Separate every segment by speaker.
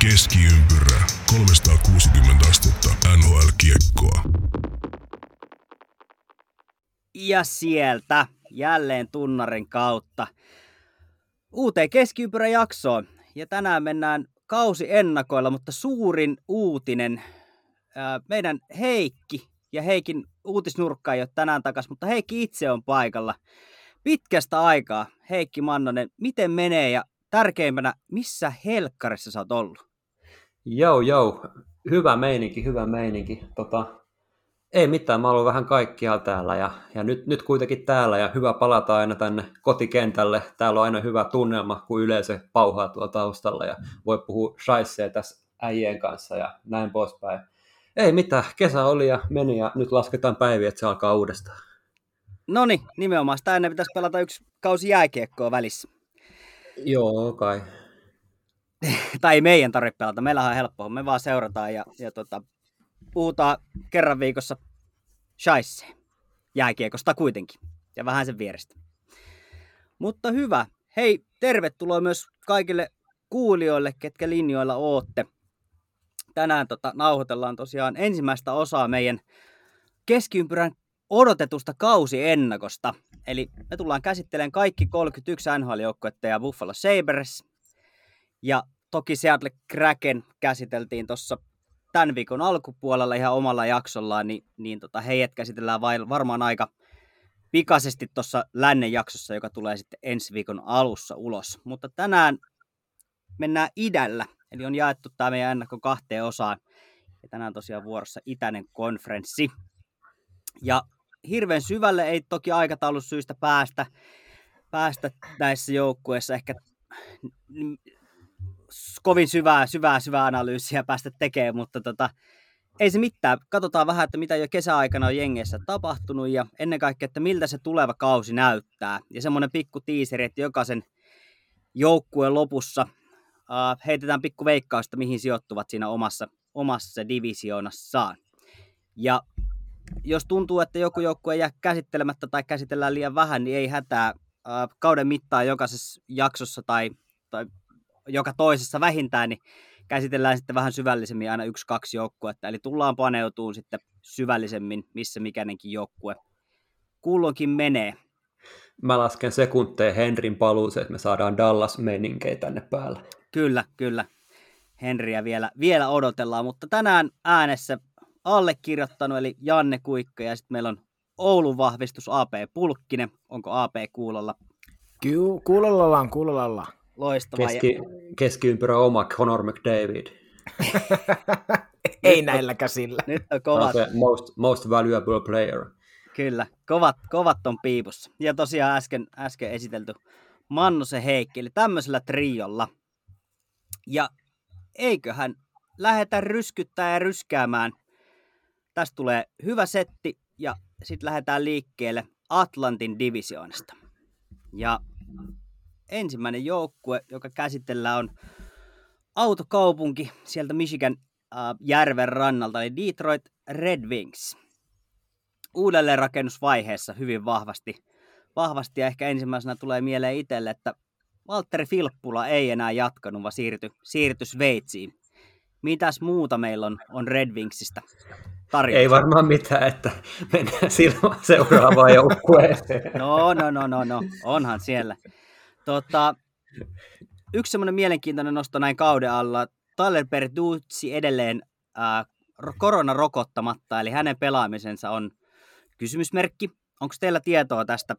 Speaker 1: Keskiympyrä 360 astetta NHL-kiekkoa.
Speaker 2: Ja sieltä jälleen tunnarin kautta uuteen keskiympyrän jaksoon. Ja tänään mennään kausiennakoilla, mutta suurin uutinen. Meidän Heikki ja Heikin uutisnurkka ei ole tänään takaisin, mutta Heikki itse on paikalla. Pitkästä aikaa. Heikki Mannonen, miten menee ja tärkeimpänä, missä helkkarissa sä oot ollut?
Speaker 3: Joo. Hyvä meininki. Ei mitään, mä oon ollut vähän kaikkialla täällä ja nyt kuitenkin täällä ja hyvä palata aina tänne kotikentälle. Täällä on aina hyvä tunnelma, kun yleisö pauhaa tuolla taustalla ja voi puhua shaisseja tässä äijien kanssa ja näin poispäin. Ei mitään, kesä oli ja meni ja nyt lasketaan päiviä, että se alkaa uudestaan.
Speaker 2: Noniin, nimenomaan sitä ennen pitäisi pelata yksi kausi jääkiekkoa välissä.
Speaker 3: Joo, kai.
Speaker 2: Tai ei meidän tarvitse pelata, meillähän on helppoa, me vaan seurataan ja puhutaan kerran viikossa shaisseen jääkiekosta kuitenkin ja vähän sen vierestä. Mutta hyvä, hei, tervetuloa myös kaikille kuulijoille, ketkä linjoilla ootte. Tänään nauhoitellaan tosiaan ensimmäistä osaa meidän keskiympyrän odotetusta kausiennakosta. Eli me tullaan käsittelemään kaikki 31 NHL-joukkuetta ja Buffalo Sabres. Ja toki Seattle Kraken käsiteltiin tuossa tämän viikon alkupuolella ihan omalla jaksollaan, niin heidät käsitellään varmaan aika pikaisesti tuossa lännen jaksossa, joka tulee sitten ensi viikon alussa ulos. Mutta tänään mennään idällä, eli on jaettu tämä meidän ennakko kahteen osaan. Ja tänään tosiaan vuorossa itäinen konferenssi. Ja hirveän syvälle ei toki aikataulusyistä päästä näissä joukkueissa ehkä kovin syvää analyysiä päästä tekemään, mutta ei se mitään. Katsotaan vähän, että mitä jo kesäaikana on jengeissä tapahtunut ja ennen kaikkea, että miltä se tuleva kausi näyttää. Ja semmoinen pikku tiiseri, että jokaisen joukkueen lopussa heitetään pikku veikkausta, mihin sijoittuvat siinä omassa divisioonassaan. Ja jos tuntuu, että joku joukkue jää käsittelemättä tai käsitellään liian vähän, niin ei hätää. Kauden mittaan jokaisessa jaksossa tai joka toisessa vähintään, niin käsitellään sitten vähän syvällisemmin aina 1-2 joukkuetta. Eli tullaan paneutumaan sitten syvällisemmin, missä mikäinenkin joukkue kulloinkin menee.
Speaker 3: Mä lasken sekunteja Henrin paluuseen, että me saadaan Dallas-meninkejä tänne päälle.
Speaker 2: Kyllä. Henriä vielä odotellaan, mutta tänään äänessä allekirjoittanut, eli Janne Kuikka, ja sitten meillä on Oulun vahvistus AP Pulkkinen. Onko AP kuulolla?
Speaker 4: Kuulolla ollaan.
Speaker 2: Loistavaa.
Speaker 3: Keskiympyrä oma Conor McDavid.
Speaker 4: Ei näillä käsillä.
Speaker 2: Nyt on kovat.
Speaker 3: Se most valuable player.
Speaker 2: Kyllä, kovat on piipussa. Ja tosiaan äsken esitelty Mannosen Heikki, eli tämmöisellä triolla. Ja eiköhän lähdetä ryskyttää ja ryskäämään. Tästä tulee hyvä setti ja sitten lähdetään liikkeelle Atlantin divisioonasta. Ja ensimmäinen joukkue, joka käsitellään, on autokaupunki sieltä Michigan järven rannalta, eli Detroit Red Wings. Uudelleenrakennusvaiheessa hyvin vahvasti ja ehkä ensimmäisenä tulee mieleen itselle, että Valtteri Filppula ei enää jatkanut, vaan siirtyi Sveitsiin. Mitäs muuta meillä on Red Wingsistä tarjolla?
Speaker 3: Ei varmaan mitään, että mennään silloin seuraavaan joukkueeseen.
Speaker 2: No, onhan siellä. Yksi semmoinen mielenkiintoinen nosto näin kauden alla. Tyler Bertuzzi edelleen koronarokottamatta, eli hänen pelaamisensa on kysymysmerkki. Onko teillä tietoa tästä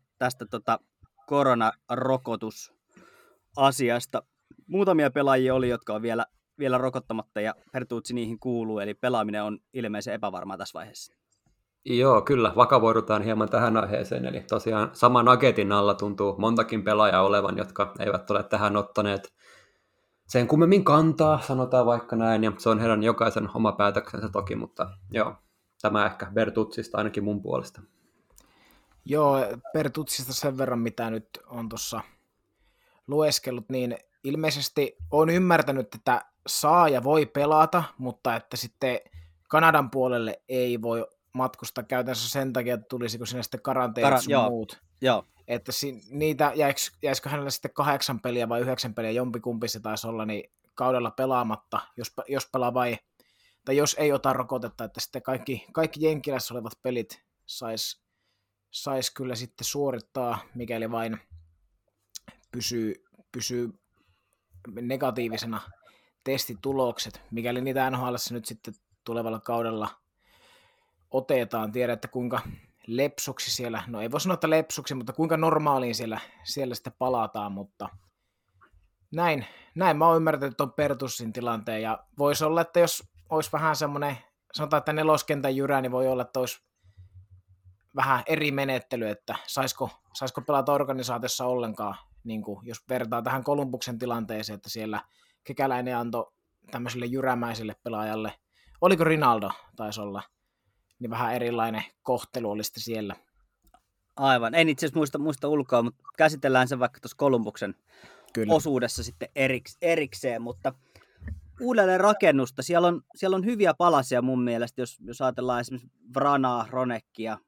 Speaker 2: koronarokotusasiasta? Muutamia pelaajia oli, jotka on vielä rokottamatta, ja Bertuzzi niihin kuuluu, eli pelaaminen on ilmeisen epävarmaa tässä vaiheessa.
Speaker 3: Joo, kyllä. Vakavoidutaan hieman tähän aiheeseen. Eli tosiaan saman agetin alla tuntuu montakin pelaajaa olevan, jotka eivät ole tähän ottaneet sen kummemmin kantaa, sanotaan vaikka näin, ja se on heidän jokaisen oma päätöksensä toki, mutta joo, tämä ehkä Bertuzzista ainakin mun puolesta.
Speaker 4: Joo, Bertuzzista sen verran, mitä nyt on tuossa lueskellut, niin ilmeisesti on ymmärtänyt, että saa ja voi pelata, mutta että sitten Kanadan puolelle ei voi matkustaa käytännössä sen takia, että tulisiko sinne sitten karanteenit muut.
Speaker 2: Joo.
Speaker 4: Että niitä jäisikö hänellä sitten 8 peliä vai 9 peliä, jompikumpi se taisi olla, niin kaudella pelaamatta, jos pelaa tai jos ei ota rokotetta, että sitten kaikki Jenkilässä olevat pelit sais kyllä sitten suorittaa, mikäli vain pysyy negatiivisena testitulokset, mikäli niitä NHL:ssä nyt sitten tulevalla kaudella otetaan. Tiedä, että kuinka lepsuksi siellä, no ei voi sanoa, että lepsuksi, mutta kuinka normaaliin siellä sitten palataan, mutta näin mä oon ymmärtänyt tuon Pertussin tilanteen, ja voisi olla, että jos olisi vähän semmoinen, sanotaan, että neloskentän jyrä, niin voi olla, että olisi vähän eri menettely, että saisiko pelata organisaatiossa ollenkaan, niin kuin jos vertaa tähän Columbuksen tilanteeseen, että siellä Kekäläinen antoi tämmöiselle jyrämäiselle pelaajalle, oliko Rinaldo taisi olla, niin vähän erilainen kohtelu oli sitten siellä.
Speaker 2: Aivan, en itse asiassa muista ulkoa, mutta käsitellään se vaikka tuossa Columbuksen osuudessa sitten erikseen, mutta uudelleen rakennusta, siellä on hyviä palasia mun mielestä, jos ajatellaan esimerkiksi Vranaa, Roneckia,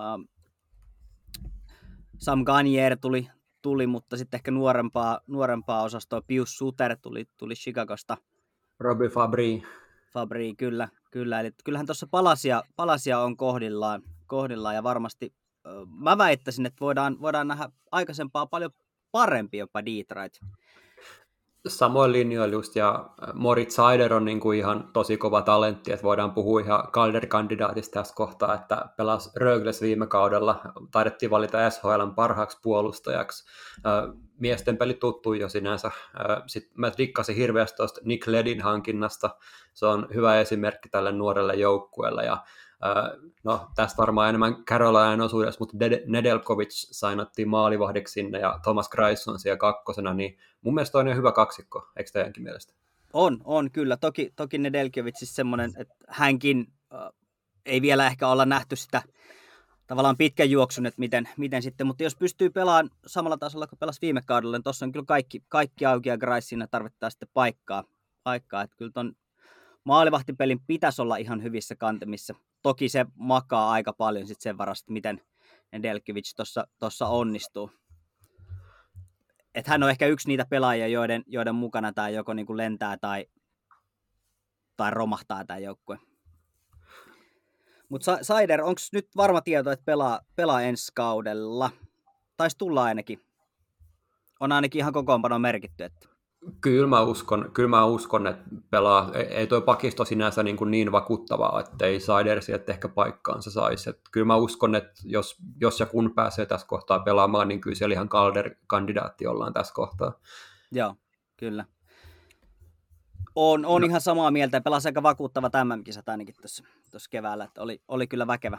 Speaker 2: Sam Gagner tuli, mutta sitten ehkä nuorempaa osastoa, Pius Suter tuli Chicagosta.
Speaker 3: Robbie
Speaker 2: Fabry, kyllä. Eli kyllähän tuossa palasia on kohdillaan ja varmasti mä väittäisin, että voidaan nähdä aikaisempaa paljon parempi jopa Detroit.
Speaker 3: Samoin linjoilla just, ja Moritz Seider on niin kuin ihan tosi kova talentti, että voidaan puhua ihan Calder-kandidaatista tässä kohtaa, että pelasi Rögles viime kaudella, taidettiin valita SHL:n parhaaksi puolustajaksi. Miesten peli tuttui jo sinänsä. Sitten mä dikkasin hirveästi tuosta Nick Ledin hankinnasta, se on hyvä esimerkki tälle nuorelle joukkueelle, ja no, tästä varmaan enemmän Carolinain osuudessa, mutta Nedeljkovic sainattiin maalivahdiksi sinne ja Thomas Greiss on siellä kakkosena, niin mun mielestä toinen hyvä kaksikko, eikö teidänkin mielestä?
Speaker 2: On kyllä. Toki Nedeljkovic siis semmoinen, että hänkin ei vielä ehkä olla nähty sitä tavallaan pitkän juoksun, että miten sitten, mutta jos pystyy pelaamaan samalla tasolla kuin pelasi viime kaudella, niin tuossa on kyllä kaikki auki ja Greiss siinä tarvittaa sitten paikkaa, että kyllä ton maalivahtipelin pitäisi olla ihan hyvissä kantemissa. Toki se makaa aika paljon sit sen varasta, miten Nedeljkovic tuossa onnistuu. Et hän on ehkä yksi niitä pelaajia, joiden mukana tämä joko niinku lentää tai romahtaa tämä joukkue. Mutta Seider, onko nyt varma tieto, että pelaa ensi kaudella? Taisi tulla ainakin. On ainakin ihan kokoonpano merkitty, että
Speaker 3: Kyllä mä uskon, että pelaa. Ei tuo pakisto sinänsä niin vakuuttavaa, että ei Seider sieltä ehkä paikkaansa saisi. Että kyllä mä uskon, että jos ja kun pääsee tässä kohtaa pelaamaan, niin kyllä siellä ihan Calder-kandidaatti ollaan tässä kohtaa. Joo,
Speaker 2: kyllä. On ihan samaa mieltä ja pelasi aika vakuuttava MM-kisat ainakin tuossa keväällä. Että oli kyllä väkevä.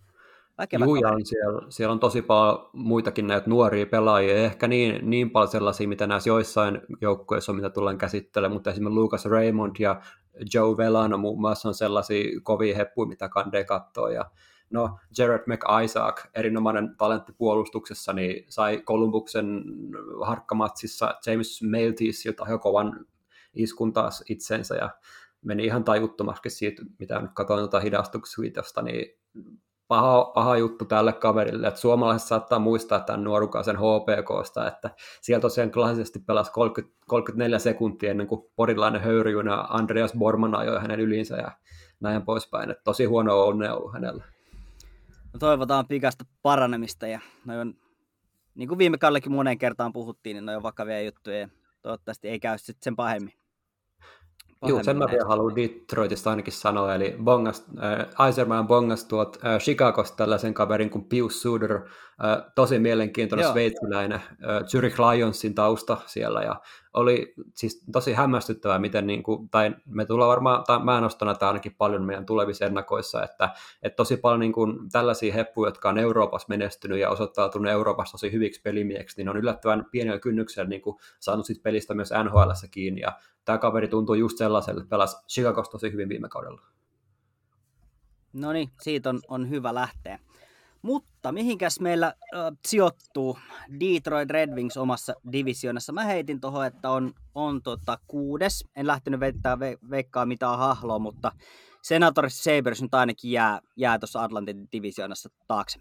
Speaker 3: Siellä on tosi paljon muitakin näitä nuoria pelaajia, ei ehkä niin paljon sellaisia, mitä näissä joissain joukkueissa on, mitä tullaan käsittelemään, mutta esimerkiksi Lucas Raymond ja Joe Velano muun muassa on sellaisia kovia heppuja, mitä kandee kattoo. Ja no, Jared McIsaac, erinomainen talentti puolustuksessa, niin sai Columbuksen harkkamatsissa James Maltese jo kovan iskun taas itsensä ja meni ihan tajuttomaksi siitä, mitä nyt katsoin hidastuksista, niin paha juttu tälle kaverille, että suomalaiset saattaa muistaa tämän nuorukaisen HPKsta, että siellä tosiaan klassisesti pelasi 34 sekuntia ennen kuin porilainen höyryjuna Andreas Borman ajoi hänen ylinsä ja näin poispäin, että tosi huono onnea ollut hänellä.
Speaker 2: No toivotaan pikaista paranemista ja on, niin kuin viime kaudellakin moneen kertaan puhuttiin, niin ne on vakavia juttuja ja toivottavasti ei käy sitten sen pahemmin.
Speaker 3: Joo, sen mä vielä haluan Detroitista ainakin sanoa, eli Yzerman bongasi Chicagosta tällaisen kaverin kuin Pius Suter, tosi mielenkiintoinen sveitsiläinen, Zurich Lionsin tausta siellä, ja oli siis tosi hämmästyttävää, miten, tai me tullaan varmaan, tai mä nostan näitä ainakin paljon meidän tulevissa ennakoissa, että tosi paljon tällaisia heppuja, jotka on Euroopassa menestynyt ja osoittautunut Euroopassa tosi hyviksi pelimieksi, niin on yllättävän pienellä kynnyksellä saanut sit pelistä myös NHL:ssä kiinni, ja tämä kaveri tuntuu just sellaiselle, että pelasi Chicagossa tosi hyvin viime kaudella.
Speaker 2: No niin, siitä on hyvä lähteä. Mutta mihinkäs meillä sijoittuu Detroit Red Wings omassa divisioonassa? Mä heitin tuohon, että on 6. En lähtenyt veikkaa mitään hahloa, mutta Senators Sabres nyt ainakin jää tuossa Atlantin divisioonassa taakse.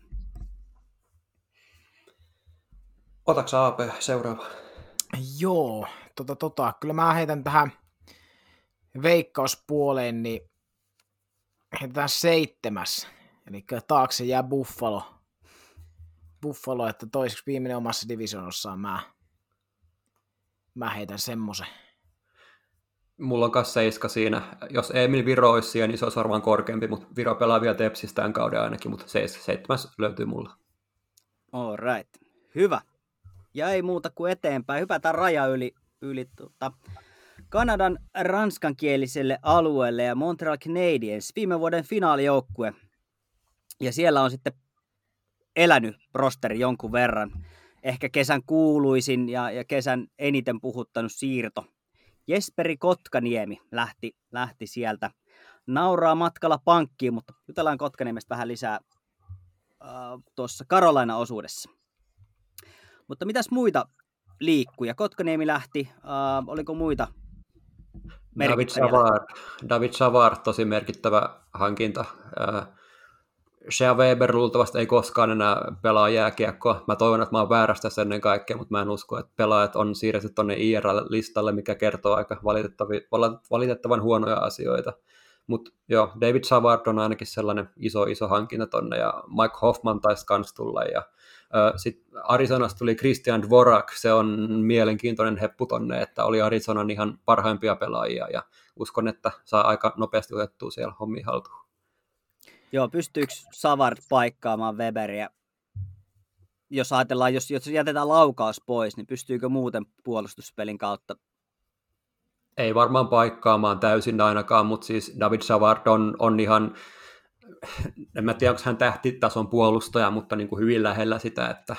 Speaker 3: Otatko AP seuraava?
Speaker 4: Joo, kyllä mä heitän tähän veikkauspuoleen, niin heitetään 7. Eli taakse jää Buffalo, että toiseksi viimeinen omassa divisionossaan mä heitän semmoisen.
Speaker 3: Mulla on kanssa 7 siinä. Jos Emil Viro olisi siellä, niin se olisi varmaan korkeampi, mutta Viro pelaa vielä Tepsistä tämän kauden ainakin, mutta 7 löytyy mulla.
Speaker 2: All right. Hyvä. Ja ei muuta kuin eteenpäin. Hypätään raja yli Kanadan ranskankieliselle alueelle ja Montreal Canadiens, viime vuoden finaalijoukkue. Ja siellä on sitten elänyt rosteri jonkun verran. Ehkä kesän kuuluisin ja kesän eniten puhuttanut siirto. Jesperi Kotkaniemi lähti sieltä. Nauraa matkalla pankkiin, mutta jutellaan Kotkaniemestä vähän lisää tuossa Carolina-osuudessa. Mutta mitäs muita liikkuja? Kotkaniemi lähti, oliko muita merkittäviä?
Speaker 3: David Savard, tosi merkittävä hankinta. Shea Weber luultavasti ei koskaan enää pelaa jääkiekkoa. Mä toivon, että mä oon väärästä ennen kaikkea, mutta mä en usko, että pelaajat on siirretty tuonne IRL-listalle, mikä kertoo aika valitettavan huonoja asioita. Mutta joo, David Savard on ainakin sellainen iso hankinta tonne, ja Mike Hoffman taisi kans tulla, ja sitten Arizonasta tuli Christian Dvorak, se on mielenkiintoinen heppu tonne, että oli Arizonan ihan parhaimpia pelaajia, ja uskon, että saa aika nopeasti otettua siellä hommia haltuun.
Speaker 2: Joo, pystyykö Savard paikkaamaan Weberiä? Jos ajatellaan, jos jätetään laukaus pois, niin pystyykö muuten puolustuspelin kautta?
Speaker 3: Ei varmaan paikkaamaan täysin ainakaan, mutta siis David Savard on ihan, en mä tiedä, onko hän tähtitason puolustaja, mutta niin kuin hyvin lähellä sitä, että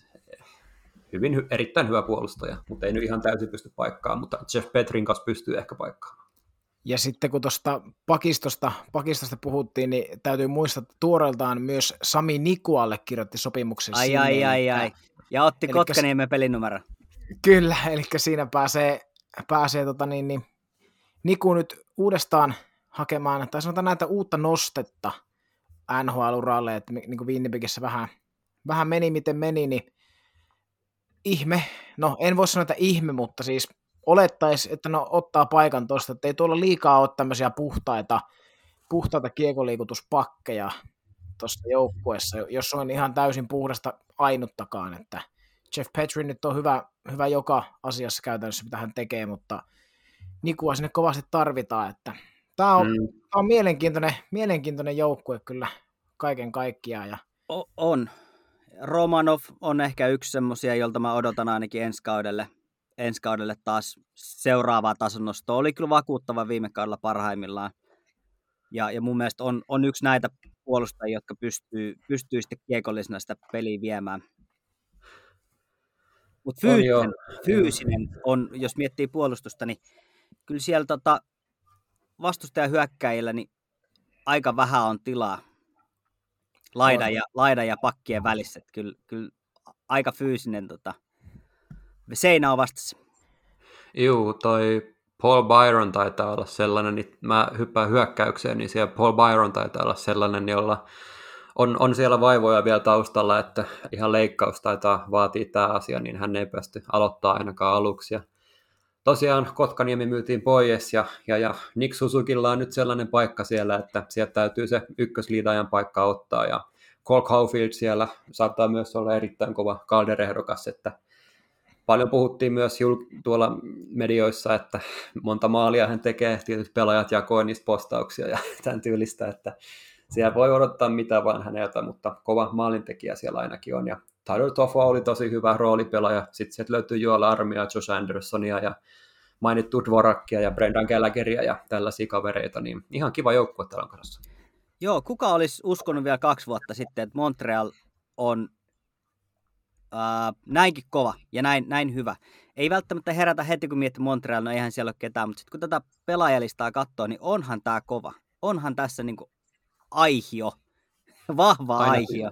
Speaker 3: erittäin hyvä puolustaja, mutta ei nyt ihan täysin pysty paikkaamaan, mutta Jeff Petrin kanssa pystyy ehkä paikkaamaan.
Speaker 4: Ja sitten kun tuosta pakistosta puhuttiin, niin täytyy muistaa, että tuoreeltaan myös Sami Niku allekirjoitti sopimuksen sinne.
Speaker 2: Ai. Ja otti Kotkaniemen pelinumero.
Speaker 4: Kyllä, eli siinä pääsee Niku nyt uudestaan hakemaan, tai sanotaan näitä uutta nostetta NHL-uralle, että niin kuin Winnipegissä vähän meni miten meni, niin ihme, no en voi sanoa, että ihme, mutta siis olettaisi, että ottaa paikan tuosta, että ei tuolla liikaa ole tämmöisiä puhtaita kiekoliikutuspakkeja tuossa joukkueessa, jos on ihan täysin puhdasta ainuttakaan, että Jeff Petri nyt on hyvä joka asiassa käytännössä, mitä hän tekee, mutta Nikua sinne kovasti tarvitaan, että tämä on mielenkiintoinen joukkue kyllä kaiken kaikkiaan. Ja
Speaker 2: on. Romanov on ehkä yksi semmoisia, jolta mä odotan ainakin ensi kaudelle taas seuraavaa tason nostoa. Oli kyllä vakuuttava viime kaudella parhaimmillaan. Ja mun mielestä on yksi näitä puolustajia, jotka pystyy sitten kiekollisena sitä peliä viemään. Mutta fyysinen on, jos miettii puolustusta, niin kyllä siellä vastustajan hyökkäjillä niin aika vähän on tilaa laidan ja pakkien välissä. Kyllä aika fyysinen seinä on vastassa.
Speaker 3: Juu, toi Paul Byron taitaa olla sellainen, niin mä hyppään hyökkäykseen, niin siellä Paul Byron taitaa olla sellainen, jolla on siellä vaivoja vielä taustalla, että ihan leikkaus taitaa vaatia tämä asia, niin hän ei päästy aloittaa ainakaan aluksi. Ja tosiaan Kotkaniemi myytiin pois ja Nick Susukilla on nyt sellainen paikka siellä, että sieltä täytyy se ykkösliidaajan paikka ottaa, ja Cole Caulfield siellä saattaa myös olla erittäin kova Calder-ehdokas, että paljon puhuttiin myös tuolla medioissa, että monta maalia hän tekee, tietyt pelaajat jakoi niistä postauksia ja tämän tyylistä, että siellä voi odottaa mitä vaan häneltä, mutta kova maalintekijä siellä ainakin on. Ja Tyler Toffo oli tosi hyvä roolipelaaja, sitten sieltä löytyy Joel Armia, Josh Andersonia ja mainittu Dvorakia ja Brendan Gallagheria ja tällaisia kavereita, niin ihan kiva joukkue täällä on kanssa.
Speaker 2: Joo, kuka olisi uskonut vielä 2 vuotta sitten, että Montreal on näinkin kova ja näin hyvä. Ei välttämättä herätä heti, kun miettii Montreal, no eihän siellä ole ketään, mutta sitten kun tätä pelaajalistaa katsoo, niin onhan tämä kova. Onhan tässä niinku aihio, vahva aihio.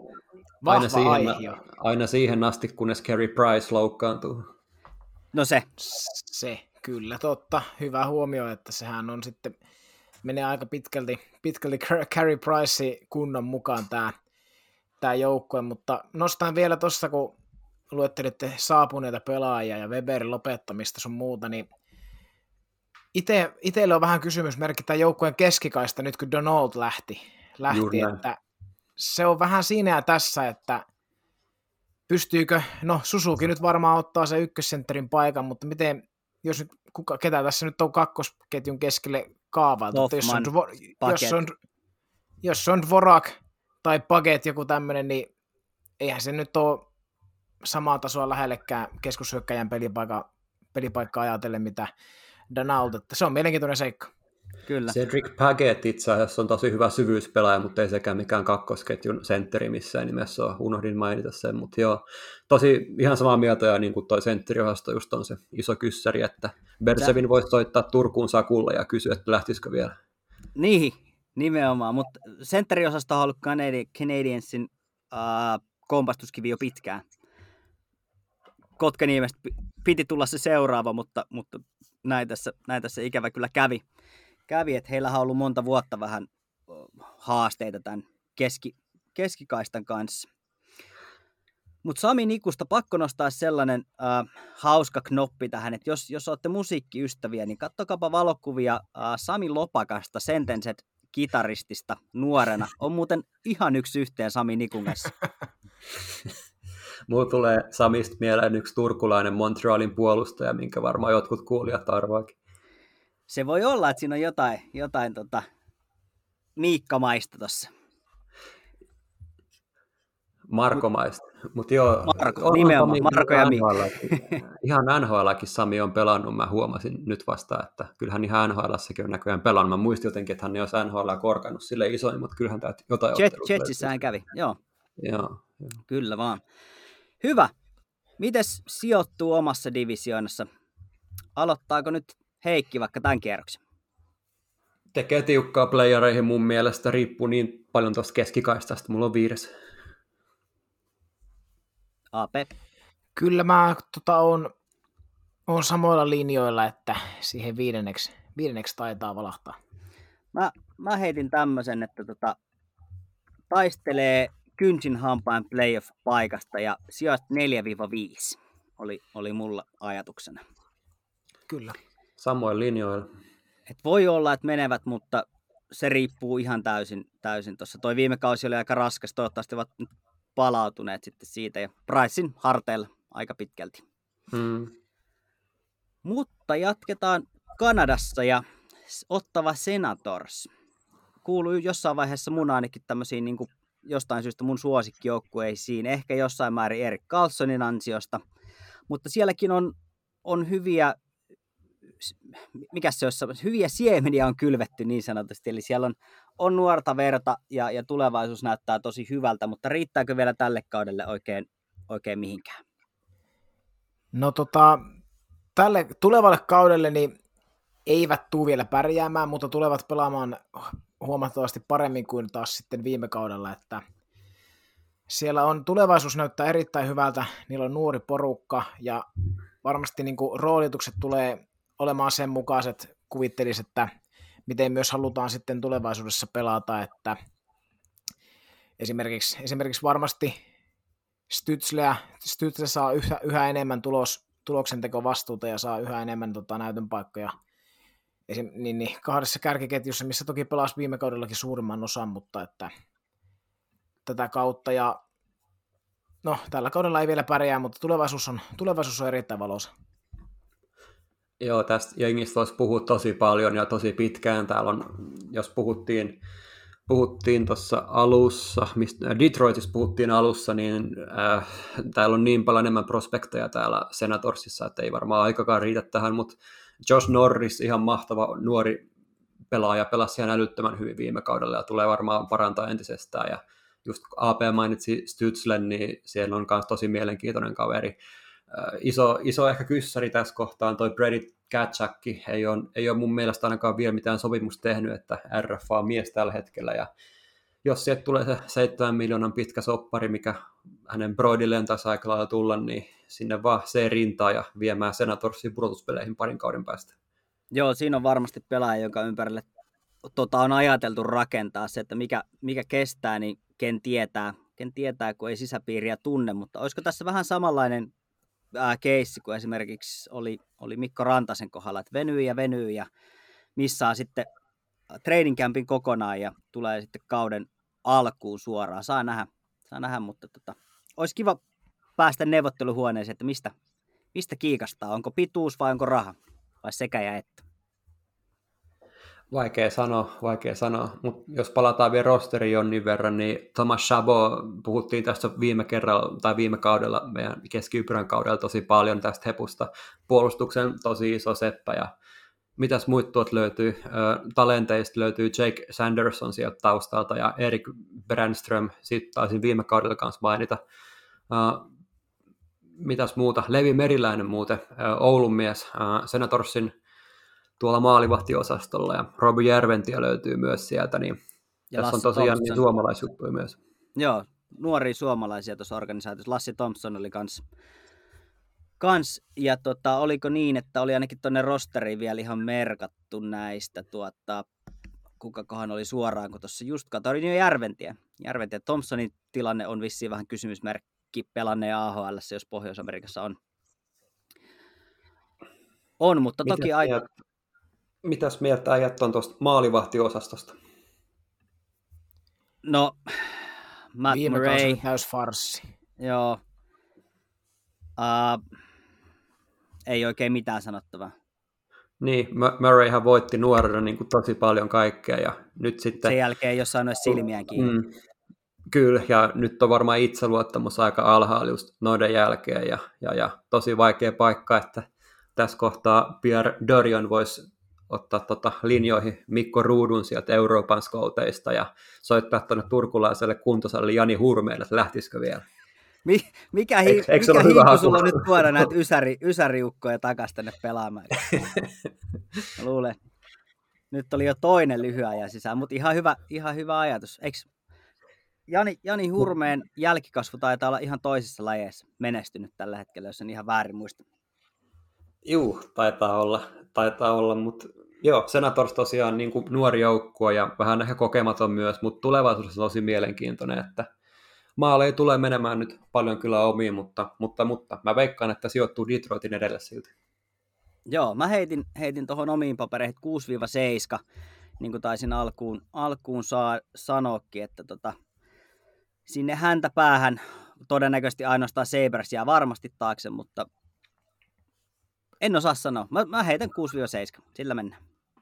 Speaker 3: Aina siihen asti, kunnes Carey Price loukkaantuu.
Speaker 2: No
Speaker 4: se kyllä totta. Hyvä huomio, että sehän on sitten, menee aika pitkälti Carey Price kunnon mukaan tämä joukkue, mutta nostan vielä tuossa, kun luettelitte saapuneita pelaajia ja Weberin lopettamista sun muuta, niin Itselle on vähän kysymysmerkki tämän joukkueen keskikaista nyt, kun Donald lähti että se on vähän siinä ja tässä, että pystyykö, no Suzuki nyt varmaan ottaa se ykkössentterin paikan, mutta miten, jos nyt, ketä tässä nyt on kakkosketjun keskelle kaavailtu, jos on Dvorak tai Paget joku tämmöinen, niin eihän se nyt ole samaa tasoa lähellekään keskushyökkäjän pelipaikkaa ajatellen, mitä Donald, että se on mielenkiintoinen seikka.
Speaker 2: Kyllä.
Speaker 3: Cedric Paget itse asiassa on tosi hyvä syvyyspelaaja, mutta ei sekään mikään kakkosketjun sentteri missään nimessä ole. Unohdin mainita sen, mutta joo, tosi ihan samaa mieltä, ja niin kuin toi sentteriosasto just on se iso kyssäri, että Bersevin voisi soittaa Turkuun Sakulle ja kysyä, että lähtisikö vielä.
Speaker 2: Niin, nimenomaan, mutta sentteriosasto on ollut Canadiensin kompastuskivi jo pitkään. Kotkaniemestä piti tulla se seuraava, mutta näin tässä ikävä kyllä kävi, että heillähän on ollut monta vuotta vähän haasteita tämän keskikaistan kanssa. Mutta Sami Nikusta pakko nostaa sellainen hauska knoppi tähän, että jos olette musiikkiystäviä, niin kattokaapa valokuvia Sami Lopakasta, Sentenced-kitaristista nuorena. On muuten ihan yksi yhteen Sami Nikun kanssa.
Speaker 3: Mulla tulee Samista mieleen yksi turkulainen Montrealin puolustaja, minkä varmaan jotkut kuulijat arvaakin.
Speaker 2: Se voi olla, että siinä on jotain Miikka-maista tuossa.
Speaker 3: Marko-maista. Mutta joo,
Speaker 2: Marko, nimenomaan. Marko ja Miikka.
Speaker 3: Ihan NHL:kin Sami on pelannut, mä huomasin nyt vasta, että kyllähän ihan NHL:ssäkin on näköjään pelannut. Mä muistin jotenkin, että hän ei olisi NHL korkannut sille isoin, mutta kyllähän tämä jotain ottelusta.
Speaker 2: Jetsissä hän kävi, joo.
Speaker 3: Joo.
Speaker 2: Kyllä vaan. Hyvä. Mites sijoittuu omassa divisioonassa? Aloittaako nyt Heikki vaikka tämän kierroksen?
Speaker 3: Tekee tiukkaa playereihin mun mielestä, riippuu niin paljon tuosta keskikaistasta, mulla on 5.
Speaker 2: AP.
Speaker 4: Kyllä mä on samoilla linjoilla, että siihen viidenneksi taitaa valahtaa.
Speaker 2: Mä heitin tämmöisen, että taistelee kynsin hampain playoff-paikasta ja sijoista 4-5 oli mulla ajatuksena.
Speaker 4: Kyllä.
Speaker 3: Samoin linjoilla.
Speaker 2: Et voi olla, että menevät, mutta se riippuu ihan täysin tuossa. Toi viime kausi oli aika raskas, toivottavasti ovat palautuneet sitten siitä ja Pricein harteilla aika pitkälti. Mutta jatketaan Kanadassa ja Ottawa Senators. Kuuluu jossain vaiheessa mun ainakin tämmöisiin niin kuin jostain syystä mun suosikkijoukkueisiin, ehkä jossain määrin Erik Karlssonin ansiosta, mutta sielläkin on hyviä, hyviä siemeniä on kylvetty niin sanotusti, eli siellä on nuorta verta ja tulevaisuus näyttää tosi hyvältä, mutta riittääkö vielä tälle kaudelle oikein mihinkään?
Speaker 4: No tälle tulevalle kaudelle niin eivät tule vielä pärjäämään, mutta tulevat pelaamaan huomattavasti paremmin kuin taas sitten viime kaudella, että siellä on tulevaisuus näyttää erittäin hyvältä, niillä on nuori porukka ja varmasti niin kuin roolitukset tulee olemaan sen mukaiset, kuvittelisi, että miten myös halutaan sitten tulevaisuudessa pelata, että esimerkiksi varmasti Stützle saa yhä enemmän tuloksentekovastuuta ja saa yhä enemmän näytön paikkoja niin kahdessa kärkiketjussa, missä toki pelasi viime kaudellakin suurimman osan, mutta että tätä kautta ja no tällä kaudella ei vielä pärjää, mutta tulevaisuus on erittäin valoisa.
Speaker 3: Joo, tästä jengistä voisi puhua tosi paljon ja tosi pitkään. Täällä on, jos puhuttiin tuossa alussa, Detroitissa puhuttiin alussa, niin täällä on niin paljon enemmän prospekteja täällä Senatorsissa, että ei varmaan aikakaan riitä tähän, mutta Josh Norris, ihan mahtava nuori pelaaja, pelasi ihan älyttömän hyvin viime kaudella ja tulee varmaan parantaa entisestään. Ja just AP mainitsi Stützlen, niin siellä on myös tosi mielenkiintoinen kaveri. Iso ehkä kyssäri tässä kohtaan, toi Brady Tkachuk ei ole mun mielestä ainakaan vielä mitään sopimusta tehnyt, että RFA on mies tällä hetkellä, ja jos sieltä tulee se 7 miljoonan pitkä soppari, mikä hänen Broidilleen taas aika lailla tulla, niin sinne vaan se rintaa ja viemään Senatorsin pudotuspeleihin parin kauden päästä.
Speaker 2: Joo, siinä on varmasti pelaaja, jonka ympärille on ajateltu rakentaa se, että mikä kestää, niin ken tietää, kun ei sisäpiiriä tunne, mutta olisiko tässä vähän samanlainen keissi, kun esimerkiksi oli Mikko Rantasen kohdalla, että venyy ja missaa sitten training campin kokonaan ja tulee sitten kauden alkuun suoraan. Saa nähdä, mutta olisi kiva päästä neuvotteluhuoneeseen, että mistä kiikastaa, onko pituus vai onko raha, vai sekä ja että.
Speaker 3: Vaikea sanoa, mutta jos palataan vielä rosteriin jonnin verran, niin Thomas Chabot, puhuttiin tästä viime kaudella, meidän keskiympyrän kaudella tosi paljon tästä hepusta, puolustuksen tosi iso seppä, ja mitäs muut tuot löytyy? Talenteista löytyy Jake Sanderson sieltä taustalta, ja Erik Brännström, sitten taisin viime kaudella kanssa mainita. Mitäs muuta? Levi Meriläinen muuten, Oulun mies, Senatorsin tuolla maalivahtiosastolla, ja Robbie Järventiä löytyy myös sieltä, niin ja tässä
Speaker 2: Lassi
Speaker 3: on tosiaan
Speaker 2: Thompson.
Speaker 3: niin suomalaisjuttuja myös.
Speaker 2: Joo, nuoria suomalaisia tuossa organisaatiossa. Lassi Thompson oli kans ja oliko niin, että oli ainakin tuonne rosteriin vielä ihan merkattu näistä, kukakohan oli suoraan, kun tuossa just katsoin jo Järventiä. Thompsonin tilanne on vissiin vähän kysymysmerkki pelanneen AHL:ssä, jos Pohjois-Amerikassa on, mutta toki
Speaker 3: Mitäs mieltä äijät on tuosta maalivahtiosastosta?
Speaker 2: No, Matt
Speaker 4: Viime
Speaker 2: Murray.
Speaker 4: kausi oli täys farssi.
Speaker 2: Joo. Ei oikein mitään sanottavaa.
Speaker 3: Niin, Murrayhän voitti nuorena niin kuin tosi paljon kaikkea, ja nyt sitten...
Speaker 2: Sen jälkeen ei ole saanut edes silmiään kiinni.
Speaker 3: Kyllä, ja nyt on varmaan itseluottamus aika alhaalla just noiden jälkeen, ja tosi vaikea paikka, että tässä kohtaa Pierre Dorion voisi ottaa linjoihin Mikko Ruudun sieltä Euroopan skouteista ja soittaa tuonne turkulaiselle kuntosalle Jani Hurmeelle, että lähtisikö vielä.
Speaker 2: Mikä hiippu sulla nyt tuoda näitä ysäriukkoja takaisin tänne pelaamaan? Mä luulen, nyt oli jo toinen lyhyen ajan sisään, mutta ihan hyvä ajatus. Eikö Jani Hurmeen jälkikasvu taitaa olla ihan toisissa lajeissa menestynyt tällä hetkellä, jos en ihan väärin muista?
Speaker 3: Juu, taitaa olla, mutta joo, Senators tosiaan niin kuin nuori joukkue ja vähän ehkä kokematon myös, mutta tulevaisuudessa on tosi mielenkiintoinen, että maaleja tulee menemään nyt paljon kyllä omiin, mutta mä veikkaan, että sijoittuu Detroitin edelle silti.
Speaker 2: Joo, mä heitin tuohon omiin papereihin 6-7, niin kuin taisin alkuun sanoakin, että sinne häntä päähän todennäköisesti ainoastaan Sabres jää varmasti taakse, mutta en osaa sanoa. Mä heitän 6-7, sillä mennään.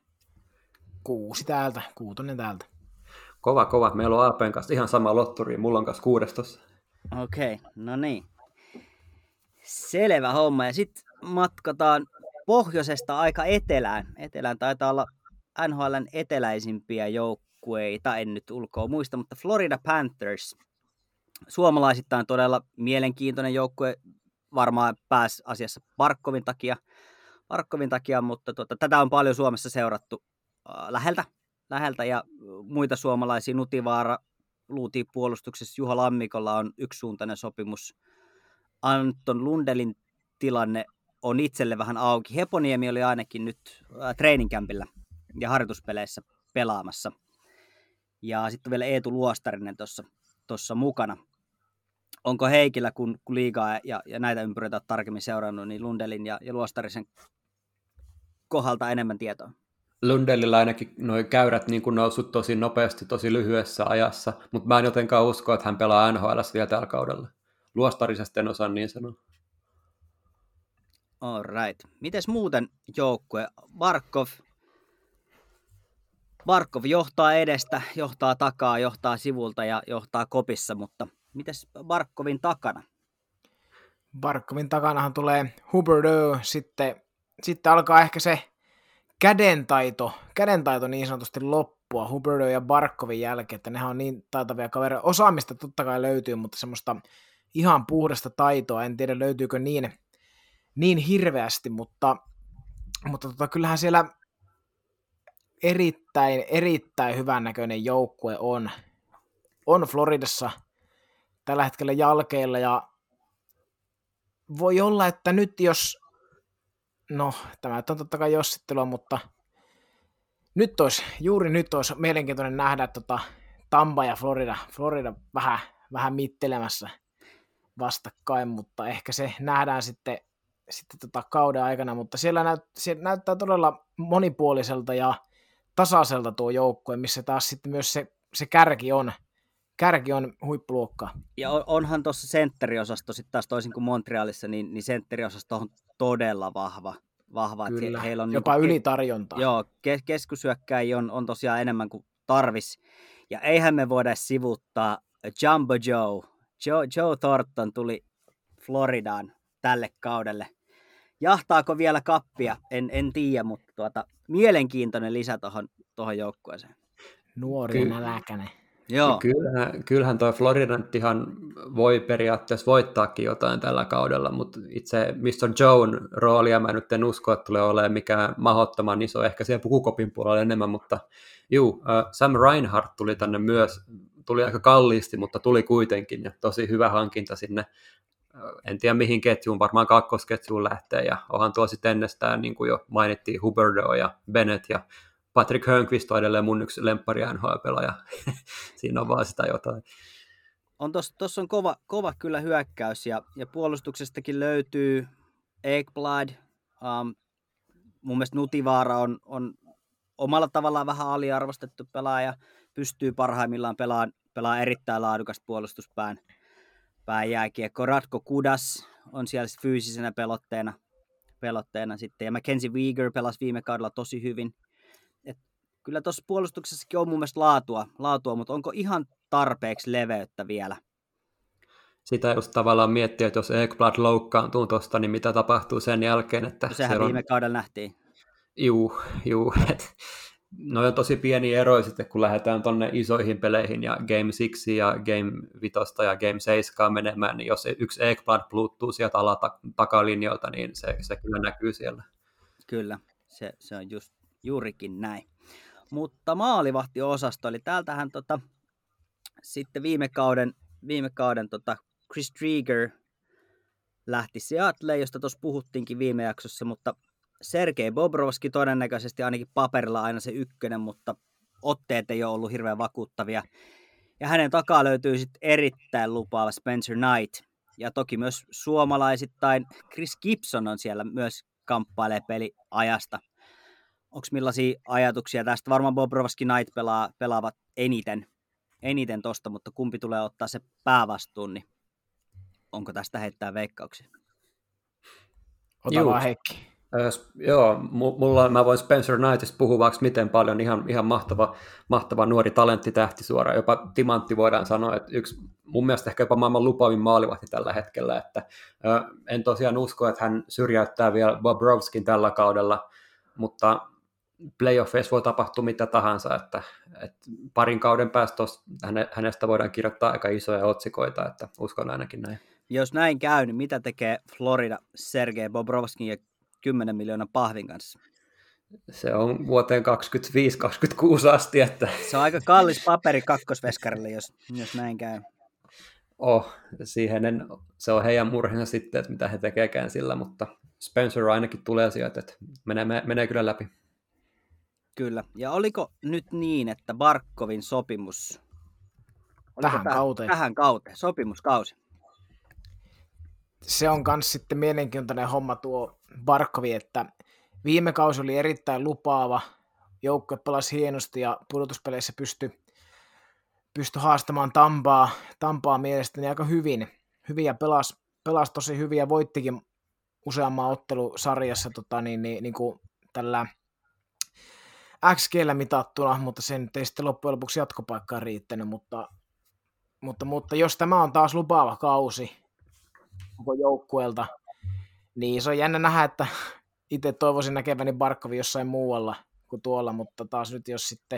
Speaker 4: 6 täältä, 6 täältä.
Speaker 3: Kova. Meillä on AP:n kanssa ihan sama lotturi, mulla on kanssa 6 tossa.
Speaker 2: Okei, no niin. Selvä homma. Ja sitten matkataan pohjoisesta aika etelään. Etelään taitaa olla NHL:n eteläisimpiä joukkueita, en nyt ulkoa muista, mutta Florida Panthers. Suomalaisittain todella mielenkiintoinen joukkue, varmaan pääasiassa Barkovin takia, mutta tätä on paljon Suomessa seurattu läheltä ja muita suomalaisia. Nutivaara luutiin puolustuksessa, Juha Lammikolla on yksisuuntainen sopimus. Anton Lundelin tilanne on itselle vähän auki. Heponiemi oli ainakin nyt training campillä ja harjoituspeleissä pelaamassa. Ja sitten vielä Eetu Luostarinen tuossa mukana. Onko Heikillä, kun liigaa ja näitä ympyröitä on tarkemmin seurannut, niin Lundelin ja Luostarisen kohdalta enemmän tietoa?
Speaker 3: Lundellilla ainakin nuo käyrät niin kuin noussut tosi nopeasti, tosi lyhyessä ajassa, mutta mä en jotenkaan usko, että hän pelaa NHL:ssä vielä tällä kaudella. Luostarisesta en osaa niin sanoa.
Speaker 2: All right. Mites muuten joukkue? Barkov johtaa edestä, johtaa takaa, johtaa sivulta ja johtaa kopissa, mutta mites Barkovin takana?
Speaker 4: Barkovin takanahan tulee Huberdeau, sitten alkaa ehkä se kädentaito niin sanotusti loppua Huberdeau ja Barkovin jälkeen, että nehän on niin taitavia kavereita. Osaamista totta kai löytyy, mutta semmoista ihan puhdasta taitoa, en tiedä löytyykö niin hirveästi, mutta kyllähän siellä erittäin hyvän näköinen joukkue on Floridassa tällä hetkellä jalkeilla, ja voi olla, että nyt tämä on totta kai jossittelua, mutta juuri nyt olisi mielenkiintoinen nähdä Tampa ja Florida vähän mittelemässä vastakkain, mutta ehkä se nähdään sitten kauden aikana, mutta siellä näyttää todella monipuoliselta ja tasaiselta tuo joukkue, missä taas sitten myös se kärki on huippuluokkaa.
Speaker 2: Ja onhan tuossa sentteriosasto sitten taas toisin kuin Montrealissa, niin sentteriosasto on todella vahva.
Speaker 4: Kyllä,
Speaker 2: heillä on
Speaker 4: jopa ylitarjontaa.
Speaker 2: Joo, keskushyökkäjiä on tosiaan enemmän kuin tarvis. Ja eihän me voida sivuuttaa Jumbo Joe. Joe Thornton tuli Floridaan tälle kaudelle. Jahtaako vielä kappia? En tiedä, mutta mielenkiintoinen lisä tuohon joukkueeseen.
Speaker 4: Nuori ja nälkäinen.
Speaker 2: Joo.
Speaker 3: Kyllähän toi Floridanttihan voi periaatteessa voittaakin jotain tällä kaudella, mutta itse Mr. Joen roolia mä nyt en usko, että tulee olemaan mikään mahdottoman iso, ehkä siellä pukukopin puolella enemmän, mutta Sam Reinhart tuli tänne myös, tuli aika kalliisti, mutta tuli kuitenkin ja tosi hyvä hankinta sinne. En tiedä mihin ketjuun, varmaan kakkosketjuun lähtee ja onhan tuo sitten ennestään, niin kuin jo mainittiin, Huberdeau ja Bennett ja Patrick Hörnqvist on edelleen mun yksi lemppari NHL-pelaaja. Siinä on vaan sitä jotain.
Speaker 2: Tuossa on kova kyllä hyökkäys ja puolustuksestakin löytyy Ekblad. Mun mielestä Nutivaara on omalla tavallaan vähän aliarvostettu pelaaja. Pystyy parhaimmillaan pelaamaan erittäin laadukasta puolustuspään jääkiekko. Radko Kudas on siellä fyysisenä pelotteena sitten. Ja Mackenzie Weegar pelasi viime kaudella tosi hyvin. Kyllä tuossa puolustuksessakin on mun mielestä laatua, mutta onko ihan tarpeeksi leveyttä vielä?
Speaker 3: Sitä just tavallaan miettiä, että jos Ekblad loukkaantuu tuosta, niin mitä tapahtuu sen jälkeen. Että
Speaker 2: sehän viime kaudella nähtiin.
Speaker 3: Juu. No on tosi pieni ero sitten, kun lähdetään tuonne isoihin peleihin ja Game 6 ja Game 5 ja Game 7 menemään, niin jos yksi Ekblad puuttuu sieltä takalinjoilta, niin se kyllä näkyy siellä.
Speaker 2: Kyllä, se on juurikin näin. Mutta maalivahtiosasto, eli täältähän sitten viime kauden Chris Drieger lähti Seattleen, josta tuossa puhuttiinkin viime jaksossa, mutta Sergei Bobrovski todennäköisesti ainakin paperilla aina se ykkönen, mutta otteet ei ole ollut hirveän vakuuttavia. Ja hänen takaa löytyy sitten erittäin lupaava Spencer Knight. Ja toki myös suomalaisittain Chris Gibson on siellä myös kamppailee peliajasta. Onko millaisia ajatuksia tästä? Varmaan Bobrovski Knight pelaavat eniten tosta, mutta kumpi tulee ottaa se päävastuun, niin onko tästä heittää veikkauksia?
Speaker 4: Ota vaan Heikki.
Speaker 3: Joo, mä voin Spencer Knightista puhua vaikka miten paljon, ihan mahtava nuori talenttitähti suoraan, jopa timantti voidaan sanoa, että yksi mun mielestä ehkä jopa maailman lupaavin maalivahti tällä hetkellä, että en tosiaan usko, että hän syrjäyttää vielä Bobrovskin tällä kaudella, mutta playoffeissa voi tapahtua mitä tahansa, että parin kauden päästä hänestä voidaan kirjoittaa aika isoja otsikoita, että uskon ainakin näin.
Speaker 2: Jos näin käy, niin mitä tekee Florida Sergei Bobrovskin ja 10 miljoonan pahvin kanssa?
Speaker 3: Se on vuoteen 25-26 asti. Että
Speaker 2: se on aika kallis paperi kakkosveskarille, jos näin käy.
Speaker 3: Se on heidän murhensa sitten, että mitä he tekeekään sillä, mutta Spencer ainakin tulee sieltä, että menee kyllä läpi.
Speaker 2: Kyllä. Ja oliko nyt niin, että Barkovin sopimus... Tähän kauteen, sopimuskausi.
Speaker 4: Se on myös sitten mielenkiintoinen homma tuo Barkovi, että viime kausi oli erittäin lupaava, joukkue pelasi hienosti ja pudotuspeleissä pystyi haastamaan Tampaa mielestäni aika hyvin ja pelasi tosi hyvin ja voittikin useamman ottelusarjassa niin kuin tällä XG:llä mitattuna, mutta sen ei sitten loppujen lopuksi jatkopaikkaan riittänyt, mutta jos tämä on taas lupaava kausi koko joukkueelta, niin se on jännä nähdä, että itse toivoisin näkeväni Barkovi jossain muualla kuin tuolla, mutta taas nyt jos sitten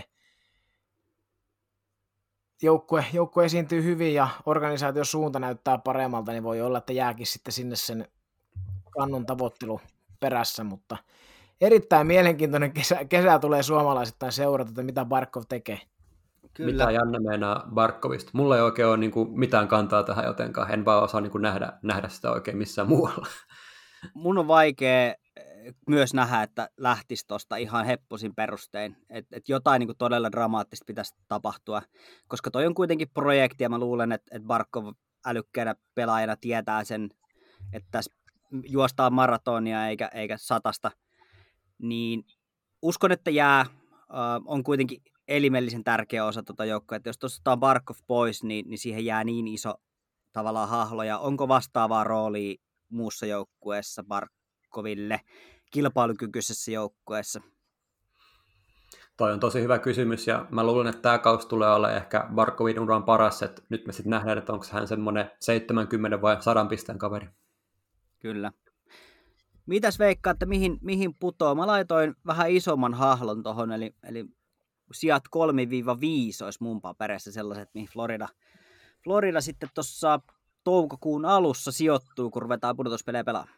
Speaker 4: joukkue esiintyy hyvin ja organisaation suunta näyttää paremmalta, niin voi olla, että jääkin sitten sinne sen kannun tavoittelu perässä, mutta erittäin mielenkiintoinen kesä tulee suomalaisittain seurata, että mitä Barkov tekee.
Speaker 2: Kyllä.
Speaker 3: Mitä Janne meinaa Barkovista? Mulla ei oikein ole mitään kantaa tähän jotenkaan. En vaan osaa nähdä sitä oikein missään muualla.
Speaker 2: Mun on vaikea myös nähdä, että lähtisi tuosta ihan hepposin perustein. Että jotain niin kuin todella dramaattista pitäisi tapahtua. Koska toi on kuitenkin projekti ja mä luulen, että Barkov älykkäänä pelaajana tietää sen, että tässä juostaan maratonia eikä satasta, niin uskon, että on kuitenkin elimellisen tärkeä osa tuota joukkoa, että jos tuossa otetaan Barkov pois, niin siihen jää niin iso tavallaan hahlo, ja onko vastaavaa roolia muussa joukkueessa Barkoville kilpailukykyisessä joukkueessa?
Speaker 3: Toi on tosi hyvä kysymys, ja mä luulen, että tämä kausi tulee olla ehkä Barkovin uran paras, että nyt me sitten nähdään, että onko hän semmoinen 70 vai 100 pisteen kaveri.
Speaker 2: Kyllä. Mitäs veikkaa, että mihin putoaa? Mä laitoin vähän isomman hahlon tuohon, eli sijat 3-5 olisi mun paperissa sellaiset, mihin Florida sitten tuossa toukokuun alussa sijoittuu, kun ruvetaan pudotuspelejä pelaamaan.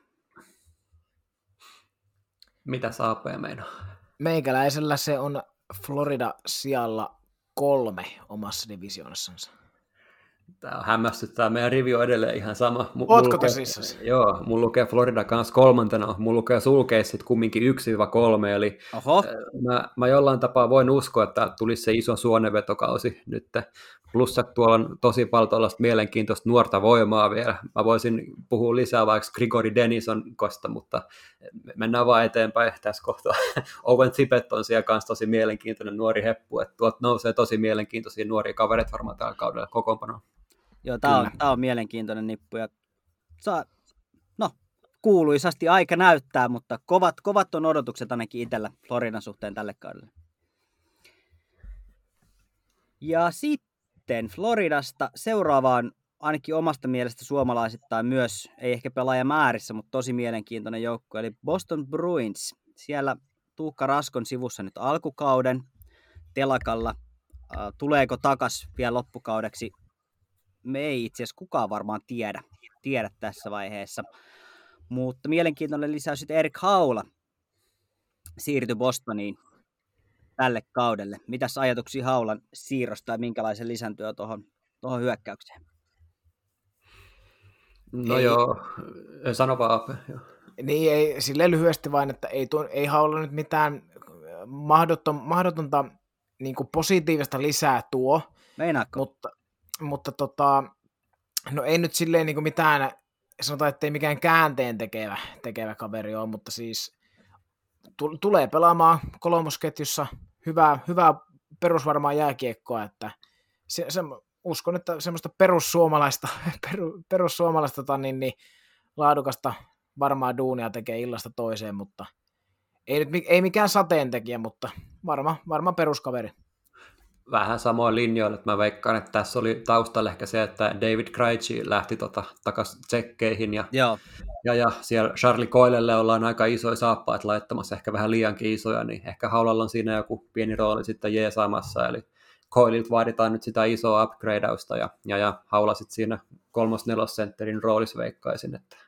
Speaker 3: Mitä Saapea meinaa?
Speaker 4: Meikäläisellä se on Florida sijalla 3 omassa divisioonassaan.
Speaker 3: Tämä hämmästyttää. Meidän rivi on edelleen ihan sama.
Speaker 4: Ootko tosissasi?
Speaker 3: Joo, mulla lukee Florida kanssa 3. Mulla lukee sulkeissa sitten kumminkin 1-3, eli mä jollain tapaa voin uskoa, että tulisi se iso suonenvetokausi nyt. Plus, että tuolla on tosi paljon tuollaista mielenkiintoista nuorta voimaa vielä. Mä voisin puhua lisää vaikka Grigori Denisosta, mutta mennään vaan eteenpäin tässä kohtaa. Owen Tippett on siellä kanssa tosi mielenkiintoinen nuori heppu, että tuolta nousee tosi mielenkiintoisia nuoria kavereita varmaan tällä kaudella kokoonpanoon.
Speaker 2: Joo, tää on mielenkiintoinen nippu, ja kuuluisasti aika näyttää, mutta kovat on odotukset ainakin itsellä Floridan suhteen tälle kaudelle. Ja sitten Floridasta seuraavaan ainakin omasta mielestä suomalaisittain myös, ei ehkä pelaajamäärissä, mutta tosi mielenkiintoinen joukko, eli Boston Bruins. Siellä Tuukka Raskon sivussa nyt alkukauden telakalla. Tuleeko takas vielä loppukaudeksi? Me ei itse asiassa kukaan varmaan tiedä tässä vaiheessa. Mutta mielenkiintoinen lisäys sitten Erik Haula siirtyi Bostoniin tälle kaudelle. Mitäs ajatuksia Haulan siirrosta ja minkälaisen lisääntyä tuohon hyökkäykseen?
Speaker 3: No joo, sano vaan Ape.
Speaker 4: Niin, ei, silleen lyhyesti vain, että ei Haula nyt mitään mahdotonta niin kuin positiivista lisää tuo.
Speaker 2: Meinaatko?
Speaker 4: Mutta no ei nyt silleen niin kuin mitään, sanotaan, että ei mikään käänteen tekevä kaveri ole, mutta siis tulee pelaamaan kolmosketjussa hyvää perusvarmaa jääkiekkoa, että uskon, että semmoista perussuomalaista niin laadukasta varmaa duunia tekee illasta toiseen, mutta ei mikään sateentekijä, mutta varma peruskaveri.
Speaker 3: Vähän samoin linjoilla, että mä veikkaan, että tässä oli taustalla ehkä se, että David Krejci lähti takaisin tsekkeihin ja siellä Charlie Coilelle ollaan aika isoja saappaat laittamassa, ehkä vähän liiankin isoja, niin ehkä Haulalla on siinä joku pieni rooli sitten jeesaamassa, eli Coililta vaaditaan nyt sitä isoa upgradeausta ja Haula sitten siinä 3-4 sentterin roolissa veikkaisin. Että.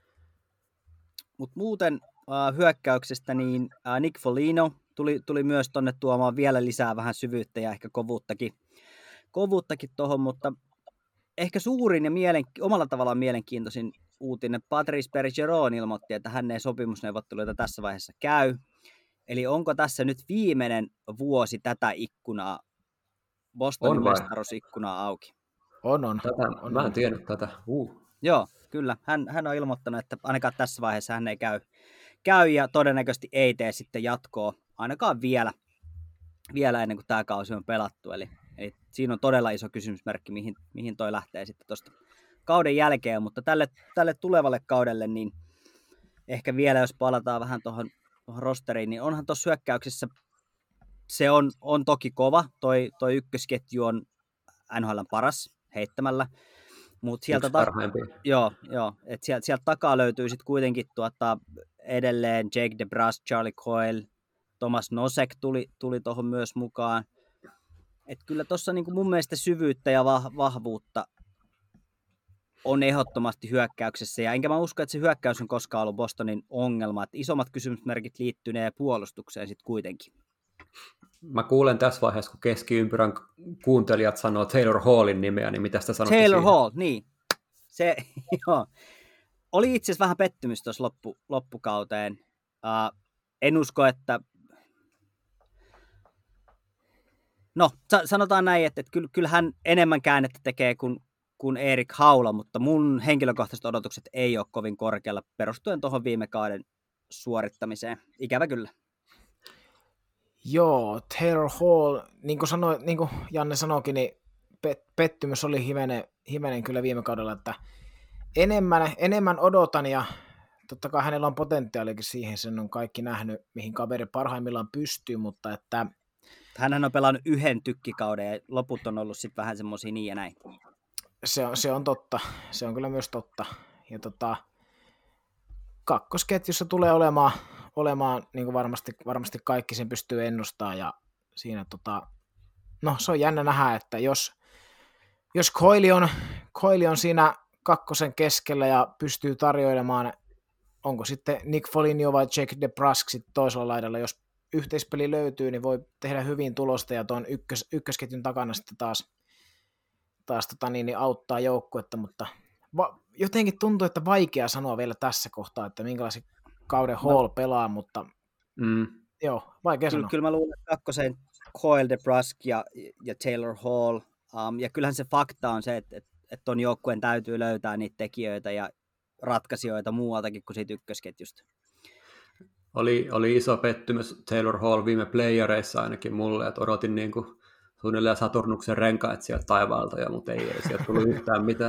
Speaker 2: Mutta muuten hyökkäyksestä niin Nick Foligno tuli myös tonne tuomaan vielä lisää vähän syvyyttä ja ehkä kovuuttakin tuohon, mutta ehkä suurin ja omalla tavallaan mielenkiintoisin uutinen, Patrice Bergeron ilmoitti, että hän ei sopimusneuvotteluita tässä vaiheessa käy. Eli onko tässä nyt viimeinen vuosi tätä ikkunaa, Bostonin mestaruusikkunaa auki?
Speaker 4: On.
Speaker 3: Mä en tiennyt tätä.
Speaker 2: Joo, kyllä. Hän on ilmoittanut, että ainakaan tässä vaiheessa hän ei käy ja todennäköisesti ei tee sitten jatkoa, ainakaan vielä ennen kuin tämä kausi on pelattu. Eli siinä on todella iso kysymysmerkki, mihin toi lähtee sitten tuosta kauden jälkeen, mutta tälle tulevalle kaudelle, niin ehkä vielä jos palataan vähän tuohon rosteriin, niin onhan tuossa hyökkäyksessä, se on toki kova, toi ykkösketju on NHL:n paras heittämällä, mutta sieltä sieltä takaa löytyy sitten kuitenkin edelleen Jake DeBrusk, Charlie Coyle, Thomas Nosek tuli tuohon myös mukaan. Et kyllä tuossa niinku mun mielestä syvyyttä ja vahvuutta on ehdottomasti hyökkäyksessä, ja enkä mä usko, että se hyökkäys on koskaan ollut Bostonin ongelma. Et isommat kysymysmerkit liittynee puolustukseen sitten kuitenkin.
Speaker 3: Mä kuulen tässä vaiheessa, kun keskiympyrän kuuntelijat sanoo Taylor Hallin nimeä, niin mitä sitä sanotte
Speaker 2: Taylor
Speaker 3: siihen?
Speaker 2: Hall, niin. Se, joo. Oli itse asiassa vähän pettymys tuossa loppukauteen. En usko, että... No, sanotaan näin, että kyllä hän enemmän käännettä tekee kuin kuin Erik Haula, mutta mun henkilökohtaiset odotukset ei ole kovin korkealla perustuen tuohon viime kauden suorittamiseen. Ikävä kyllä.
Speaker 4: Joo, Taylor Hall, niin kuin Janne sanoikin, niin pettymys oli hivenen kyllä viime kaudella, että enemmän odotan ja totta kai hänellä on potentiaalikin siihen, sen on kaikki nähnyt, mihin kaveri parhaimmillaan pystyy, mutta että
Speaker 2: hänhän on pelannut yhden tykkikauden ja loput on ollut sitten vähän semmoisia niin ja näin.
Speaker 4: Se on totta, se on kyllä myös totta. Ja kakkosketjussa tulee olemaan niin kuin varmasti kaikki sen pystyy ennustamaan ja siinä no se on jännä nähdä, että jos Coyle on siinä kakkosen keskellä ja pystyy tarjoilemaan, onko sitten Nick Foligno vai Jack DeBrusk sitten toisella laidalla, jos yhteispeli löytyy, niin voi tehdä hyvin tulosta ja tuon ykkösketjun takana sitten taas auttaa joukkuetta, mutta jotenkin tuntuu, että vaikea sanoa vielä tässä kohtaa, että minkälaisen kauden Hall pelaa, mutta joo, vaikea sanoa.
Speaker 2: Kyllä mä luulen, että kakkosen Coyle, DeBrusk ja Taylor Hall, ja kyllähän se fakta on se, että ton joukkueen täytyy löytää niitä tekijöitä ja ratkaisijoita muualtakin kuin siitä ykkösketjusta.
Speaker 3: Oli iso pettymys Taylor Hall viime playereissa ainakin mulle, että odotin niin kuin suunnilleen Saturnuksen renkaat sieltä taivaalta, mutta ei sieltä tullut yhtään mitään.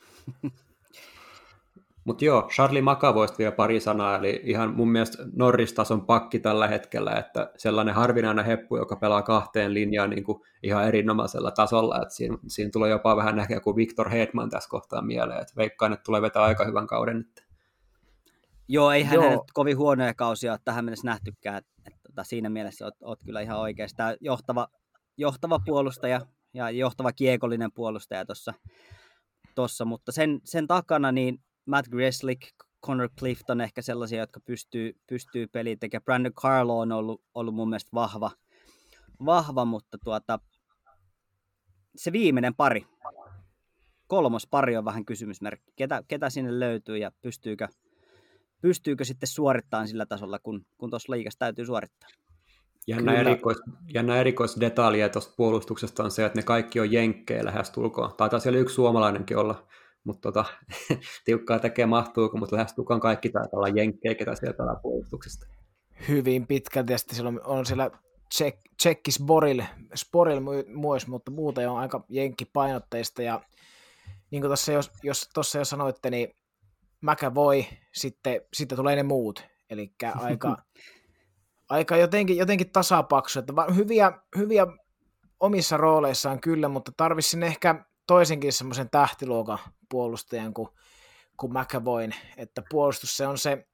Speaker 3: Mutta joo, Charlie McAvoysta vielä pari sanaa, eli ihan mun mielestä Norris-tason pakki tällä hetkellä, että sellainen harvinainen heppu, joka pelaa kahteen linjaan niin kuin ihan erinomaisella tasolla, että siinä tulee jopa vähän näkeä kuin Victor Hedman tässä kohtaa mieleen, että veikkaan, että tulee vetää aika hyvän kauden nyt.
Speaker 2: Joo, eihän hänet kovin huonoja kausia ole tähän mennessä nähtykään, että siinä mielessä oot kyllä ihan oikeassa. Tämä johtava puolustaja ja johtava kiekollinen puolustaja tuossa, mutta sen takana niin Matt Grzelcyk, Connor Clifton ehkä sellaisia, jotka pystyy peliin tekemään. Brandon Carlo on ollut mun mielestä vahva, mutta se viimeinen pari, kolmos pari on vähän kysymysmerkki. Ketä sinne löytyy ja pystyykö sitten suorittamaan sillä tasolla, kun tuossa liigassa täytyy suorittaa.
Speaker 3: Jännä erikoisdetalja tuosta puolustuksesta on se, että ne kaikki on jenkkejä lähestulkoon. Taitaa siellä yksi suomalainenkin olla, mutta tiukkaa tekee mahtuuko, mutta lähestulkoon kaikki taitaa olla jenkkejä, ketä siellä pelaa puolustuksesta.
Speaker 4: Hyvin pitkälti, ja sitten on siellä Tsekki Sporil myös, mutta muuten on aika jenkkipainotteista, ja niin kuin tuossa jo sanoitte, niin McAvoy, sitten tulee ne muut, eli aika jotenkin tasapaksu, että hyviä omissa rooleissaan kyllä, mutta tarvitsin ehkä toisenkin semmoisen tähtiluokan puolustajan kuin McAvoyn, että puolustus se on se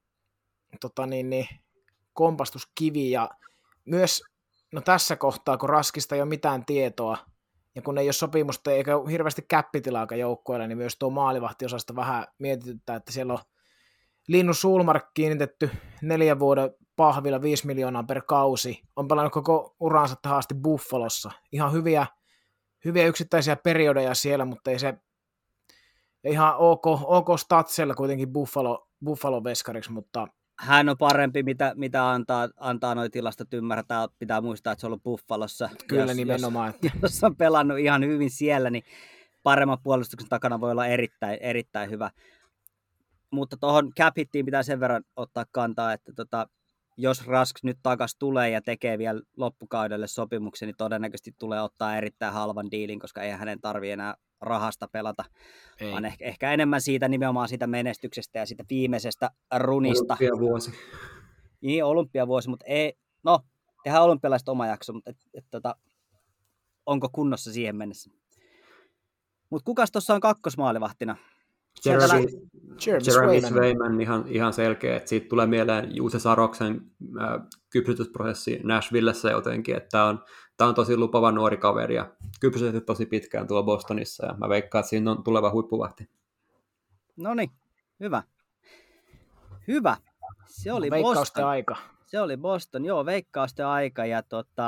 Speaker 4: kompastuskivi ja myös tässä kohtaa, kun Raskista ei ole mitään tietoa ja kun ei ole sopimusta eikä ole hirveästi käppitilaakaan joukkoilla, niin myös tuo maalivahtiosasta vähän mietityttää, että siellä on Linus Sulmark kiinnitetty 4 vuoden pahvilla 5 miljoonaa per kausi, on pelannut koko uransa tähän asti Buffalossa. Ihan hyviä yksittäisiä periodeja siellä, mutta ei se ihan ok statsella kuitenkin Buffalo-veskariksi, mutta
Speaker 2: hän on parempi, mitä antaa noi tilastot ymmärtää. Pitää muistaa, että se on ollut Buffalossa.
Speaker 4: Kyllä nimenomaan.
Speaker 2: Jos on pelannut ihan hyvin siellä, niin paremman puolustuksen takana voi olla erittäin hyvä. Mutta tuohon cap hittiin pitää sen verran ottaa kantaa, että jos Rask nyt takas tulee ja tekee vielä loppukaudelle sopimuksen, niin todennäköisesti tulee ottaa erittäin halvan diilin, koska ei hänen tarvitse enää rahasta pelata, vaan ehkä enemmän siitä nimenomaan siitä menestyksestä ja siitä viimeisestä runista.
Speaker 3: Olympiavuosi.
Speaker 2: Niin, olympiavuosi, mutta tehdään olympialaiset oma jakso, mutta onko kunnossa siihen mennessä. Mutta kukas tuossa on kakkosmaalivahtina?
Speaker 3: Jeremy Swayman ihan selkeä, että siitä tulee mieleen Juuse Saroksen kypsytysprosessi Nashvillessä jotenkin, että tämä on tosi lupava nuori kaveri ja kypsytetty tosi pitkään tuolla Bostonissa ja mä veikkaan, että siinä on tuleva huippuvahti.
Speaker 2: No niin, hyvä. Se oli
Speaker 4: veikkausten
Speaker 2: Boston.
Speaker 4: aika.
Speaker 2: Se oli Boston, joo, veikkausten aika ja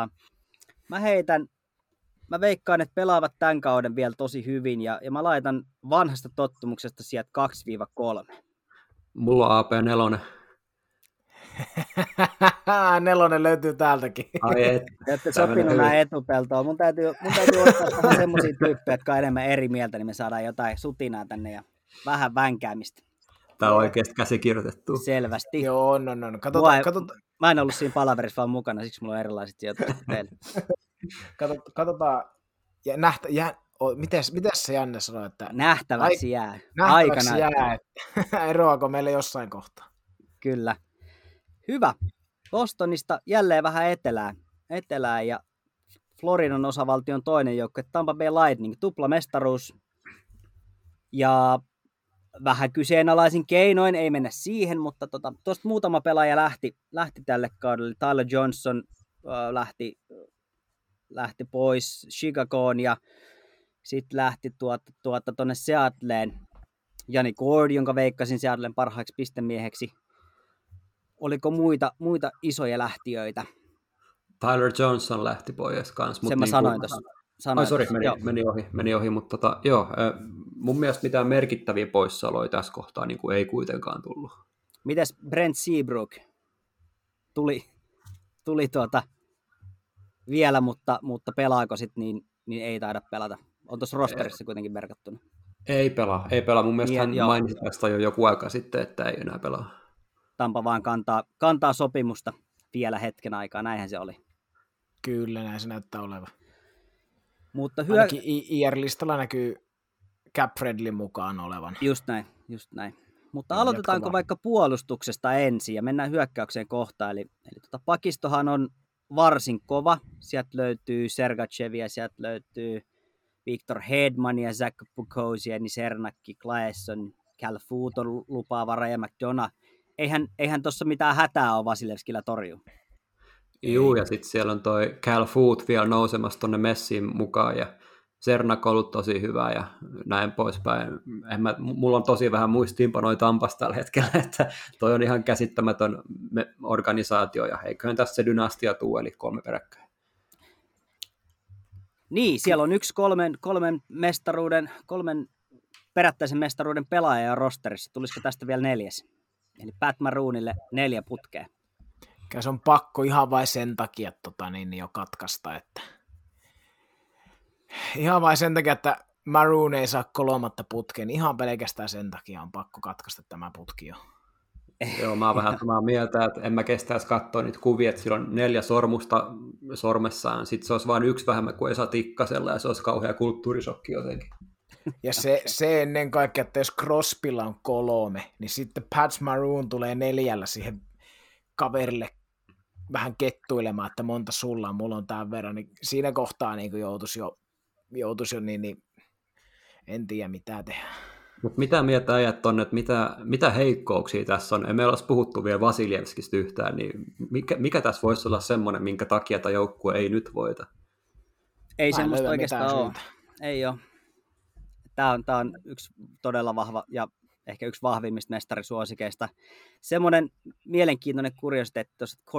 Speaker 2: mä veikkaan, että pelaavat tämän kauden vielä tosi hyvin ja mä laitan vanhasta tottumuksesta sieltä 2-3.
Speaker 3: Mulla on AP4.
Speaker 4: Nelonen löytyy täältäkin.
Speaker 3: Ai et.
Speaker 2: Te olette sopinut näin etupeltoon. Mun täytyy ottaa semmoisia tyyppejä, jotka on enemmän eri mieltä, niin me saadaan jotain sutinaa tänne ja vähän vänkäämistä.
Speaker 3: Tämä on oikeasti käsikirjoitettu.
Speaker 2: Selvästi.
Speaker 4: Joo, no. Katsotaan.
Speaker 2: Mä en ollut siinä palaverissa vaan mukana, siksi mulla on erilaiset sijoitukset teille.
Speaker 4: Katsotaan. Ja mites se Janne sanoi, että
Speaker 2: Nähtäväksi jää.
Speaker 4: Nähtäväksi jää, että eroako meille jossain kohtaa.
Speaker 2: Kyllä. Hyvä. Bostonista jälleen vähän etelään ja Floridan osavaltion toinen joukkue, Tampa Bay Lightning, tuplamestaruus. Ja vähän kyseenalaisin keinoin, ei mennä siihen, mutta tuosta muutama pelaaja lähti tälle kaudelle. Tyler Johnson lähti pois Chicagoon ja sitten lähti tuonne Seattleen Jani Gord, jonka veikkasin Seattlen parhaaksi pistemieheksi. Oliko muita isoja lähtiöitä?
Speaker 3: Tyler Johnson lähti pois kanssa.
Speaker 2: Sen mä sanoin tuossa.
Speaker 3: Meni ohi, mutta mun mielestä mitään merkittäviä poissaoloja tässä kohtaa niin kuin ei kuitenkaan tullut.
Speaker 2: Mites Brent Seabrook? Tuli vielä, mutta pelaako sitten, niin ei taida pelata. On tuossa rosterissa kuitenkin merkattuna.
Speaker 3: Ei pelaa. Mun mielestä hän mainitsi tästä jo joku aika sitten, että ei enää pelaa.
Speaker 2: Tampa vaan kantaa sopimusta vielä hetken aikaa, näinhän se oli.
Speaker 4: Kyllä, näin se näyttää olevan.
Speaker 2: Mutta
Speaker 4: ainakin IR-listalla näkyy Cap-Friendlyn mukaan olevan.
Speaker 2: Just näin. Mutta aloitetaanko vaikka puolustuksesta ensin ja mennään hyökkäykseen kohtaan. Eli pakistohan on varsin kova. Sieltä löytyy Sergachevia, sieltä löytyy Victor Hedmania, Zach Pucosieni, Sernakki, Claesson, Cal Foot on lupaava, Ryan McDonough. Eihän tuossa mitään hätää ole Vasilevskillä torjuu.
Speaker 3: Juu, ja sitten siellä on toi Cal Foot vielä nousemassa tuonne messiin mukaan, ja Sernak on ollut tosi hyvä, ja näin poispäin. Mulla on tosi vähän muistiinpanoja Tampasta tällä hetkellä, että toi on ihan käsittämätön organisaatio, ja eiköhän tässä se dynastia tuu, eli 3 peräkkäin.
Speaker 2: Niin, siellä on yksi kolmen perättäisen mestaruuden pelaaja rosterissa. Tulisiko tästä vielä 4? Eli Pat Maroonille 4 putkea.
Speaker 4: Se on pakko ihan vain sen takia jo katkaista, että ihan vain sen takia, että Maroon ei saa 3 putkeen, ihan pelkästään sen takia on pakko katkaista tämä putki jo.
Speaker 3: Joo, mä oon vähän samaa mieltä, että en mä kestäisi katsoa niitä kuvia, että sillä on 4 sormusta sormessaan, sitten se olisi vain 1 vähemmän kuin Esa Tikkasella, ja se olisi kauhea kulttuurisokki jotenkin.
Speaker 4: Ja se ennen kaikkea, että jos Crosbylla on 3, niin sitten Pat Maroon tulee 4 siihen kaverille vähän kettuilemaan, että monta sulla on, mulla on tämän verran, niin siinä kohtaa niin joutuisi jo niin en tiedä mitä tehdä.
Speaker 3: Mutta mitä mieltä ajat on, että mitä heikkouksia tässä on? Ei meillä olisi puhuttu vielä Vasiljevskistä yhtään, niin mikä tässä voisi olla semmoinen, minkä takia tämä joukkue ei nyt voita?
Speaker 2: Ei semmoista oikeastaan ole. Ei ole. Tämä on yksi todella vahva ja ehkä yksi vahvimmista mestarisuosikeista. Semmoinen mielenkiintoinen kuriositeetti tuossa, että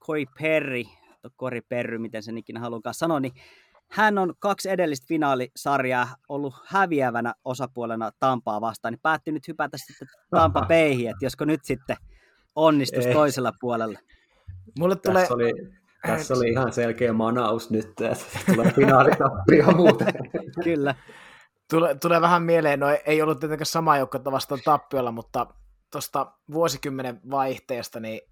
Speaker 2: Corey Perry, miten sen ikinä haluankaan sanoa, niin hän on 2 edellistä finaalisarjaa ollut häviävänä osapuolena Tampaa vastaan, niin päätti nyt hypätä sitten Tampa Bayhin, että josko nyt sitten onnistuisi toisella puolella.
Speaker 4: Mulle tulee...
Speaker 3: Tässä oli ihan selkeä manaus nyt, että tulee finaalitappia muuten.
Speaker 2: Kyllä.
Speaker 4: Tulee vähän mieleen, no ei ollut tietenkään sama joukkuetta vastaan tappiolla, mutta tuosta vuosikymmenen vaihteesta, niin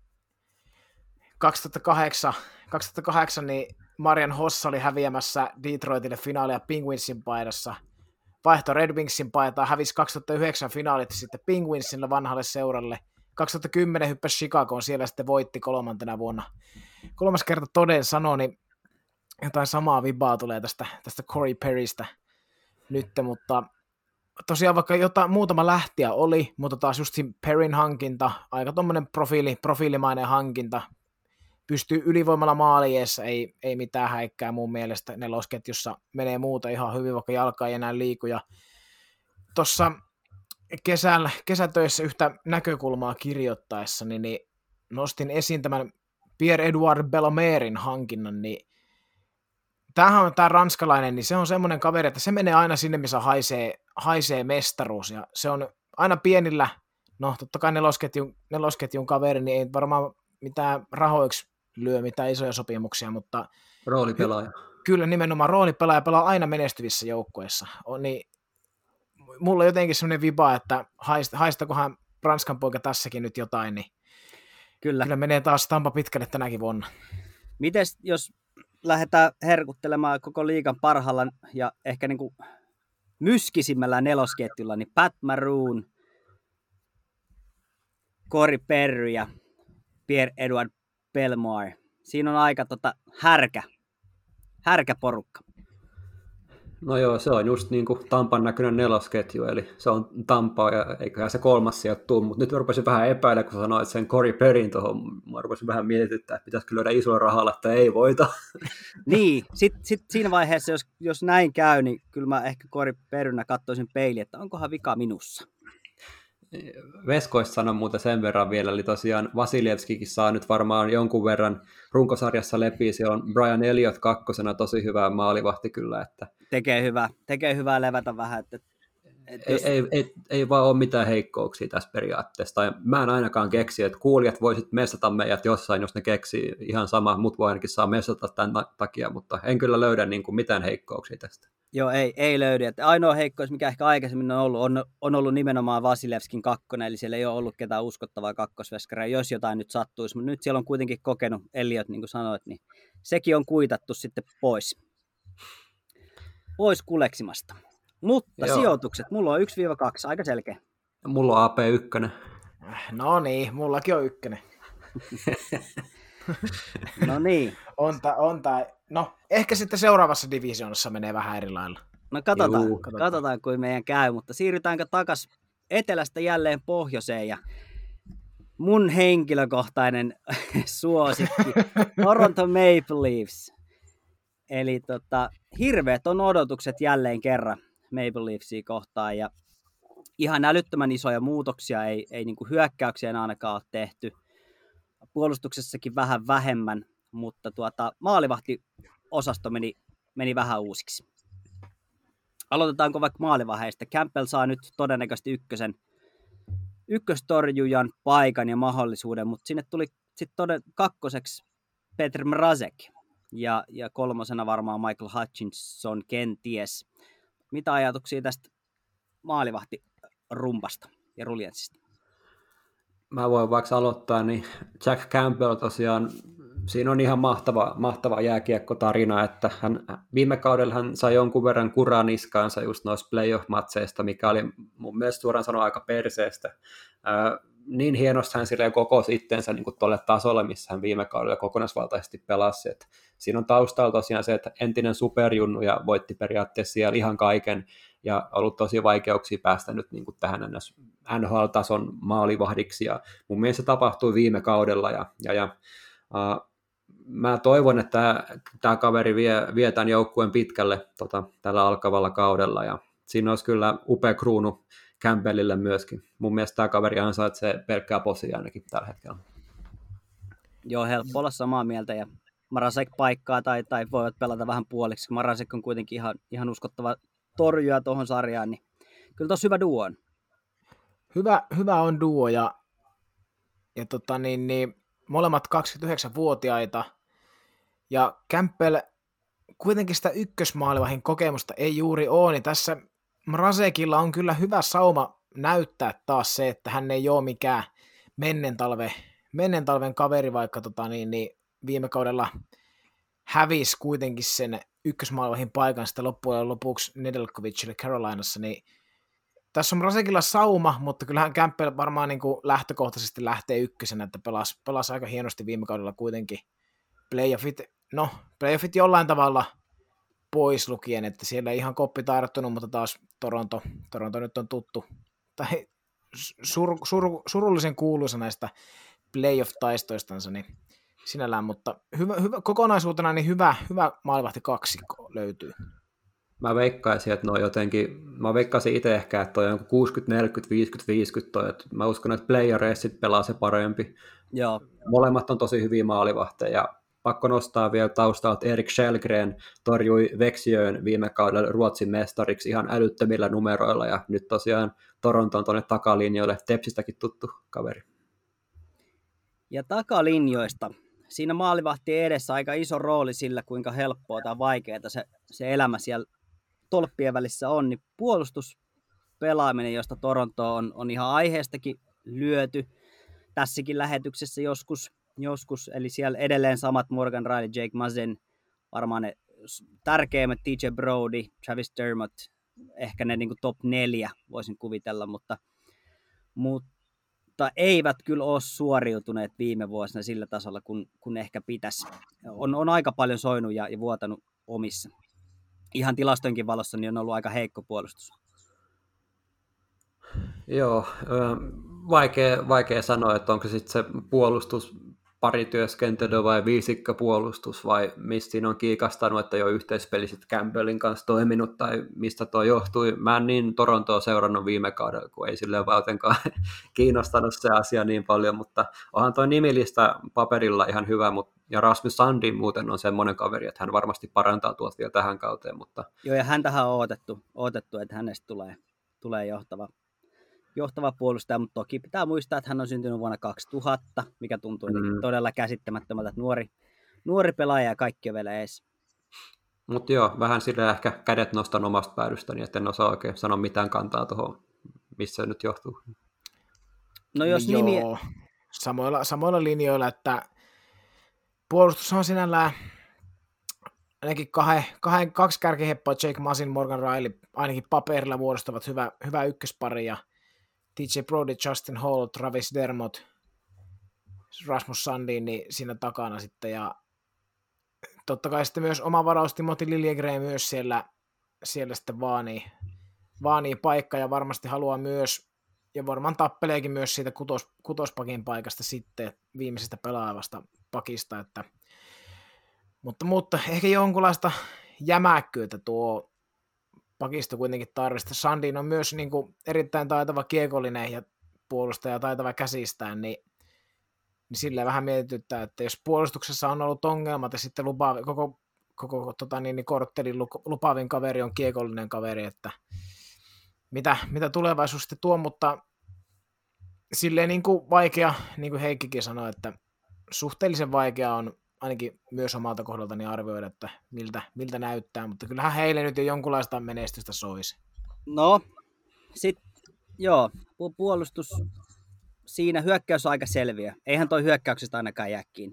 Speaker 4: 2008 niin Marian Hossa oli häviämässä Detroitille finaalia Penguinsin paidassa, vaihto Red Wingsin paitaa, hävisi 2009 finaalit sitten Penguinsilla vanhalle seuralle, 2010 hyppäsi Chicagoon, siellä sitten voitti 3. vuonna. 3. kerta toden sanoi, niin jotain samaa vibaa tulee tästä Corey Perrystä nyt, mutta tosiaan vaikka muutama lähtiä oli, mutta taas just Perryn hankinta, aika tommoinen profiilimainen hankinta, pystyy ylivoimalla maaliessa, ei mitään häikkää mun mielestä, nelosketjussa menee muuta ihan hyvin, vaikka jalka ei enää liiku, ja tuossa kesätöissä yhtä näkökulmaa kirjoittaessa, niin nostin esiin tämän Pierre-Edouard Bellomerin hankinnan, niin tämähän on tämä ranskalainen, niin se on semmoinen kaveri, että se menee aina sinne, missä haisee mestaruus, ja se on aina pienillä, no totta kai nelosketjun kaveri, niin ei varmaan mitään rahoiksi lyö mitään isoja sopimuksia, mutta
Speaker 3: Roolipelaaja.
Speaker 4: Kyllä nimenomaan roolipelaaja pelaa aina menestyvissä joukkueissa. Niin, mulla on jotenkin sellainen viba, että haistakohan Ranskan poika tässäkin nyt jotain, niin kyllä menee taas Tampa pitkälle tänäkin vuonna.
Speaker 2: Mites jos lähdetään herkuttelemaan koko liigan parhaalla ja ehkä niin kuin myskisimmällä nelosketjulla, niin Pat Maroon, Corey Perry ja Pierre-Edouard Bellemare. Siinä on aika härkäporukka.
Speaker 3: No joo, se on just niin kuin Tampan näköinen nelosketju, eli se on Tampa ja eiköhän se kolmas sieltä tule, mutta nyt mä rupesin vähän epäillä, kun sanoit sen Corey Perryn tuohon, mä rupesin vähän mietityttää, että pitäisikö löydä isolla rahalla, että ei voita. Niin,
Speaker 2: sit siinä vaiheessa, jos näin käy, niin kyllä mä ehkä Corey Perrynä katsoisin peiliin, että onkohan vika minussa.
Speaker 3: Veskoista sanon muuten sen verran vielä, eli tosiaan Vasiljevskikin saa nyt varmaan jonkun verran runkosarjassa lepiä, siellä on Brian Elliott kakkosena, tosi hyvä maalivahti kyllä. Että
Speaker 2: tekee hyvää levätä vähän.
Speaker 3: Ei vaan ole mitään heikkouksia tässä periaatteessa, tai mä en ainakaan keksi, että kuulijat voisit messata meidät jossain, jos ne keksii ihan sama, mut voi ainakin saa messata tämän takia, mutta en kyllä löydä niin kuin mitään heikkouksia tästä.
Speaker 2: Joo, ei löydy. Että ainoa heikkous, mikä ehkä aikaisemmin on ollut nimenomaan Vasiljevskin kakkonen, eli siellä ei ole ollut ketään uskottavaa kakkosveskaria, jos jotain nyt sattuisi, mutta nyt siellä on kuitenkin kokenut Elliot, niin kuin sanoit, niin sekin on kuitattu sitten pois kuleksimasta. Mutta joo. Sijoitukset, mulla on 1-2, aika selkeä.
Speaker 3: Mulla on AP1.
Speaker 4: No niin, mullakin on 1.
Speaker 2: No niin.
Speaker 4: On tää. No, ehkä sitten seuraavassa divisioonassa menee vähän eri lailla.
Speaker 2: No katsotaan kuin meidän käy, mutta siirrytäänkö takas etelästä jälleen pohjoiseen ja mun henkilökohtainen suosikki, Toronto Maple Leafs. Eli hirveät on odotukset jälleen kerran Maple Leafsia kohtaan ja ihan älyttömän isoja muutoksia ei niin kuin hyökkäyksiä ainakaan ole tehty. Puolustuksessakin vähän vähemmän, mutta maalivahtiosasto meni vähän uusiksi. Aloitetaanko vaikka maalivahdeista? Campbell saa nyt todennäköisesti ykköstorjujan paikan ja mahdollisuuden, mutta sinne tuli sitten kakkoseksi Petr Mrazek ja kolmosena varmaan Michael Hutchinson kenties. Mitä ajatuksia tästä maalivahtirumpasta ja ruljanssista?
Speaker 3: Mä voin vaikka aloittaa, niin Jack Campbell tosiaan, siinä on ihan mahtava jääkiekkotarina, että viime kaudella hän sai jonkun verran kuraa niskaansa just noista playoff-matseista, mikä oli mun mielestä suoraan sanoa aika perseestä. Niin hienosti hän silleen kokosi itsensä niin tuolle tasolle, missä hän viime kaudella kokonaisvaltaisesti pelasi. Et siinä on taustalla tosiaan se, että entinen superjunnu ja voitti periaatteessa siellä ihan kaiken ja ollut tosi vaikeuksia päästä nyt niin tähän NHL-tason maalivahdiksi. Ja mun mielestä se tapahtui viime kaudella ja mä toivon, että tämä kaveri vie tämän joukkueen pitkälle tällä alkavalla kaudella ja siinä olisi kyllä upea kruunu Campbellille myöskin. Mun mielestä tämä kaveri ansaitsee pelkkää posia ainakin tällä hetkellä.
Speaker 2: Joo, helppo olla samaa mieltä ja Mrazek paikkaa tai voivat pelata vähän puoliksi. Mrazek on kuitenkin ihan uskottava torjuja tuohon sarjaan, niin kyllä tossa hyvä duo on.
Speaker 4: Hyvä on duo ja molemmat 29-vuotiaita ja Campbell kuitenkin sitä ykkösmaalivahin kokemusta ei juuri ole, niin tässä Mrazekilla on kyllä hyvä sauma näyttää taas se, että hän ei ole mikään mennen talven kaveri, vaikka viime kaudella hävisi kuitenkin sen ykkösmaalivahin paikan sitten loppujen lopuksi Nedeljkovicille Carolinassa, niin tässä on Mrazekilla sauma, mutta kyllähän Campbell varmaan niin kuin lähtökohtaisesti lähtee ykkösenä, että pelasi aika hienosti viime kaudella kuitenkin playoffit jollain tavalla pois lukien, että siellä ei ihan koppi taidottunut, mutta taas Toronto nyt on tuttu, tai surullisen kuuluisa näistä playoff-taistoistansa, niin sinällään, mutta hyvä, kokonaisuutena niin hyvä maalivahti kaksikko löytyy.
Speaker 3: Mä veikkaisin, että mä veikkaisin itse ehkä, että toi on 60, 40, 50, 50 toi, että mä uskon, että playereissit pelaa se parempi.
Speaker 2: Joo.
Speaker 3: Molemmat on tosi hyviä maalivahteja. Pakko nostaa vielä taustalta, Erik Källgren torjui Växjöön viime kaudella Ruotsin mestariksi ihan älyttömillä numeroilla, ja nyt tosiaan Toronto on tuonne takalinjoille, Tepsistäkin tuttu kaveri.
Speaker 2: Ja takalinjoista. Siinä maalivahti edessä aika iso rooli sillä, kuinka helppoa tai vaikeaa se elämä siellä tolppien välissä on, niin puolustuspelaaminen, josta Toronto on ihan aiheestakin lyöty tässäkin lähetyksessä joskus, eli siellä edelleen samat Morgan Rielly, Jake Muzzin, varmaan ne tärkeimmät, TJ Brodie, Travis Dermott, ehkä ne niin kuin top 4 voisin kuvitella, mutta eivät kyllä ole suoriutuneet viime vuosina sillä tasolla, kun ehkä pitäisi. On aika paljon soinut ja vuotanut omissa. Ihan tilastojenkin valossa niin on ollut aika heikko puolustus.
Speaker 3: Joo, vaikea sanoa, että onko sitten se puolustus parityöskentely vai viisikkopuolustus vai mistä siinä on kiikastanut, että jo yhteispelisit Campbellin kanssa toiminut tai mistä tuo johtui. Mä en niin Torontoa seurannut viime kaudella, kun ei silleen valtenkaan kiinnostanut se asia niin paljon, mutta onhan tuo nimilista paperilla ihan hyvä, ja Rasmus Sandin muuten on semmoinen kaveri, että hän varmasti parantaa tuolta vielä tähän kauteen. Mutta...
Speaker 2: Joo, ja häntähän on odotettu, että hänestä tulee johtava puolustaja, mutta toki pitää muistaa, että hän on syntynyt vuonna 2000, mikä tuntuu todella käsittämättömältä, että nuori pelaaja ja kaikki on vielä ees.
Speaker 3: Mutta joo, vähän sillä ehkä kädet nostan omasta päädystäni, että en osaa oikein sanoa mitään kantaa tuohon, missä se nyt johtuu.
Speaker 2: No jos
Speaker 4: joo, samoilla linjoilla, että puolustus on sinällään ainakin kaksi kärkiheppoa, Jake Muzzin, Morgan Rielly, ainakin paperilla muodostavat hyvä ykköspari, ja TJ Brodie, Justin Hall, Travis Dermott, Rasmus Sandin niin siinä takana sitten, ja totta kai sitten myös oma varaus Timothy Liljegren myös siellä sitten vaanii paikkaa, ja varmasti haluaa myös, ja varmaan tappeleekin myös siitä kutospakin paikasta sitten viimeisestä pelaavasta pakista, että mutta ehkä jonkunlaista jämäkkyyttä tuo pakisto kuitenkin tarvitsee. Sandin on myös niin kuin erittäin taitava kiekollinen ja puolustaja taitava käsistään, niin silleen vähän mietityttää, että jos puolustuksessa on ollut ongelmat ja sitten koko korttelin lupaavin kaveri on kiekollinen kaveri, että mitä tulevaisuus sitten tuo, mutta silleen niin kuin vaikea, niin kuin Heikkikin sanoi, että suhteellisen vaikea on ainakin myös omalta kohdaltani arvioida, että miltä näyttää, mutta kyllähän heille nyt jo jonkunlaista menestystä soisi.
Speaker 2: No, sitten joo, puolustus siinä, hyökkäys on aika selviä. Eihän toi hyökkäyksestä ainakaan jää kiinni.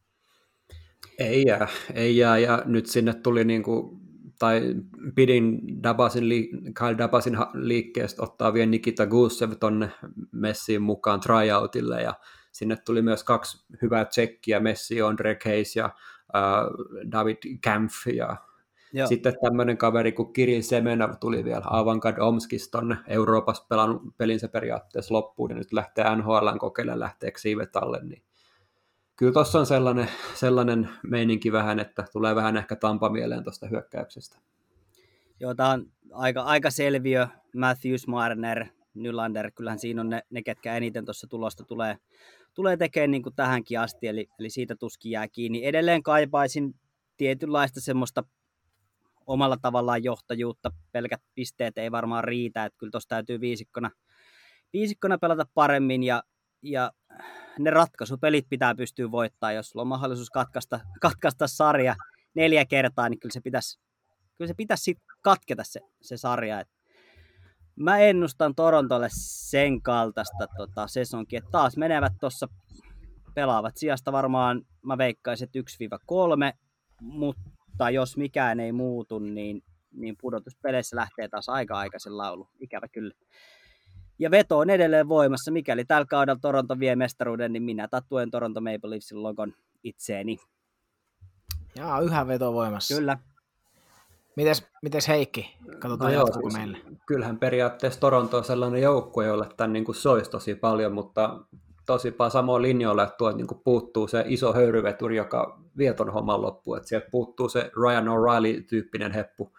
Speaker 3: Ei jää, ja nyt sinne tuli pidin Kyle Dabasin liikkeestä ottaa vielä Nikita Gusev tonne Messiin mukaan tryoutille, ja sinne tuli myös 2 hyvää tsekkiä, Messi, Ondrej Hayes ja David Kampf, ja joo. Sitten tämmöinen kaveri kuin Kirill Semenov tuli vielä Avangard Omskista tonne Euroopassa pelannut pelinsä periaatteessa loppuun, ja nyt lähtee NHL:n kokeilemaan lähteekö siivet alle, niin kyllä tuossa on sellainen meininki vähän, että tulee vähän ehkä Tampa mieleen tuosta hyökkäyksestä.
Speaker 2: Joo, tämä on aika selviö. Matthews, Marner, Nylander, kyllähän siinä on ne ketkä eniten tuossa tulosta tulee tekemään niin kuin tähänkin asti, eli siitä tuskin jää kiinni. Edelleen kaipaisin tietynlaista semmoista omalla tavallaan johtajuutta. Pelkät pisteet ei varmaan riitä, että kyllä tuossa täytyy viisikkona pelata paremmin, ja ne ratkaisupelit pitää pystyä voittamaan. Jos sulla on mahdollisuus katkaista sarja 4 kertaa, niin kyllä se pitäisi sit katketa se sarja. Mä ennustan Torontolle sen kaltaista sesonkin, että taas menevät tuossa pelaavat sijasta varmaan, mä veikkaisin, että 1-3, mutta jos mikään ei muutu, niin pudotuspeleissä lähtee taas aika aikaisen laulu. Ikävä kyllä. Ja veto on edelleen voimassa. Mikäli tällä kaudella Toronto vie mestaruuden, niin minä tatuoin Toronto Maple Leafsin logon itseeni.
Speaker 4: Jaa, yhä veto voimassa.
Speaker 2: Kyllä.
Speaker 4: Mites Heikki? Katsotaan jatkuuko meille.
Speaker 3: Kyllähän periaatteessa Toronto on sellainen joukkue, jolle tämän niin kuin soisi tosi paljon, mutta tosipaan samoin linjoilla, että tuolta niin kuin puuttuu se iso höyryveturi, joka vie ton homman loppuun. Että sieltä puuttuu se Ryan O'Reilly-tyyppinen heppu.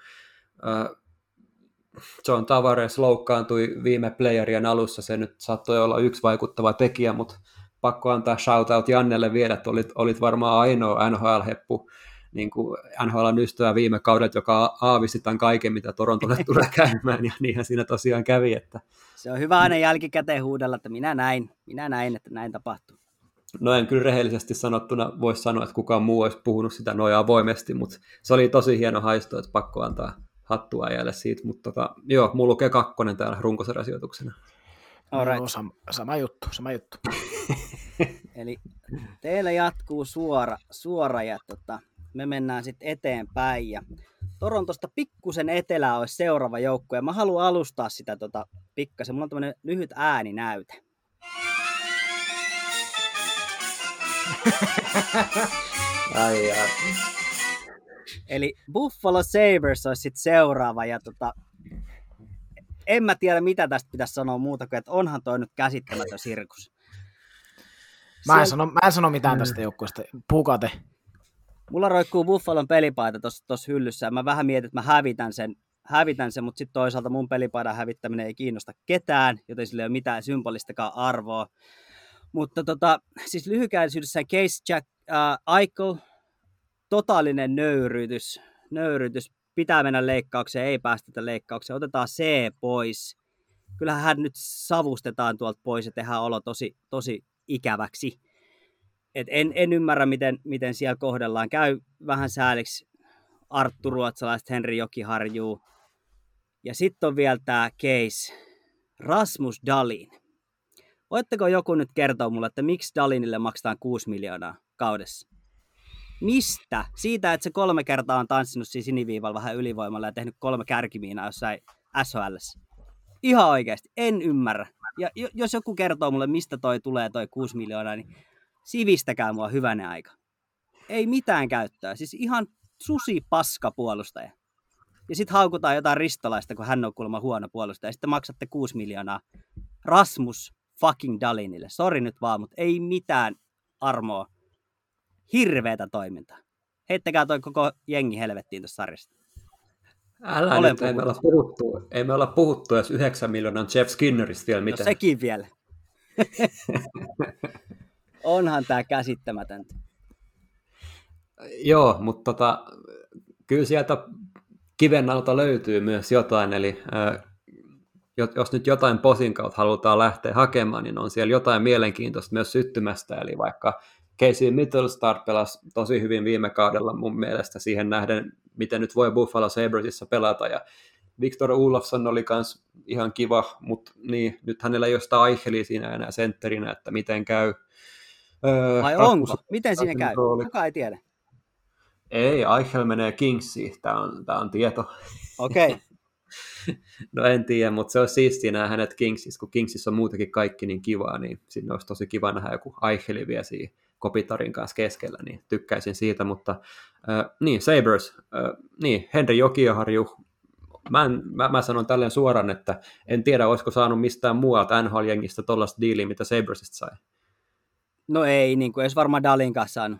Speaker 3: John Tavares loukkaantui viime playerien alussa, se nyt saattoi olla yksi vaikuttava tekijä, mutta pakko antaa shoutout Jannelle vielä, että olit varmaan ainoa NHL-heppu, niin kuin NHL:n ystävä viime kaudet, joka aavisti tämän kaiken, mitä Torontolle tulee käymään, ja niinhän siinä tosiaan kävi. Että...
Speaker 2: Se on hyvä aina jälkikäteen huudella, että minä näin, että näin tapahtuu.
Speaker 3: No en kyllä rehellisesti sanottuna voi sanoa, että kukaan muu olisi puhunut sitä noin avoimesti, mutta se oli tosi hieno haisto, että pakko antaa hattua äijälle siitä, mutta joo, mulla lukee 2 täällä runkosarjasijoituksena.
Speaker 2: Alright.
Speaker 4: No, sama juttu.
Speaker 2: Eli teillä jatkuu suora ja me mennään sitten eteenpäin. Ja Torontosta pikkusen etelää olisi seuraava joukkue. Ja mä haluan alustaa sitä pikkasen. Mulla on tämmönen lyhyt ääninäyte.
Speaker 3: Ai.
Speaker 2: Eli Buffalo Sabres olisi sitten seuraava. Ja en mä tiedä, mitä tästä pitäisi sanoa muuta kuin, että onhan toi nyt käsittämätön sirkus.
Speaker 4: Mä en sano mitään tästä joukkueesta. Pukate.
Speaker 2: Mulla roikkuu Buffalon pelipaita tuossa hyllyssä, ja mä vähän mietin, että mä hävitän sen, mutta sitten toisaalta mun pelipaidan hävittäminen ei kiinnosta ketään, joten sillä ei ole mitään symbolistakaan arvoa. Mutta siis lyhykäisyydessään Case Jack Eichel, totaalinen nöyrytys, pitää mennä leikkaukseen, ei päästetä leikkaukseen, otetaan C pois. Kyllähän hän nyt savustetaan tuolta pois ja tehdään olo tosi ikäväksi. Et en ymmärrä, miten siellä kohdellaan. Käy vähän sääliksi Arttu Ruotsalaiset, Henri Jokiharjuu. Ja sitten on vielä tämä case, Rasmus Dahlin. Voitteko joku nyt kertoa mulle, että miksi Dahlinille maksetaan 6 miljoonaa kaudessa? Mistä? Siitä, että se 3 kertaa on tanssinut siinä siniviivalla vähän ylivoimalla ja tehnyt 3 kärkimiinaa jossain SHL:ssä. Ihan oikeasti, en ymmärrä. Ja jos joku kertoo mulle, mistä toi 6 miljoonaa, niin sivistäkää mua hyvänen aika. Ei mitään käyttöä. Siis ihan susi paska puolustaja. Ja sitten haukutaan jotain Ristolaista, kun hän on kuulemma huono puolustaja. Ja sitten maksatte 6 miljoonaa Rasmus fucking Dahlinille. Sori nyt vaan, mutta ei mitään armoa. Hirveetä toimintaa. Heittäkää toi koko jengi helvettiin tuossa sarjasta.
Speaker 3: Älä nyt, ei me olla puhuttu edes 9 miljoonan Jeff Skinnerista vielä mitään.
Speaker 2: No sekin vielä. Onhan tää käsittämätöntä.
Speaker 3: Joo, mutta kyllä sieltä kiven alta löytyy myös jotain, eli jos nyt jotain posin kautta halutaan lähteä hakemaan, niin on siellä jotain mielenkiintoista myös syttymästä, eli vaikka Casey Mittelstadt pelasi tosi hyvin viime kaudella mun mielestä siihen nähden, miten nyt voi Buffalo Sabresissa pelata, ja Victor Olofsson oli kans ihan kiva, mutta niin, nyt hänellä ei ole sitä Eichelia siinä enää sentterinä, että miten käy.
Speaker 2: Vai onko? Miten siinä käy? Kuka ei tiedä.
Speaker 3: Ei, Eichel menee Kingsiin, tämä on tieto.
Speaker 2: Okei. Okay.
Speaker 3: No en tiedä, mutta se on siistiä nähdä hänet Kingsissä, kun Kingsissä on muutenkin kaikki niin kivaa, niin sinne olisi tosi kiva nähdä joku Eicheli vielä siinä Kopitarin kanssa keskellä, niin tykkäisin siitä, mutta niin, Sabres, niin, Henri Jokiharju, mä sanon tälleen suoraan, että en tiedä, olisiko saanut mistään muualta NHL-jengistä tollaista diiliä, mitä Sabresista sai.
Speaker 2: No ei, niin kuin edes varmaan Dahlin kanssa saanut.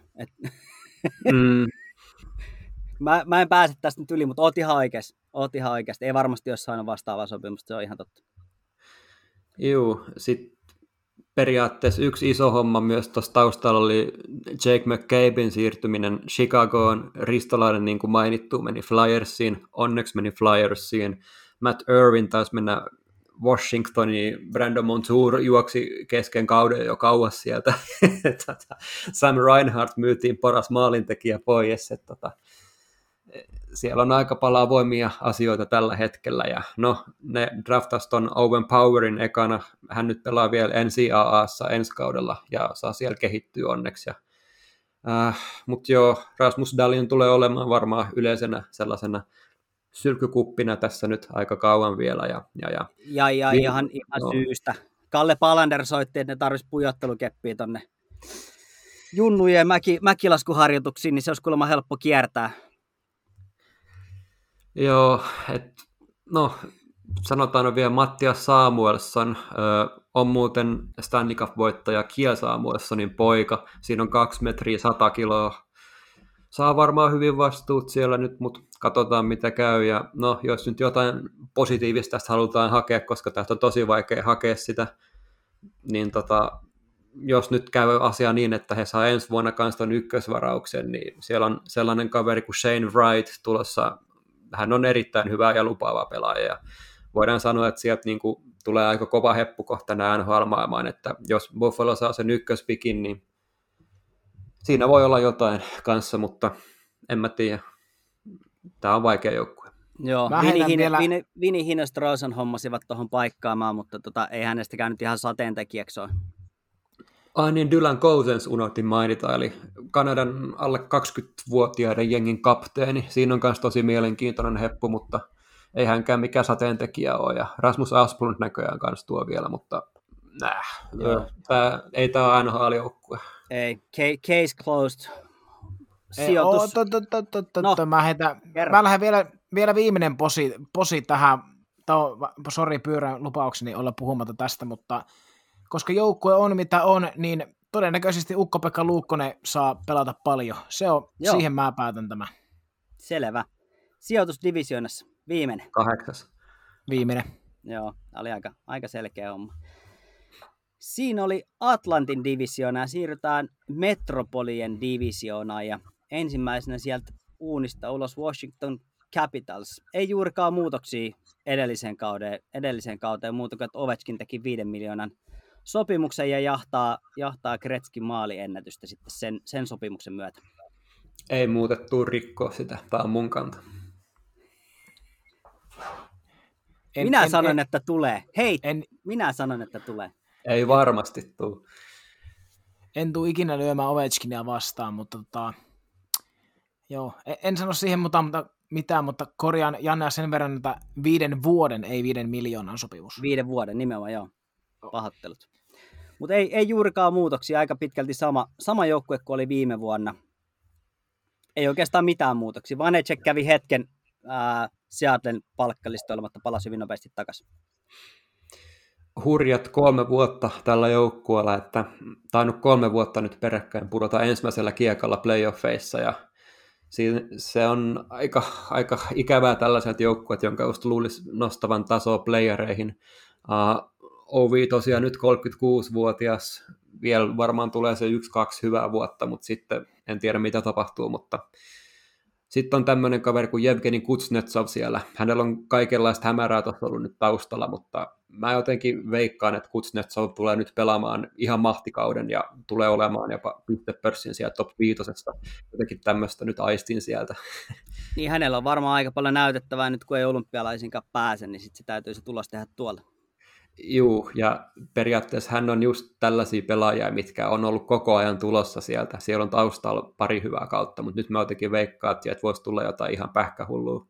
Speaker 2: Mä en pääse tästä nyt yli, mutta oot ihan oikeasti. Ei varmasti ole saanut vastaavaa sopimusta, se on ihan totta.
Speaker 3: Juu, sitten periaatteessa yksi iso homma myös tuossa taustalla oli Jake McCabein siirtyminen Chicagoon. Ristolainen, niin kuin mainittu, meni Flyersiin, onneksi meni Flyersiin. Matt Irwin taisi mennä Washingtoniin, Brandon Montour juoksi kesken kauden jo kauas sieltä. Sam Reinhart myytiin paras maalintekijä pois. Siellä on aika paljon avoimia asioita tällä hetkellä, ja no, ne draftas ton Owen Powerin ekana, hän nyt pelaa vielä NCAAssa ensi kaudella, ja saa siellä kehittyä onneksi. Mutta joo, Rasmus Dahlin tulee olemaan varmaan yleisenä sellaisena sylkykuppina tässä nyt aika kauan vielä.
Speaker 2: Ja ihan syystä. Kalle Palander soitti, että ne tarvitsisi pujottelukeppiä tonne junnujen mäkilaskuharjoituksiin, niin se olisi kuulemma helppo kiertää.
Speaker 3: Joo, no sanotaan vielä Mattias Samuelsson on muuten Stanley Cup-voittaja Kiel Samuelssonin poika. Siinä on 2 metriä 100 kiloa. Saa varmaan hyvin vastuut siellä nyt, mutta katsotaan mitä käy. Ja no, jos nyt jotain positiivista tästä halutaan hakea, koska tästä on tosi vaikea hakea sitä, niin jos nyt käy asia niin, että he saa ensi vuonna kanssa ton ykkösvarauksen, niin siellä on sellainen kaveri kuin Shane Wright tulossa. Hän on erittäin hyvä ja lupaava pelaaja, ja voidaan sanoa, että sieltä niin kuin tulee aika kova heppu kohta NHL-maailmaan, että jos Buffalo saa sen ykköspikin, niin siinä voi olla jotain kanssa, mutta en mä tiedä. Tämä on vaikea joukkue.
Speaker 2: Joo, Vini Hinostrosan hommasivat tuohon paikkaamaan, mutta ei hänestäkään nyt ihan sateentekijäksi ole.
Speaker 3: Ai niin, Dylan Cousins unohtin mainita, eli Kanadan alle 20-vuotiaiden jengin kapteeni. Siinä on myös tosi mielenkiintoinen heppu, mutta ei hänkään mikään sateentekijä ole. Ja Rasmus Asplund näköjään kanssa tuo vielä, mutta ei tämä ole NHL-joukkue.
Speaker 2: Ei, case closed. Sijoitus.
Speaker 4: Mä lähden vielä viimeinen posi tähän. Sori, pyörän lupaukseni olla puhumatta tästä, mutta koska joukkue on mitä on, niin todennäköisesti Ukko-Pekka Luukkonen saa pelata paljon. Siihen mä päätän tämän.
Speaker 2: Selvä. Sijoitusdivisioonassa. Viimeinen.
Speaker 3: 8.
Speaker 4: Viimeinen.
Speaker 2: Joo, oli aika selkeä homma. Siinä oli Atlantin divisioona ja siirrytään Metropolien divisioonaan ja ensimmäisenä sieltä uunista ulos Washington Capitals. Ei juurikaan muutoksia edelliseen kauteen muuta kuin, että Ovechkin teki 5 miljoonan sopimuksen ja jahtaa Gretzkin maaliennätystä sitten sen sopimuksen myötä.
Speaker 3: Ei muutettu rikkoa sitä, tämä on mun kanta.
Speaker 2: Minä sanon, että tulee. Hei, minä sanon, että tulee.
Speaker 3: Ei varmasti tule.
Speaker 4: En tule ikinä lyömään Ovechkinia vastaan, mutta joo, en sano siihen mitään, mutta korjaan Janne sen verran, että 5 vuoden, ei 5 miljoonan sopimus.
Speaker 2: 5 vuoden, nimenomaan joo. Pahoittelut. Mutta ei juurikaan muutoksia, aika pitkälti sama joukkue kuin oli viime vuonna. Ei oikeastaan mitään muutoksia. Vanecek kävi hetken Seattlen palkkalistoilla, mutta palasi hyvin nopeasti takaisin.
Speaker 3: Hurjat 3 vuotta tällä joukkueella, että tainnut 3 vuotta nyt peräkkäin pudota ensimmäisellä kiekalla playoffeissa ja se on aika ikävää tällaiset joukkueet, jonka just luulisi nostavan tasoa playereihin. Ovi tosiaan nyt 36-vuotias, vielä varmaan tulee se 1-2 hyvää vuotta, mutta sitten en tiedä mitä tapahtuu, mutta sitten on tämmöinen kaveri kuin Jevgeni Kuznetsov siellä. Hänellä on kaikenlaista hämärää tuossa ollut nyt taustalla, mutta mä jotenkin veikkaan, että Kuznetsov tulee nyt pelaamaan ihan mahtikauden ja tulee olemaan jopa pistepörssin siellä top 5. Jotenkin tämmöistä nyt aistin sieltä.
Speaker 2: Niin hänellä on varmaan aika paljon näytettävää nyt, kun ei olympialaisinkaan pääse, niin sitten se täytyy se tulos tehdä tuolla.
Speaker 3: Juu, ja periaatteessa hän on just tällaisia pelaajia, mitkä on ollut koko ajan tulossa sieltä. Siellä on taustalla pari hyvää kautta, mutta nyt mä jotenkin veikkaan, että voisi tulla jotain ihan pähkähullua.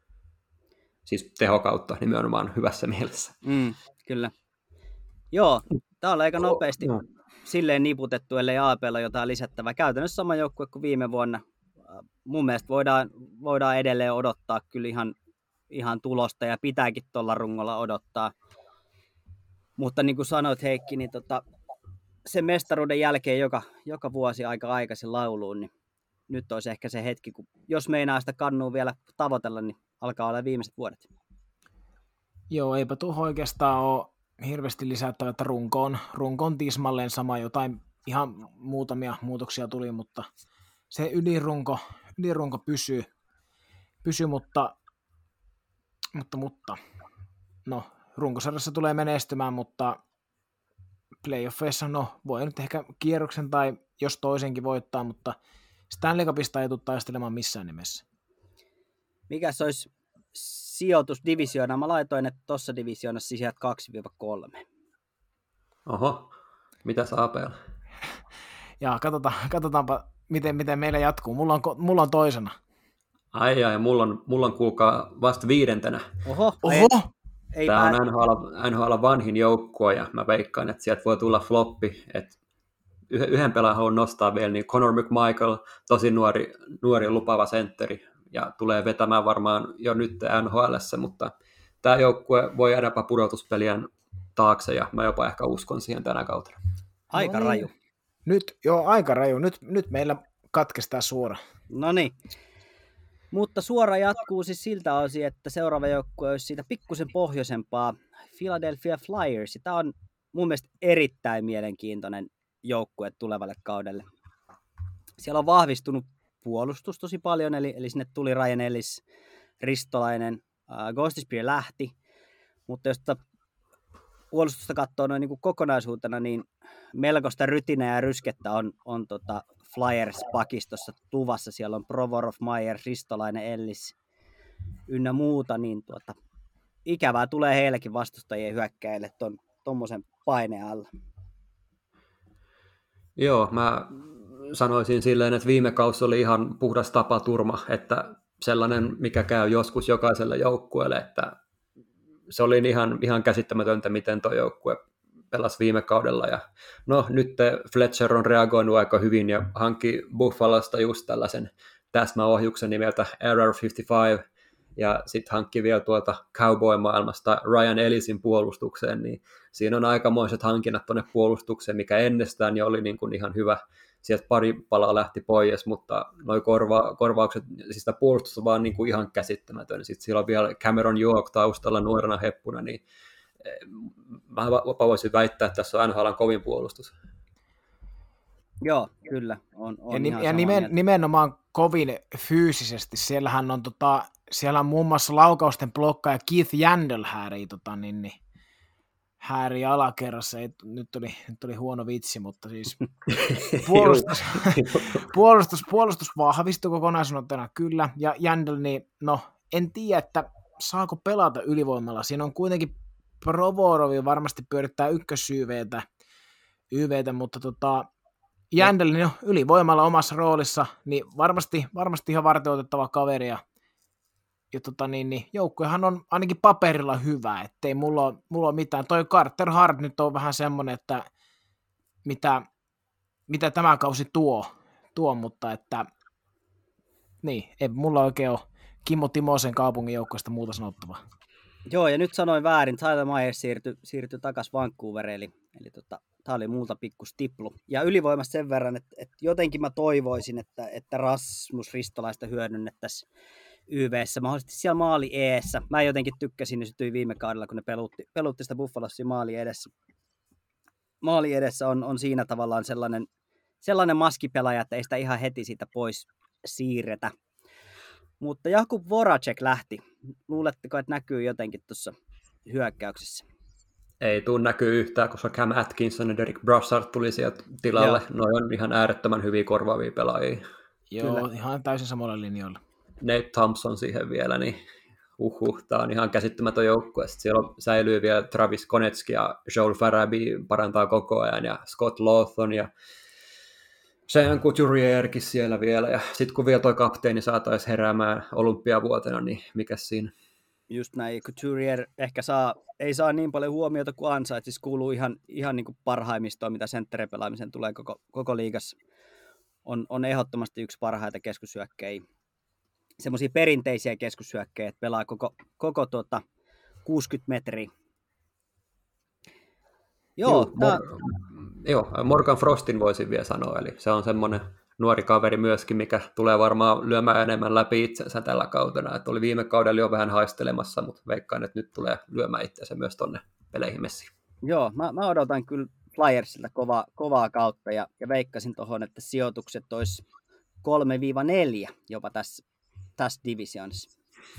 Speaker 3: Siis tehokautta nimenomaan hyvässä mielessä.
Speaker 2: Kyllä. Joo, tää on aika nopeasti silleen niputettu, ellei AP:lla jotain lisättävää. Käytännössä sama joukkue kuin viime vuonna. Mun mielestä voidaan edelleen odottaa kyllä ihan tulosta ja pitääkin tuolla rungolla odottaa. Mutta niin kuin sanoit Heikki, niin sen mestaruuden jälkeen joka vuosi aika aikaisin lauluun, niin nyt olisi ehkä se hetki, kun jos meinaa sitä kannua vielä tavoitella, niin alkaa olla viimeiset vuodet.
Speaker 4: Joo, eipä tuohon oikeastaan ole hirveästi lisättävä, että runkoon tismalleen sama, jotain ihan muutamia muutoksia tuli, mutta se ydinrunko pysyy, mutta no, runkosarjassa tulee menestymään, mutta playoffeissa voi nyt ehkä kierroksen tai jos toisenkin voittaa, mutta Stanley Cupista ei tule taistelemaan missään nimessä.
Speaker 2: Mikä se olisi sijoitusdivisioona? Mä laitoin, että tuossa divisioonassa sisät 2-3.
Speaker 3: Oho, mitä saa apella?
Speaker 4: Ja katsotaanpa, miten meillä jatkuu. Mulla on toisena.
Speaker 3: Ai, mulla on kuulkaa vasta 5.
Speaker 2: Oho!
Speaker 3: Tämä on NHL vanhin joukkue ja mä veikkaan, että sieltä voi tulla floppi. Että yhden pelaajan haluan nostaa vielä, niin Connor McMichael, tosi nuori lupaava sentteri ja tulee vetämään varmaan jo nyt NHL:ssä, mutta tämä joukkue voi jäädä pudotuspelien taakse ja mä jopa ehkä uskon siihen tänä kautena.
Speaker 2: Aika raju.
Speaker 4: Aika raju. Nyt meillä katkestaa suora.
Speaker 2: No niin. Mutta suora jatkuu siis siltä osin, että seuraava joukkue olisi siitä pikkusen pohjoisempaa Philadelphia Flyers. Tämä on mun mielestä erittäin mielenkiintoinen joukkue tulevalle kaudelle. Siellä on vahvistunut puolustus tosi paljon, eli sinne tuli Ryan Ellis, Ristolainen, Ghostispire lähti, mutta jos puolustusta katsoo noin niin kuin kokonaisuutena, niin melkoista rytinää ja ryskettä on Flyers-pakistossa tuvassa. Siellä on Provorov, Myers, Ristolainen, Ellis ynnä muuta, niin ikävää tulee heillekin vastustajien hyökkäille tuommoisen paineen alla.
Speaker 3: Joo, mä sanoisin silleen, että viime kausi oli ihan puhdas tapaturma, että sellainen, mikä käy joskus jokaiselle joukkueelle, että se oli ihan käsittämätöntä, miten tuo joukkue pelasi viime kaudella. Ja no, nyt Fletcher on reagoinut aika hyvin ja hankki Buffalosta just tällaisen täsmäohjuksen nimeltä Error 55, ja sitten hankki vielä tuolta Cowboy-maailmasta Ryan Ellisin puolustukseen, niin siinä on aikamoiset hankinnat tuonne puolustukseen, mikä ennestään jo oli niin kuin ihan hyvä. Sieltä pari palaa lähti pois, mutta noi korvaukset, siis sitä puolustus on vaan niin kuin ihan käsittämätön. Sitten siellä on vielä Cameron York taustalla nuorena heppuna, niin mä voisin väittää, että tässä on NHL:n kovin puolustus.
Speaker 2: Joo, kyllä. On
Speaker 4: ja nimenomaan kovin fyysisesti. Siellähän on, siellä on muun muassa laukausten blokkaaja Keith Yandel hääri alakerrassa. Nyt oli huono vitsi, mutta siis puolustus vahvistui kokonaisuutena kyllä. Ja Yandel, niin no en tiedä, että saako pelata ylivoimalla. Siinä on kuitenkin Provorovi varmasti pyörittää ykkösYVtä, mutta Jändelin jo ylivoimalla omassa roolissa, niin varmasti ihan varteutettava kaveri, ja joukkuehan on ainakin paperilla hyvä, ettei mulla ole mitään. Toi Carter Hart nyt on vähän semmoinen, että mitä tämä kausi tuo, mutta että niin, ei mulla oikein ole Kimmo Timosen kaupungin joukkueesta muuta sanottavaa.
Speaker 2: Joo, ja nyt sanoin väärin, Tyler Myers siirtyi takaisin Vancouveriin, eli tämä oli multa pikku stiplu. Ja ylivoimassa sen verran, että jotenkin mä toivoisin, että Rasmus Ristolaista hyödynnettäisiin YV:ssä, mahdollisesti siellä maali eessä. Mä jotenkin tykkäsin, ne sytyi viime kaudella, kun ne pelutti sitä Buffalossa maali edessä. Maali edessä on siinä tavallaan sellainen maskipelaaja, että ei sitä ihan heti siitä pois siirretä. Mutta Jakub Voracek lähti. Luuletteko, että näkyy jotenkin tuossa hyökkäyksessä?
Speaker 3: Ei tule näkyy yhtään, koska Cam Atkinson ja Derek Brassard tuli sieltä tilalle. Joo. Noi on ihan äärettömän hyviä korvaavia pelaajia.
Speaker 4: Joo, kyllä. Ihan täysin samalla linjoilla.
Speaker 3: Nate Thompson siihen vielä, niin tämä on ihan käsittämätön joukkue. Sitten siellä säilyy vielä Travis Konecki ja Joel Farabee parantaa koko ajan, ja Scott Lawson ja Sean Couturierkin siellä vielä. Ja sitten kun vielä toi kapteeni saataisiin heräämään olympiavuotena, niin mikä siinä?
Speaker 2: Just näin. Couturier ehkä ei saa niin paljon huomiota kuin ansaitsisi. Siis kuuluu ihan niin kuin parhaimmistoon, mitä sentteripelaamisen tulee koko liigassa. On ehdottomasti yksi parhaita keskushyökkäjiä. Semmoisia perinteisiä keskushyökkäjiä, että pelaa koko 60 metriä. Joo,
Speaker 3: Morgan Frostin voisin vielä sanoa, eli se on semmoinen nuori kaveri myöskin, mikä tulee varmaan lyömään enemmän läpi itsensä tällä kautena. Että oli viime kaudella jo vähän haistelemassa, mutta veikkaan, että nyt tulee lyömään itsensä myös tonne peleihin messiin.
Speaker 2: Joo, mä odotan kyllä Flyersilta kovaa kautta, ja veikkasin tuohon, että sijoitukset olisi 3-4 jopa tässä divisionissa.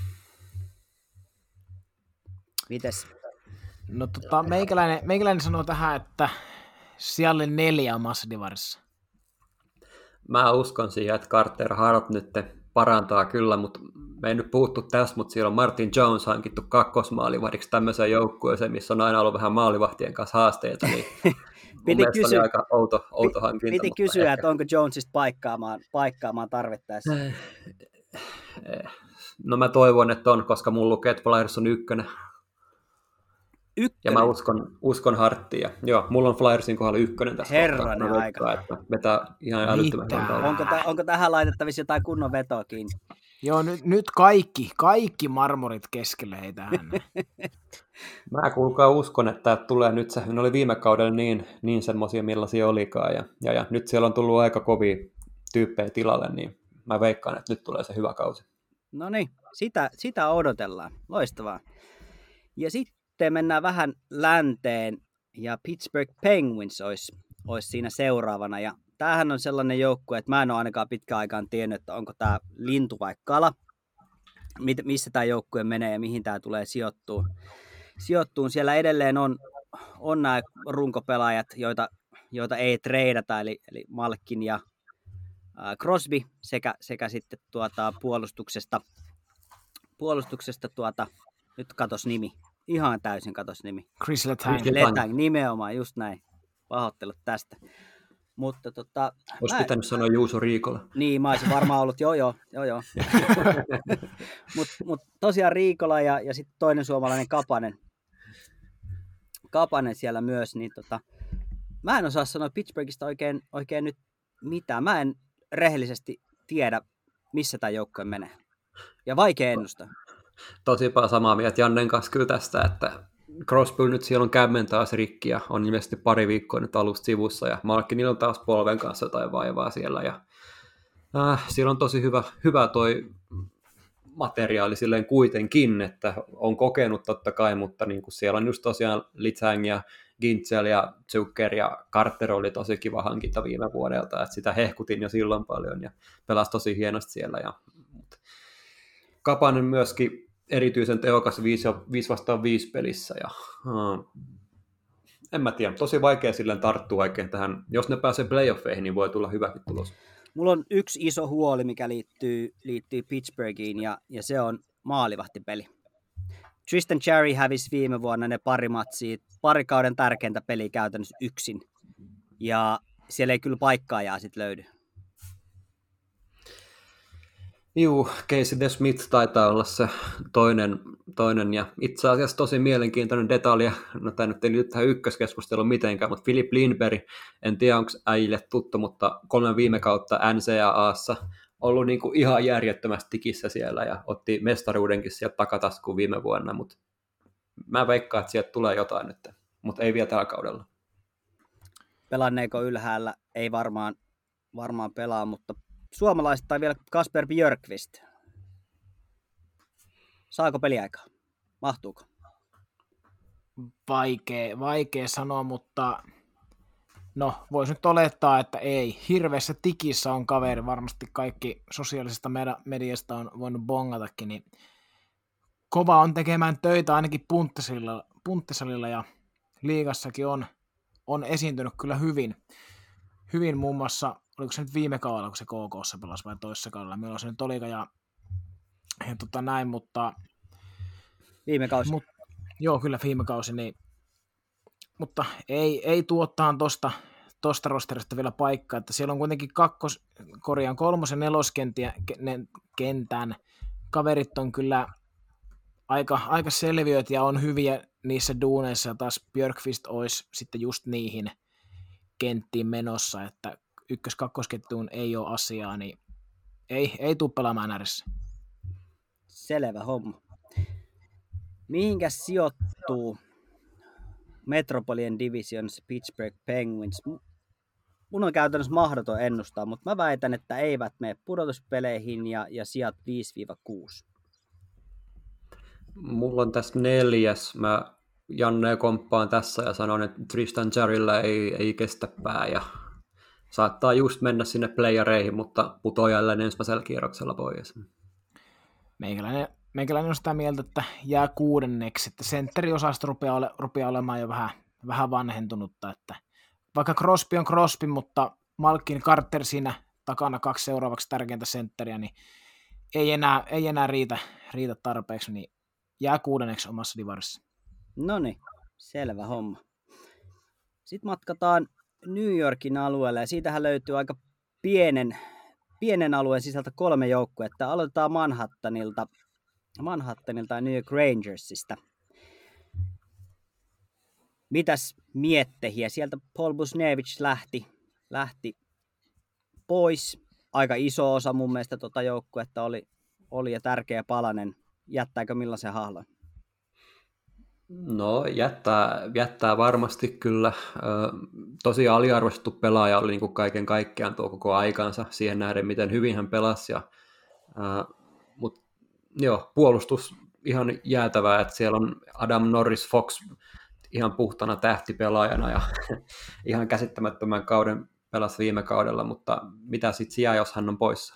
Speaker 2: Mites?
Speaker 4: No meikäläinen sanoo tähän, että siellä 4 omassa divarissa.
Speaker 3: Mä uskon siihen, että Carter Hart nyt parantaa kyllä, mutta me ei nyt puhuttu tässä, mutta siellä on Martin Jones hankittu kakkosmaalivahdiksi tämmöiseen joukkueeseen, missä on aina ollut vähän maalivahtien kanssa haasteita, niin
Speaker 2: piti kysyä,
Speaker 3: aika outo hankinta.
Speaker 2: Piti kysyä, että onko Jonesista paikkaamaan tarvittaessa.
Speaker 3: No mä toivon, että on, koska mun lukee, että Flyers on ykkönen. Ja mä uskon Harttiin. Joo, mulla on Flyersin kohdalla ykkönen tässä
Speaker 2: Herranen
Speaker 3: kohtaa.
Speaker 2: aika.
Speaker 3: Että vetää ihan älyttömän kautta.
Speaker 2: Onko tähän laitettavissa jotain kunnon vetoa kiinni?
Speaker 4: Joo, nyt kaikki marmorit keskelle heitä ääneen.
Speaker 3: Mä kuulkaa uskon, että tulee nyt se. Ne oli viime kaudella niin semmoisia, millaisia olikaan. Ja nyt siellä on tullut aika kovia tyyppejä tilalle, niin mä veikkaan, että nyt tulee se hyvä kausi.
Speaker 2: No niin, sitä odotellaan. Loistavaa. Ja sitten mennään vähän länteen, ja Pittsburgh Penguins olisi siinä seuraavana. Ja tämähän on sellainen joukkue, että mä en ole ainakaan pitkään aikaan tiennyt, että onko tämä lintu vai kala, missä tämä joukkue menee ja mihin tämä tulee sijoittuun. Siellä edelleen on nämä runkopelaajat, joita ei treidata, eli Malkin ja Crosby sekä sitten puolustuksesta nyt katos nimi. Ihan täysin katos nimi.
Speaker 4: Chris Letang.
Speaker 2: Letang, nimenomaan, just näin. Pahoittelut tästä. Mutta
Speaker 3: Olisi pitänyt sanoa Juuso Riikola.
Speaker 2: Niin, mä olisin varmaan ollut, joo. Mut tosiaan Riikola ja sitten toinen suomalainen Kapanen siellä myös, niin mä en osaa sanoa Pittsburghista oikein nyt mitään. Mä en rehellisesti tiedä, missä tämä joukkue menee. Ja vaikea ennustaa.
Speaker 3: Tosi paljon samaa mieltä Jannen kanssa kyllä tästä, että Crosby nyt siellä on kämmen taas rikki ja on ilmeisesti pari viikkoa nyt alusta sivussa ja Malkinilla on taas polven kanssa tai vaivaa siellä ja siellä on tosi hyvä toi materiaali silleen kuitenkin, että on kokenut totta kai, mutta niin kuin siellä on just tosiaan Letang ja Gintzel ja Zucker ja Carter oli tosi kiva hankinta viime vuodelta, että sitä hehkutin jo silloin paljon ja pelasi tosi hienosti siellä. Kapanen myöskin erityisen tehokas 5 vastaan 5 pelissä ja en mä tiedä, tosi vaikea silleen tarttua oikein tähän. Jos ne pääsee playoffeihin, niin voi tulla hyväkin tulos.
Speaker 2: Mulla on yksi iso huoli, mikä liittyy Pittsburghiin, ja se on maalivahtipeli. Tristan Jarry hävisi viime vuonna ne pari matsia, pari kauden tärkeintä peliä käytännössä yksin. Ja siellä ei kyllä paikkaajaa sit löydy.
Speaker 3: Juu, Casey DeSmith taitaa olla se toinen ja itse asiassa tosi mielenkiintoinen detalja, no tämä nyt ei liity tähän ykköskeskusteluun mitenkään, mutta Philip Lindberg, en tiedä onko äijille tuttu, mutta 3 viime kautta NCAAssa ollut niin kuin ihan järjettömästi tikissä siellä ja otti mestaruudenkin sieltä takataskuun viime vuonna, mutta mä veikkaan, että sieltä tulee jotain nyt, mutta ei vielä tällä kaudella.
Speaker 2: Pelanneeko ylhäällä? Ei varmaan pelaa, mutta suomalaiset tai vielä Kasper Björkqvist. Saako peliaikaa? Mahtuuko?
Speaker 4: Vaikea sanoa, mutta no voisi nyt olettaa, että ei. Hirveässä tikissä on kaveri, varmasti kaikki sosiaalisesta mediasta on voinut bongatakin, niin kova on tekemään töitä ainakin punttisalilla ja liigassakin on esiintynyt kyllä hyvin muun muassa, oliko se nyt viime kaudella, kun se KK:ssa pelasi vai toisessa kaudella, milloin se nyt olikaan ja näin, mutta
Speaker 2: viime kausi.
Speaker 4: Joo, kyllä viime kausi, niin, mutta ei tuottaan tosta rosterista vielä paikkaa, että siellä on kuitenkin 3. ja 4. kentän kaverit on kyllä aika selviöt ja on hyviä niissä duuneissa, ja taas Björkqvist olisi sitten just niihin kenttiin menossa, että 1-2-kettuun ei ole asiaa, niin ei tule pelaamaan ääressä.
Speaker 2: Selvä homma. Mihinkä sijoittuu Metropolian Divisionissa Pittsburgh Penguins? Mun on käytännössä mahdoton ennustaa, mutta mä väitän, että eivät mene pudotuspeleihin ja sijat 5-6.
Speaker 3: Mulla on tässä 4. Mä Janne komppaan tässä ja sanon, että Tristan Jarrylla ei kestä pää ja saattaa just mennä sinne playereihin, mutta putoo jälleen ensimmäisellä kierroksella pois.
Speaker 4: Meikäläinen on sitä mieltä, että jää 6. että sentteriosasto rupeaa olemaan jo vähän vanhentunutta, että vaikka Crosby on Crosby, mutta Malkin Carter siinä takana 2 seuraavaksi tärkeintä sentteriä, niin ei enää riitä tarpeeksi, niin jää 6. omassa divarissa.
Speaker 2: Noniin, selvä homma. Sitten matkataan New Yorkin alueelle ja siitähän löytyy aika pienen alueen sisältä 3 joukkuetta. Aloitetaan Manhattanilta ja New York Rangersista. Mitäs miettehiä? Sieltä Paul Buchnevich lähti pois. Aika iso osa mun mielestä joukkuetta oli ja tärkeä palanen. Jättääkö millaisen hahlan?
Speaker 3: No jättää varmasti kyllä. Tosi aliarvostettu pelaaja oli niin kuin kaiken kaikkiaan tuo koko aikansa siihen nähden, miten hyvin hän pelasi. Mutta joo, puolustus ihan jäätävää, että siellä on Adam Norris Fox ihan puhtana tähtipelaajana ja ihan käsittämättömän kauden pelasi viime kaudella, mutta mitä sitten sijaa, jos hän on poissa?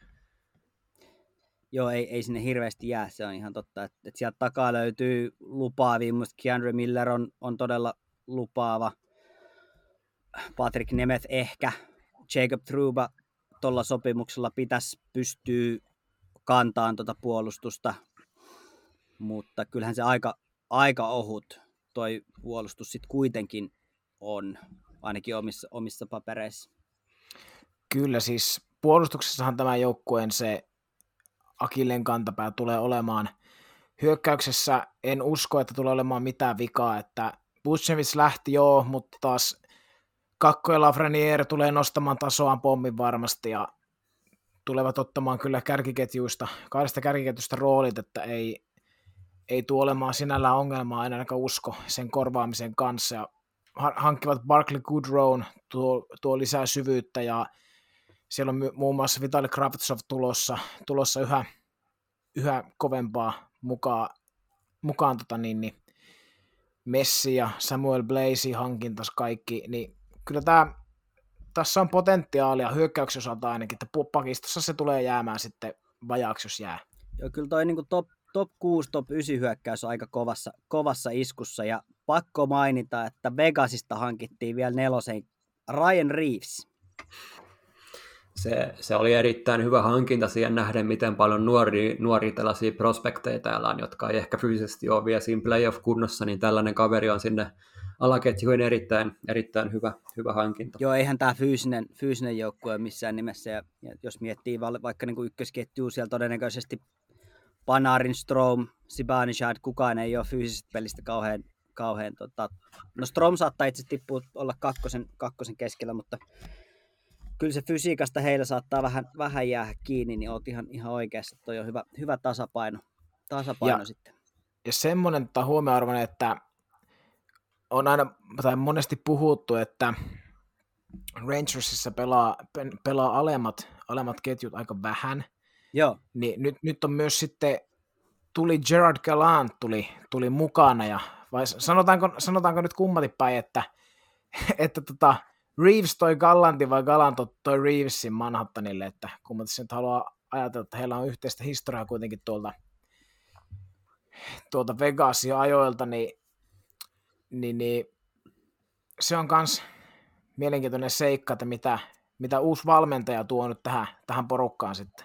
Speaker 2: Joo, ei sinne hirveästi jää, se on ihan totta. Että sieltä takaa löytyy lupaavia, musta Keandre Miller on todella lupaava. Patrick Nemeth ehkä, Jacob tuolla sopimuksella pitäisi pystyä kantaan tuota puolustusta, mutta kyllähän se aika ohut toi puolustus sitten kuitenkin on, ainakin omissa papereissa.
Speaker 4: Kyllä siis puolustuksessahan tämä joukkueen se akilleen kantapää tulee olemaan. Hyökkäyksessä en usko, että tulee olemaan mitään vikaa, että Buchnevich lähti joo, mutta taas Kakko ja Lafreniere tulee nostamaan tasoaan pommin varmasti ja tulevat ottamaan kyllä kahdesta kärkiketjusta roolit, että ei tule olemaan sinällään ongelmaa, en ainakaan usko sen korvaamisen kanssa. Ja hankkivat Barkley Goodrown, tuo lisää syvyyttä ja siellä on muun muassa Vitali Kravtsov tulossa yhä kovempaa mukaan Messi ja Samuel Blaise hankintas kaikki, niin kyllä tässä on potentiaalia hyökkäyksen osalta ainakin, että pakistossa se tulee jäämään sitten vajaaksi, jos jää.
Speaker 2: Joo, kyllä toi niin top 6, top 9 hyökkäys on aika kovassa iskussa, ja pakko mainita, että Vegasista hankittiin vielä 4 Ryan Reeves.
Speaker 3: Se oli erittäin hyvä hankinta siihen nähden, miten paljon nuoria tällaisia prospekteja täällä on, jotka ei ehkä fyysisesti ole vielä siinä playoff-kunnossa, niin tällainen kaveri on sinne alaketjuin erittäin hyvä hankinta.
Speaker 2: Joo, eihän tämä fyysinen joukkue missään nimessä, ja jos miettii vaikka niin kuin ykkösketjua, siellä todennäköisesti Panarin, Strome, Zibanejad, kukaan ei ole fyysisestä pelistä kauhean no Strome saattaa itse tippua olla kakkosen keskellä, mutta kyllä se fysiikasta heillä saattaa vähän jäädä kiinni, niin olet ihan oikeassa, että toi on hyvä tasapaino sitten.
Speaker 4: Ja semmoinen huomioarvoinen, että on aina tai monesti puhuttu, että Rangersissa pelaa alemmat ketjut aika vähän.
Speaker 2: Joo.
Speaker 4: Niin nyt on myös sitten tuli Gerard Gallant tuli mukana ja vai sanotaanko nyt kummatin päin, että Reeves toi Gallantin vai Gallant toi Reevesin Manhattanille, että kummatin sen haluaa ajatella, että heillä on yhteistä historiaa kuitenkin tuolta Vegasin ajoilta, niin se on myös mielenkiintoinen seikka, että mitä uusi valmentaja tuo nyt tähän porukkaan sitten.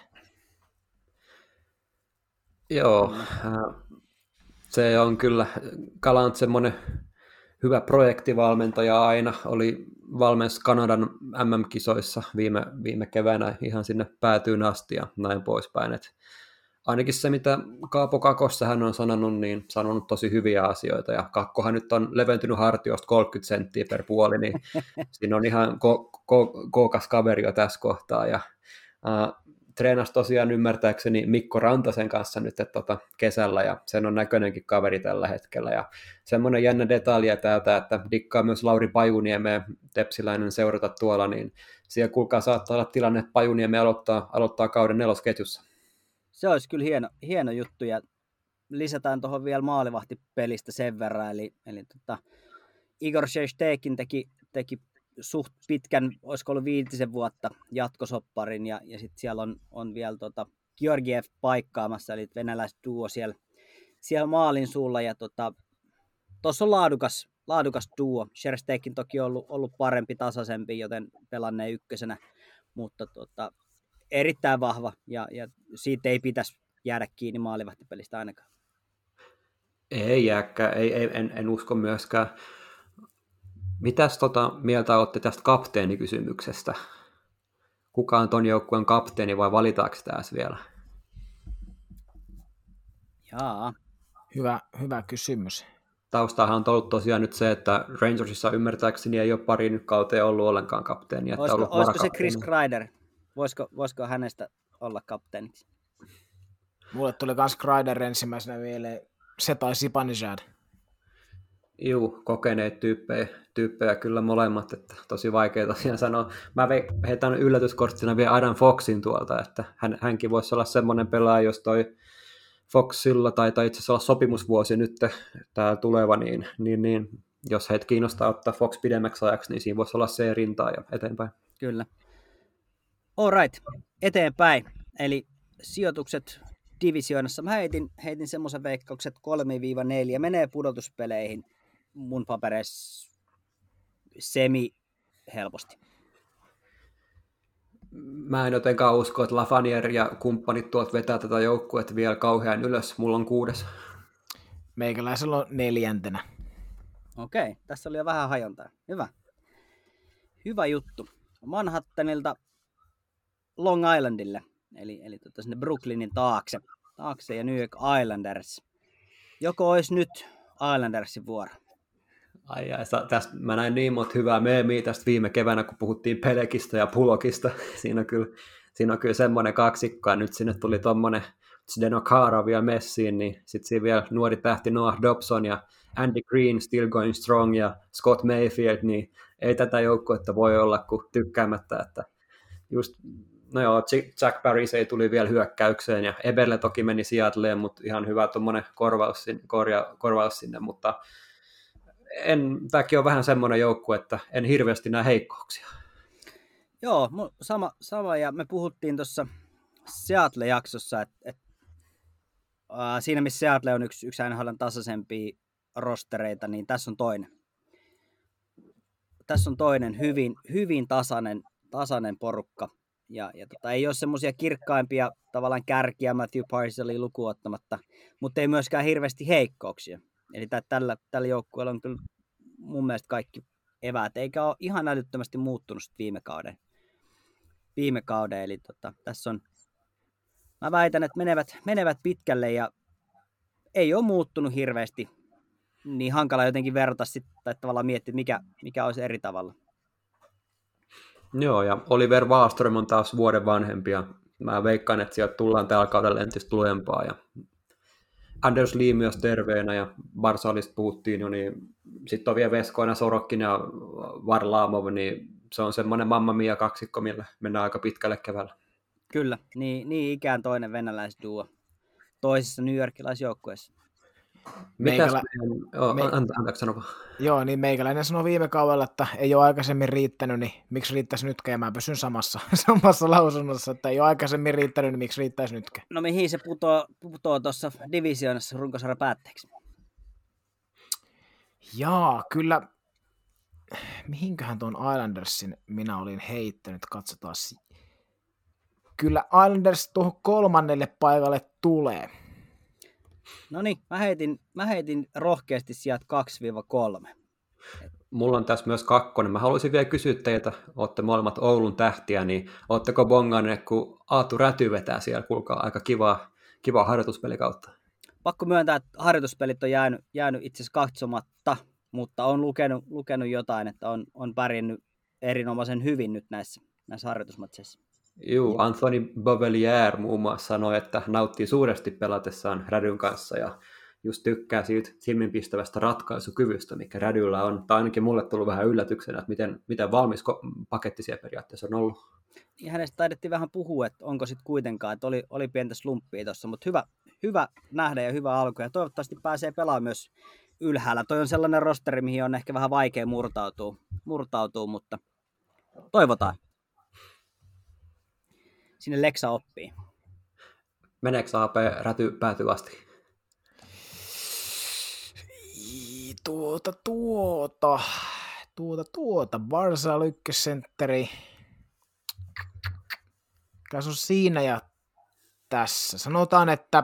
Speaker 3: Joo, se on kyllä Gallant semmoinen hyvä projektivalmentaja aina, oli valmens Kanadan MM-kisoissa viime keväänä ihan sinne päätyyn asti ja näin poispäin. Et ainakin se, mitä Kaapo Kakossa hän on sanonut tosi hyviä asioita, ja Kakkohan nyt on leventynyt hartiosta 30 senttiä per puoli, niin siinä on ihan kookas kaveri jo tässä kohtaa, ja treenasi tosiaan ymmärtääkseni Mikko Rantasen kanssa nyt kesällä, ja sen on näköinenkin kaveri tällä hetkellä, ja semmoinen jännä detalja täältä, että dikkaa myös Lauri Pajuniemeä, tepsiläinen seurata tuolla, niin siellä kuulkaa saattaa olla tilanne, että Pajuniemi aloittaa kauden 4. ketjussa. Se
Speaker 2: olisi kyllä hieno juttu, ja lisätään tuohon vielä maalivahtipelistä sen verran, eli Igor Shesterkin teki suht pitkän, olisiko ollut 5 vuotta jatkosopparin, ja sitten siellä on vielä Georgiev paikkaamassa, eli venäläisduo siellä maalin suulla, ja tuossa on laadukas duo. Shesterkin toki on ollut parempi, tasaisempi, joten pelanneen ykkösenä, mutta erittäin vahva, ja siitä ei pitäisi jäädä kiinni maalivahtipelistä ainakaan.
Speaker 3: Ei jääkään, en usko myöskään. Mitäs mieltä olette tästä kapteenikysymyksestä? Kuka on ton joukkueen kapteeni vai valitaanko tässä vielä?
Speaker 2: Jaa.
Speaker 4: Hyvä kysymys.
Speaker 2: Taustahan
Speaker 3: on ollut tosiaan nyt se, että Rangersissa ymmärtääkseni ei ole pari nyt kauteen ollut ollenkaan kapteeni.
Speaker 2: Olisiko se Chris Kreider? Voisiko hänestä olla kapteeniksi?
Speaker 4: Mulle tuli myös Kreider ensimmäisenä mieleen, se tai Zibanejad.
Speaker 3: Juu, kokeneet tyyppejä kyllä molemmat, että tosi vaikea tosiaan sanoa. Mä heitän yllätyskorttina vielä Adam Foxin tuolta, että hänkin voisi olla semmoinen pelaaja, jos toi Foxilla taitaa itse asiassa olla sopimusvuosi nyt täällä tuleva, niin jos heitä kiinnostaa ottaa Fox pidemmäksi ajaksi, niin siinä voisi olla se rintaa ja eteenpäin.
Speaker 2: Kyllä. All right, eteenpäin. Eli sijoitukset divisioonassa. Mä heitin semmoisen veikkaukset 3-4, menee pudotuspeleihin mun papereissa semi helposti.
Speaker 3: Mä en jotenkaan usko, että Lafanier ja kumppanit tuolta vetää tätä joukkuetta vielä kauhean ylös. Mulla on 6.
Speaker 4: Meikäläisellä on 4.
Speaker 2: Okei, tässä oli jo vähän hajontaa. Hyvä. Hyvä juttu. Manhattanilta Long Islandille, eli sinne Brooklynin taakse ja New York Islanders. Joko olisi nyt Islandersin vuoro?
Speaker 3: Ai, tästä mä näin niin monta hyvää meemiä tästä viime keväänä, kun puhuttiin Pelekistä ja Pulokista. Siinä on kyllä semmoinen kaksikko, ja nyt sinne tuli tommonen Zdeno Chara vielä messiin, niin sitten siinä vielä nuori tähti Noah Dobson ja Andy Green still going strong ja Scott Mayfield, niin ei tätä joukkuetta voi olla kuin tykkäämättä, että just, no joo, Jack Paris ei tuli vielä hyökkäykseen ja Eberle toki meni Seattleen, mutta ihan hyvä tuommoinen korvaus sinne, mutta tämäkin on vähän semmoinen joukkue, että en hirveästi näe heikkouksia.
Speaker 2: Joo, sama ja me puhuttiin tuossa Seattle-jaksossa, että siinä missä Seattle on yksi NHL:n tasaisempia rostereita, niin tässä on toinen. Tässä on toinen hyvin tasainen porukka. Ja ei ole semmoisia kirkkaimpia tavallaan kärkiä Matthew Parcellia lukuun ottamatta, mutta ei myöskään hirveästi heikkouksia. Eli tällä joukkueella on kyllä mun mielestä kaikki eväät, eikä ole ihan älyttömästi muuttunut viime kauden. Eli tässä on, mä väitän, että menevät pitkälle ja ei ole muuttunut hirveästi. Niin hankala jotenkin verrata sitten, tai tavallaan miettiä, mikä olisi eri tavalla.
Speaker 3: Joo, ja Oliver Wahlström on taas vuoden vanhempi, ja mä veikkaan, että sieltä tullaan tällä kaudella entistä lujempaa, ja Anders Lee myös terveenä, ja Barsalista puhuttiin jo, niin sitten on vielä Veskoina, Sorokin ja Varlamov, niin se on semmoinen Mamma Mia kaksikko, millä mennään aika pitkälle keväällä.
Speaker 2: Kyllä, niin ikään toinen venäläisduo toisessa newyorkilaisjoukkueessa.
Speaker 3: Antaako sanoa?
Speaker 4: Joo, niin meikäläinen sanoi viime kaudella, että ei ole aikaisemmin riittänyt, niin miksi riittäisi nytkään, ja mä pysyn samassa lausunnossa, että ei ole aikaisemmin riittänyt, niin miksi riittäisi nytkään.
Speaker 2: No mihin se putoo tuossa divisioonassa runkosarjan päätteeksi?
Speaker 4: Jaa, kyllä, mihinköhän tuon Islandersin minä olin heittänyt, katsotaan. Kyllä Islanders tuohon 3. paikalle tulee.
Speaker 2: No niin, mä heitin rohkeasti sieltä 2-3.
Speaker 3: Mulla on tässä myös 2. Mä haluaisin vielä kysyä teiltä, olette molemmat Oulun tähtiä, niin ootteko bonganneet, kun Aatu Räty vetää siellä, kuulkaa aika kivaa harjoituspelikautta.
Speaker 2: Pakko myöntää, että harjoituspelit on jäänyt itse asiassa katsomatta, mutta on lukenut jotain, että on pärjännyt erinomaisen hyvin nyt näissä harjoitusmatseissa.
Speaker 3: Joo, Anthony Beauvillier muun muassa sanoi, että nauttii suuresti pelatessaan Rädyn kanssa ja just tykkää siitä silminpistävästä ratkaisukyvystä, mikä Rädyllä on. Tai ainakin mulle tullut vähän yllätyksenä, että miten valmis paketti siellä periaatteessa on ollut.
Speaker 2: Ja hänestä taidettiin vähän puhua, että onko sitten kuitenkaan, että oli pientä slumppia tuossa, mutta hyvä nähdä ja hyvä alku. Ja toivottavasti pääsee pelaamaan myös ylhäällä. Toi on sellainen rosteri, mihin on ehkä vähän vaikea murtautua, mutta toivotaan. Sinne Leksa oppii.
Speaker 3: Meneekö AP Räty päätyvästi?
Speaker 4: Varsal ykkössentteri. Tässä on siinä ja tässä. Sanotaan, että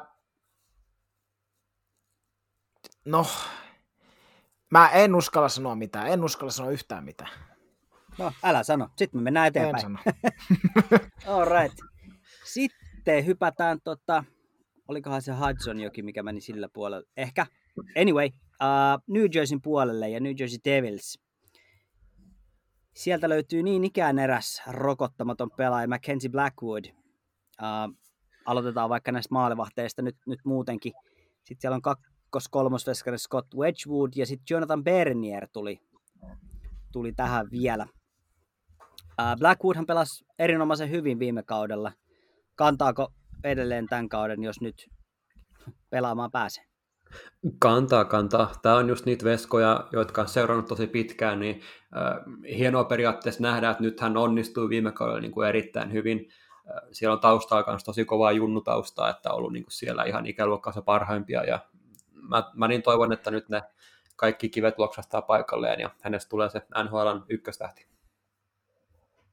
Speaker 4: no, mä en uskalla sanoa mitään. En uskalla sanoa yhtään mitään.
Speaker 2: No, älä sano. Sitten me mennään eteenpäin.
Speaker 4: En sano.
Speaker 2: All right. Sitten hypätään, olikohan se Hudson jokin, mikä meni sillä puolella. Ehkä. Anyway, New Jerseyn puolelle ja New Jersey Devils. Sieltä löytyy niin ikään eräs rokottamaton pelaaja, Mackenzie Blackwood. Aloitetaan vaikka näistä maalivahteista nyt muutenkin. Sitten siellä on kolmosveskari Scott Wedgwood ja sitten Jonathan Bernier tuli tähän vielä. Blackwoodhan pelasi erinomaisen hyvin viime kaudella. Kantaako edelleen tämän kauden, jos nyt pelaamaan pääsee?
Speaker 3: Kantaa. Tämä on just niitä veskoja, jotka on seurannut tosi pitkään, niin hienoa periaatteessa nähdä, että nyt hän onnistui viime kaudella niin kuin erittäin hyvin. Siellä on taustaa myös tosi kovaa junnutaustaa, että on ollut niin kuin siellä ihan ikäluokkansa parhaimpia, ja mä niin toivon, että nyt ne kaikki kivet loksahtaa paikalleen, ja hänestä tulee se NHL:n ykköstähti.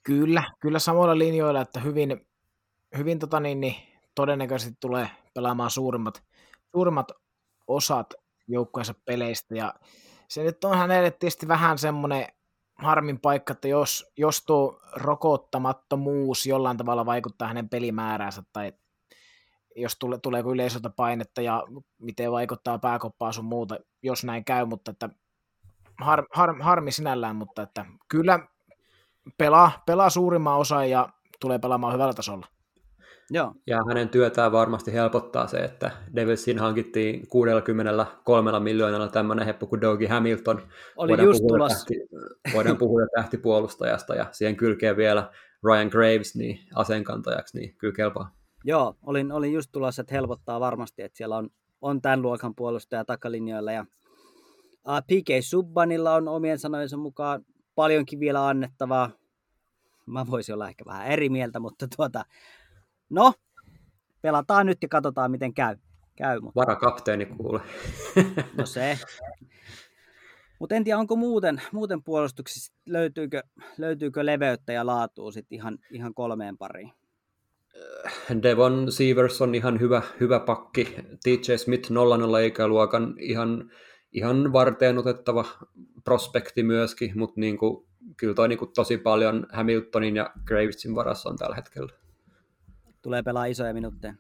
Speaker 4: Kyllä samoilla linjoilla, että hyvin todennäköisesti tulee pelaamaan suurimmat osat joukkueensa peleistä, ja se nyt on hänelle tietysti vähän semmoinen harmin paikka, että jos tuo rokottamattomuus jollain tavalla vaikuttaa hänen pelimääräänsä, tai jos tuleeko yleisöltä painetta ja miten vaikuttaa pääkoppaa sun muuta, jos näin käy, mutta että harmi sinällään, mutta että kyllä pelaa suurimman osan ja tulee pelaamaan hyvällä tasolla.
Speaker 2: Joo.
Speaker 3: Ja hänen työtään varmasti helpottaa se, että Devilsin hankittiin 63 miljoonalla tämmöinen heppu kuin Dougie Hamilton. Voidaan puhua tähtipuolustajasta ja siihen kylkeen vielä Ryan Graves niin aseenkantajaksi, niin kyllä kelpaa.
Speaker 2: Joo, olin just tulossa, että helpottaa varmasti, että siellä on tämän luokan puolustaja takalinjoilla. Ja PK Subbanilla on omien sanojensa mukaan paljonkin vielä annettavaa. Mä voisin olla ehkä vähän eri mieltä, mutta no, pelataan nyt ja katsotaan, miten käy. Mutta...
Speaker 3: Varakapteeni kuule.
Speaker 2: No se. Mutta en tiedä, onko muuten puolustuksessa, löytyykö leveyttä ja laatua sitten ihan 3 pariin.
Speaker 3: Devon Sievers on ihan hyvä pakki. TJ Smith 0-0 ikäluokan ihan varteen otettava prospekti myöskin, mutta niinku, kyllä toi niinku tosi paljon Hamiltonin ja Gravesin varassa on tällä hetkellä.
Speaker 2: Tulee pelaa isoja minuutteja.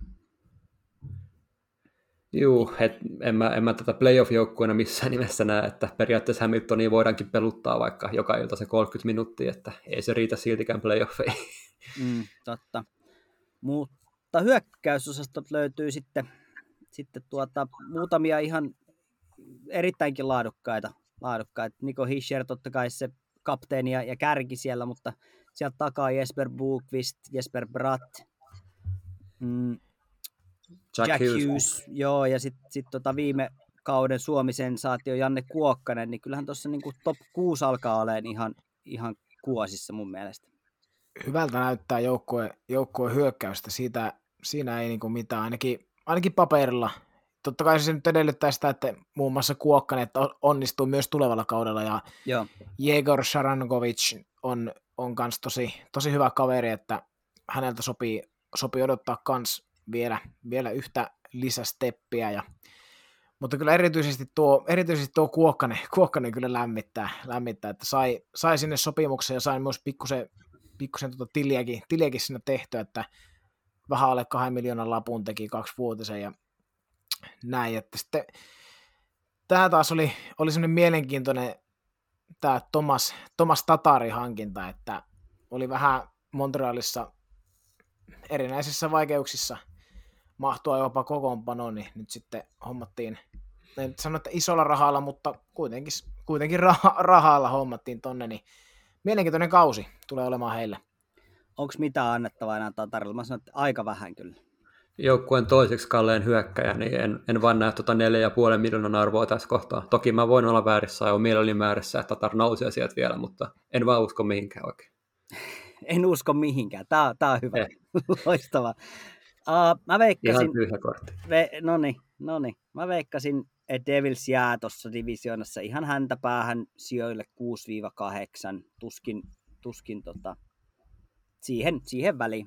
Speaker 3: Juu, en mä tätä playoff-joukkueena missään nimessä näe, että periaatteessa Hamiltonia voidaankin peluttaa vaikka joka ilta se 30 minuuttia, että ei se riitä siltikään playoffeihin.
Speaker 2: Totta. Mutta hyökkäysosastot löytyy sitten muutamia ihan erittäinkin laadukkaita. Nico Hischier totta kai se kapteeni ja kärki siellä, mutta sieltä takaa Jesper Boqvist, Jesper Bratt, Jack Hughes, joo, ja sitten viime kauden Suomi-sensaatio Janne Kuokkanen, niin kyllähän tuossa niinku top 6 alkaa olemaan ihan kuosissa mun mielestä.
Speaker 4: Hyvältä näyttää joukkueen hyökkäystä, siinä ei niinku mitään, ainakin paperilla. Totta kai se nyt edellyttää sitä, että muun muassa Kuokkanen onnistuu myös tulevalla kaudella, ja joo. Jegor Sharangovic on kans tosi hyvä kaveri, että häneltä sopii odottaa kans vielä yhtä lisästeppiä, mutta kyllä erityisesti tuo Kuokkanen kyllä lämmittää, että sai sinne sopimuksen ja sai myös pikkusen tiliäkin sinne tehtyä, että vähän alle 2 miljoonan lapun teki 2-vuotisen ja näin, että sitten tämä taas oli semmoinen mielenkiintoinen tämä Thomas Tatarin hankinta, että oli vähän Montrealissa erinäisissä vaikeuksissa mahtua jopa kokoonpanoon, niin nyt sitten hommattiin, en nyt sano, että isolla rahalla, mutta kuitenkin rahalla hommattiin tonne, niin mielenkiintoinen kausi tulee olemaan heillä.
Speaker 2: Onko mitään annettavaa enää Tatarilla? Mä sanon, että aika vähän kyllä.
Speaker 3: Joukkueen toiseksi kalleen hyökkäjä, niin en vaan näe 4,5 miljoonan arvoa tässä kohtaa. Toki mä voin olla väärissä ja on mielelläni määrässä, että Tatar nousee sieltä vielä, mutta en vaan usko mihinkään oikein.
Speaker 2: En usko mihinkään. Tää on hyvä. Loistavaa. Mä veikkasin...
Speaker 3: Ihan tyhjä kortti.
Speaker 2: No niin. Mä veikkasin, että Devils jää tuossa divisioonassa ihan häntä päähän sijoille 6-8. Tuskin siihen väliin.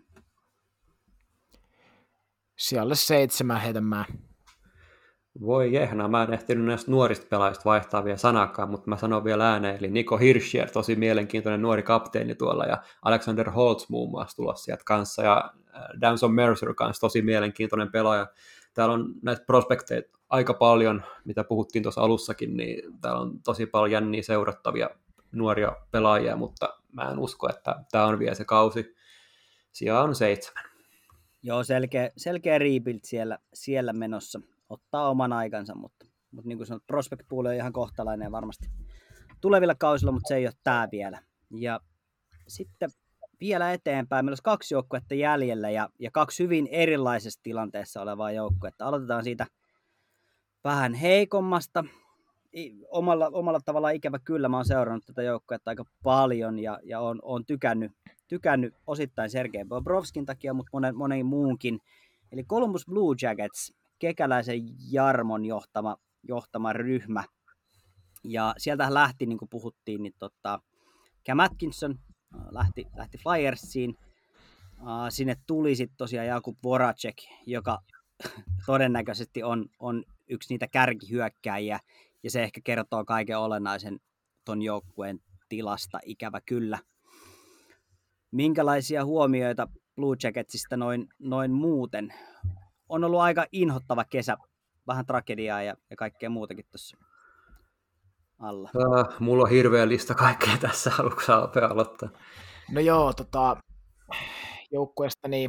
Speaker 4: Sijalle 7 heitämään.
Speaker 3: Voi jehnaa, mä en ehtinyt näistä nuorista pelaajista vaihtaa vielä sanakaan, mutta mä sanon vielä ääneen, eli Nico Hischier, tosi mielenkiintoinen nuori kapteeni tuolla, ja Alexander Holtz muun muassa tulossa sieltä kanssa, ja Danson Mercer kanssa tosi mielenkiintoinen pelaaja. Täällä on näitä prospekteja aika paljon, mitä puhuttiin tuossa alussakin, niin täällä on tosi paljon jänniä seurattavia nuoria pelaajia, mutta mä en usko, että tämä on vielä se kausi. Sija on 7.
Speaker 2: Joo, selkeä rebuild siellä menossa. Ottaa oman aikansa, mutta niin kuin sanot, prospect pool on ihan kohtalainen varmasti tulevilla kausilla, mutta se ei ole tämä vielä. Ja sitten vielä eteenpäin. Meillä olisi 2 joukkuetta jäljellä ja 2 hyvin erilaisessa tilanteessa olevaa joukkuetta. Aloitetaan siitä vähän heikommasta. Omalla tavallaan ikävä kyllä. Mä oon seurannut tätä joukkuetta aika paljon ja on tykännyt osittain Sergei Bobrovskin takia, mutta monen muunkin. Eli Columbus Blue Jackets, Kekäläisen Jarmon johtama ryhmä. Ja sieltähän lähti, niin kuin puhuttiin, niin Cam Atkinson, lähti Flyersiin. Sinne tuli sitten tosiaan Jakub Voracek, joka todennäköisesti on yksi niitä kärkihyökkääjiä, ja se ehkä kertoo kaiken olennaisen ton joukkueen tilasta, ikävä kyllä. Minkälaisia huomioita Blue Jacketsista noin muuten? On ollut aika inhottava kesä, vähän tragediaa ja kaikkea muutakin tuossa alla.
Speaker 3: Mulla on hirveä lista kaikkea tässä, haluatko sä aloittaa?
Speaker 4: No joo, joukkueesta niin,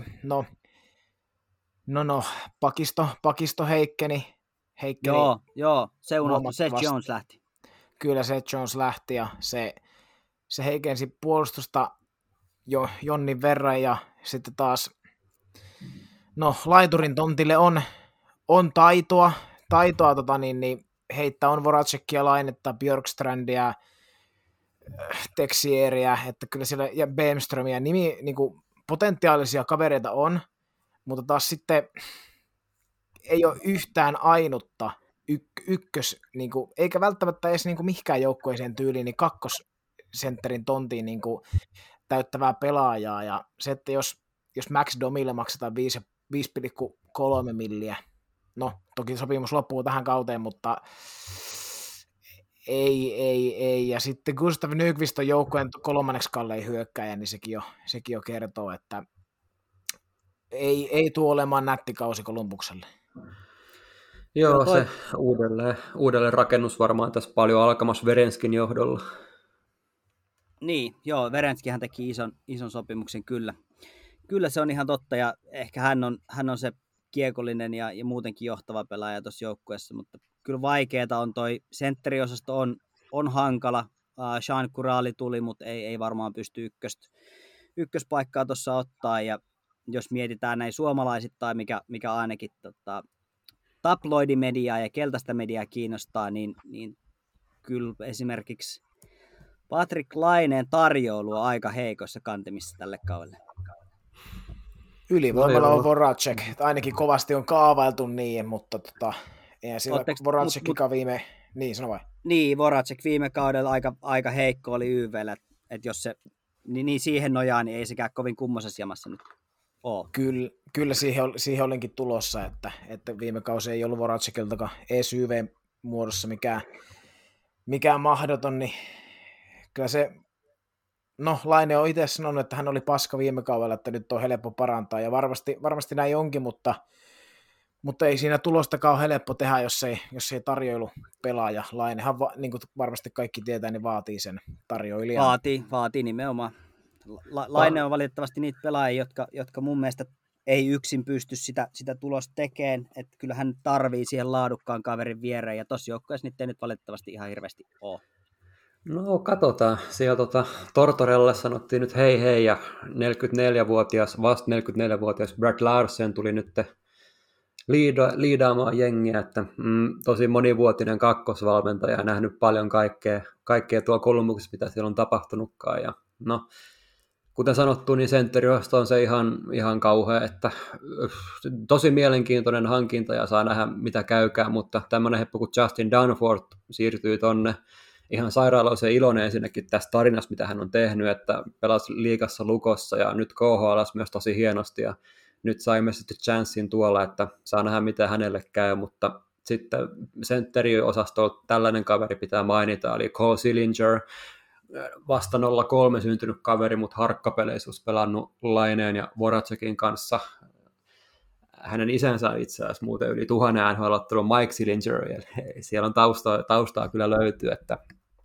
Speaker 4: pakisto heikkeni.
Speaker 2: Joo, se unohtui, Seth Jones lähti.
Speaker 4: Kyllä Seth Jones lähti ja se heikensi puolustusta jo jonnin verran ja sitten taas laiturin tontille on taitoa heittää on Voracekia, Lainetta, Björkstrandia, Texieria, että kyllä siellä ja Bemströmiä niinku potentiaalisia kavereita on, mutta taas sitten ei ole yhtään ainutta ykkös, niinku, eikä välttämättä edes niinku mihinkään joukkueeseen tyyliin, niin kakkosentterin tontiin niinku täyttävää pelaajaa, ja se, että jos Max Domille maksetaan 5,3 milliä, no toki sopimus loppuu tähän kauteen, mutta ei, ja sitten Gustav Nyqvist on joukkueen kolmanneksi kallein hyökkääjä, niin sekin jo kertoo, että ei tule olemaan nätti kausi Kolumbukselle.
Speaker 3: Joo, se uudelleen rakennus varmaan tässä paljon alkamassa Verenskin johdolla.
Speaker 2: Niin, joo, Verenskihän teki ison sopimuksen kyllä. Kyllä se on ihan totta, ja ehkä hän on se kiekollinen ja muutenkin johtava pelaaja tuossa joukkueessa, mutta kyllä vaikeeta on toi sentteriosasto on hankala. Sean Kuraali tuli, mutta ei varmaan pysty ykköspaikkaa tuossa ottaa, ja jos mietitään näin suomalaisittain, mikä ainakin tabloidimediaa ja keltaista mediaa kiinnostaa, niin kyllä esimerkiksi Patrik Laineen tarjoulu on aika heikossa kantimissa tälle kaudelle.
Speaker 4: Ylivoimalla on Voracek, ainakin kovasti on kaavailtu niin, mutta eihän sillä Voracekika viime... Niin, sano vai?
Speaker 2: Niin, Voracek viime kaudella aika heikko oli YV:llä, että jos se niin siihen nojaa, niin ei sekään kovin kummosessa jamassa nyt ole.
Speaker 4: Kyllä siihen olinkin tulossa, että viime kausi ei ollut Voracekiltakaan edes YV-muodossa mikään mahdoton, niin kyllä se... No, Laine on itse sanonut, että hän oli paska viime kaudella, että nyt on helppo parantaa, ja varmasti näin onkin, mutta ei siinä tulostakaan ole helppo tehdä, jos ei tarjoilu pelaaja. Lainehan, niin kuin varmasti kaikki tietää, niin vaatii sen tarjoilijan.
Speaker 2: Vaatii nimenomaan. Laine on valitettavasti niitä pelaajia, jotka mun mielestä ei yksin pysty sitä tulosta tekemään, että kyllä hän tarvii siihen laadukkaan kaverin viereen, ja tossa joukkueessa niitä ei nyt valitettavasti ihan hirveästi ole.
Speaker 3: No katsotaan. Siellä Tortorelle sanottiin nyt hei, ja vasta 44-vuotias Brad Larsen tuli nyt liidaamaan jengiä, että tosi monivuotinen kakkosvalmentaja ja nähnyt paljon kaikkea tuolla Kolumbuksessa, mitä siellä on tapahtunutkaan. Ja no, kuten sanottu, niin sentteriosto on se ihan kauhea, että tosi mielenkiintoinen hankinta ja saa nähdä mitä käykään, mutta tämmöinen heppu kuin Justin Danforth siirtyy tonne. Ihan sairaaloisen iloinen ensinnäkin tästä tarinasta, mitä hän on tehnyt, että pelasi liigassa Lukossa ja nyt KHL:ssä myös tosi hienosti ja nyt saimme sitten chanssin tuolla, että saa nähdä mitä hänelle käy, mutta sitten sentteriosastolla tällainen kaveri pitää mainita, eli Cole Sillinger, vasta 03 syntynyt kaveri, mutta harkkapeleissä pelannut Laineen ja Voracekin kanssa. Hänen isänsä itse asiassa muuten yli 1000 NHL-ottelun Mike Sillinger, eli siellä on taustaa kyllä löytyy, että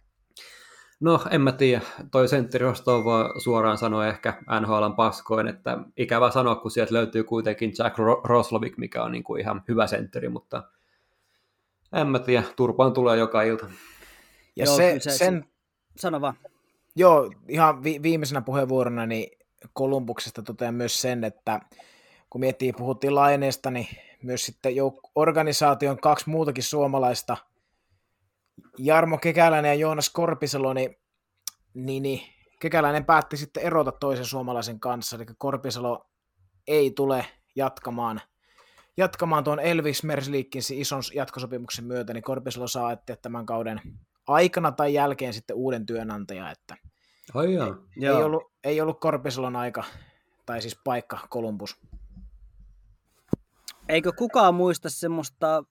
Speaker 3: no en mä tiedä, toi sentteriosto voi suoraan sanoa ehkä NHL:n paskoin, että ikävä sanoa, kun sieltä löytyy kuitenkin Jack Roslovic, mikä on niin kuin ihan hyvä sentteri, mutta en mä tiedä, turpaan tulee joka ilta.
Speaker 4: Ja
Speaker 2: joo, sano vaan.
Speaker 4: Joo, ihan viimeisenä puheenvuorona niin Kolumbuksesta totean myös sen, että kun puhuttiin Laineesta, niin myös sitten organisaation 2 muutakin suomalaista, Jarmo Kekäläinen ja Joonas Korpisalo, niin Kekäläinen päätti sitten erota toisen suomalaisen kanssa, eli Korpisalo ei tule jatkamaan tuon Elvis Merzlikkinsin ison jatkosopimuksen myötä, niin Korpisalo saa etsiä tämän kauden aikana tai jälkeen sitten uuden työnantajan, että
Speaker 3: Ai joo.
Speaker 4: Ei ollut Korpisalon aika, tai siis paikka Columbus.
Speaker 2: Eikö kukaan muista semmoista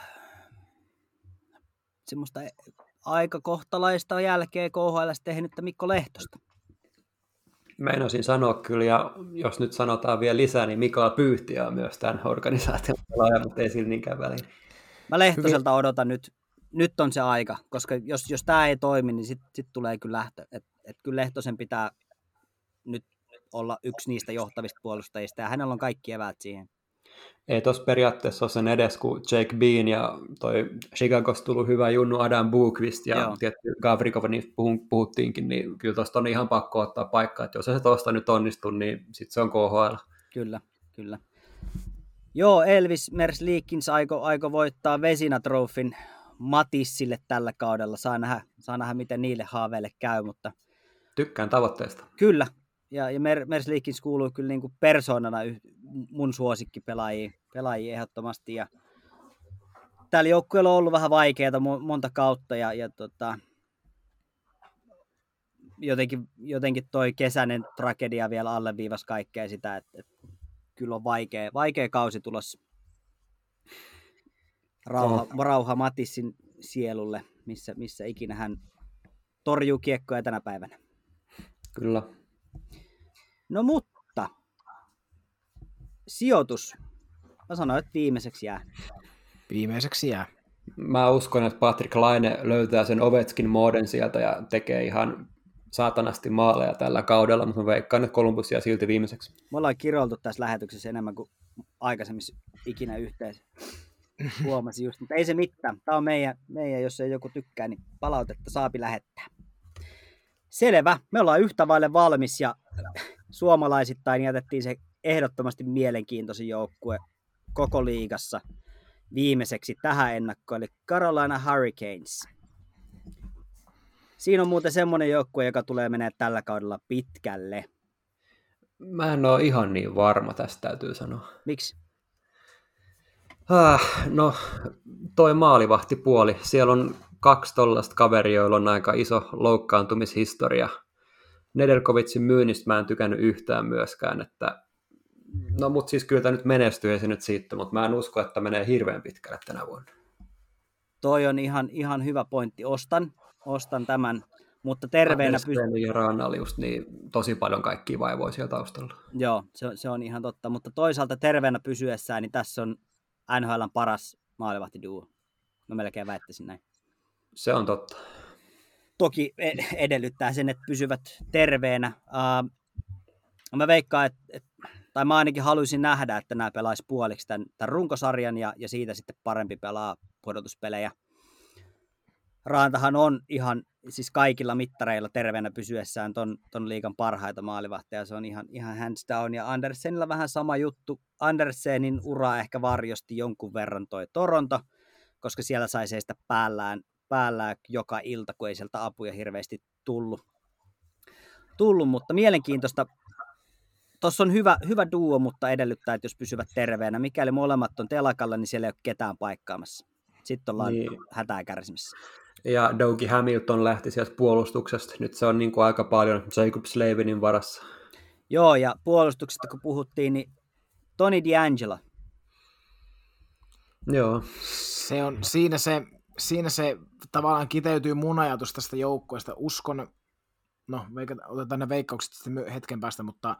Speaker 2: aika kohtalaista jälkeen KHL:ssä tehnyttä Mikko Lehtosta?
Speaker 3: Meinasin sanoa kyllä, ja jos nyt sanotaan vielä lisää, niin Mikael Pyyhtiä on myös tämän organisaation pelaaja, mutta ei sillä niinkään väliin.
Speaker 2: Mä Lehtoselta odotan nyt on se aika, koska jos tämä ei toimi, niin sit tulee kyllä lähtö. Et kyllä Lehtosen pitää nyt olla yksi niistä johtavista puolustajista, ja hänellä on kaikki eväät siihen.
Speaker 3: Ei tuossa periaatteessa ole sen edes, kun Jake Bean ja toi Chicagosta tullut hyvä junnu Adam Bookvist ja tietty Gavrikov, niin puhuttiinkin, niin kyllä tuosta on ihan pakko ottaa paikkaa, että jos se tuosta nyt onnistuu, niin sitten se on KHL.
Speaker 2: Kyllä. Joo, Elvis Merzlikins aiko voittaa Vezina Trophyn Matissille tällä kaudella. Saa nähdä, miten niille haaveille käy, mutta
Speaker 3: tykkään tavoitteesta.
Speaker 2: Kyllä, ja Merzlikins kuuluu kyllä niin kuin persoonana mun suosikkipelaajiin ehdottomasti. Ja täällä joukkueella on ollut vähän vaikeaa monta kautta, ja jotenkin toi kesäinen tragedia vielä alleviivasi kaikkea sitä, että kyllä on vaikea kausi tulossa. Rauha Matissin sielulle, missä ikinä hän torjuu kiekkoja tänä päivänä.
Speaker 3: Kyllä.
Speaker 2: No mutta, sijoitus. Mä sanoin, että viimeiseksi jää.
Speaker 4: Viimeiseksi jää.
Speaker 3: Mä uskon, että Patrick Laine löytää sen Ovechkin-moden sieltä ja tekee ihan saatanasti maaleja tällä kaudella, mutta mä veikkaan, että Columbus jää silti viimeiseksi.
Speaker 2: Me ollaan kiroiltu tässä lähetyksessä enemmän kuin aikaisemmissa ikinä yhteensä. Huomasin just, mutta ei se mitään. Tämä on meidän, jos ei joku tykkää, niin palautetta saapi lähettää. Selvä, me ollaan yhtä vaille valmis ja suomalaisittain jätettiin se ehdottomasti mielenkiintoisin joukkue koko liigassa viimeiseksi tähän ennakkoon, eli Carolina Hurricanes. Siinä on muuten semmoinen joukkue, joka tulee menee tällä kaudella pitkälle.
Speaker 3: Mä en ole ihan niin varma, tästä täytyy sanoa.
Speaker 2: Miksi?
Speaker 3: No, toi maalivahtipuoli. Siellä on 2 tollaista kaveria, joilla on aika iso loukkaantumishistoria. Nedeljkovicin myynnistä mä en tykännyt yhtään myöskään, että no mut siis kyllä tämä nyt menestyy, ei se nyt siitä, mutta mä en usko, että menee hirveän pitkälle tänä vuonna. Toi
Speaker 2: on ihan hyvä pointti. Ostan tämän, mutta terveenä
Speaker 3: ja Ranna oli just niin tosi paljon kaikkia vaivoja siellä taustalla.
Speaker 2: Joo, se on ihan totta, mutta toisaalta terveenä pysyessään, niin tässä on NHL:n paras maalivahtiduo. Mä melkein väittäisin näin.
Speaker 3: Se on totta.
Speaker 2: Toki edellyttää sen, että pysyvät terveenä. Mä veikkaan, tai mä ainakin haluaisin nähdä, että nämä pelaisi puoliksi tämän runkosarjan ja siitä sitten parempi pelaa pudotuspelejä. Rantahan on ihan siis kaikilla mittareilla terveenä pysyessään ton liigan parhaita maalivahteja. Se on ihan hands down. Ja Andersenilla vähän sama juttu. Andersenin ura ehkä varjosti jonkun verran toi Toronto, koska siellä sai seistä päällään joka ilta, kun ei sieltä apuja hirveästi tullut. Mutta mielenkiintoista. Tuossa on hyvä duo, mutta edellyttää, että jos pysyvät terveenä. Mikäli molemmat on telakalla, niin siellä ei ole ketään paikkaamassa. Sitten ollaan hätää kärsimässä.
Speaker 3: Ja Dougie Hamilton lähti sieltä puolustuksesta. Nyt se on niin kuin aika paljon Jacob Slavinin varassa.
Speaker 2: Joo, ja puolustuksesta kun puhuttiin, niin Tony DeAngelo.
Speaker 3: Joo.
Speaker 4: Se on, siinä se tavallaan kiteytyy mun ajatus tästä joukkueesta. Uskon, no otetaan ne veikkaukset sitten hetken päästä, mutta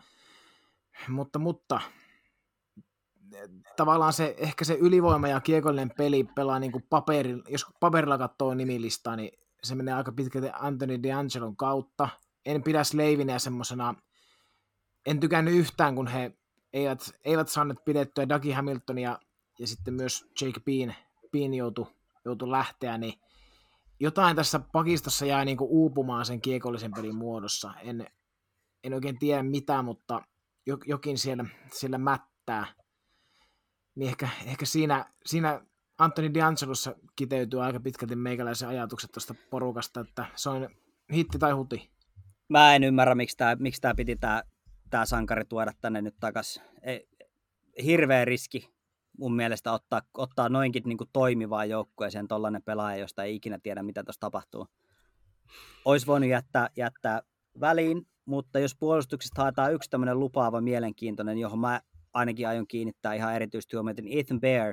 Speaker 4: tavallaan ehkä se ylivoima ja kiekollinen peli pelaa niin kuin jos paperilla katsoo nimilistaa, niin se menee aika pitkälti Anthony DeAngelon kautta. En pidä Slavinia semmosena, en tykännyt yhtään, kun he eivät saaneet pidettyä Dougie Hamiltonia ja sitten myös Jake Bean joutui lähteä, niin jotain tässä pakistossa jää niin kuin uupumaan sen kiekollisen pelin muodossa. En oikein tiedä mitä, mutta jokin siellä mättää. Niin ehkä siinä Anthony DeAngelossa kiteytyy aika pitkälti meikäläisen ajatukset tuosta porukasta, että se on hitti tai huti.
Speaker 2: Mä en ymmärrä, miksi tää piti tää sankari tuoda tänne nyt takaisin. Hirveä riski mun mielestä ottaa noinkin niin kuin toimivaa joukkueeseen tollainen pelaaja, josta ei ikinä tiedä, mitä tuossa tapahtuu. Olisi voinut jättää väliin, mutta jos puolustuksesta haetaan yksi tämmöinen lupaava mielenkiintoinen, johon mä ainakin aion kiinnittää ihan erityisesti huomiota, niin Ethan Bear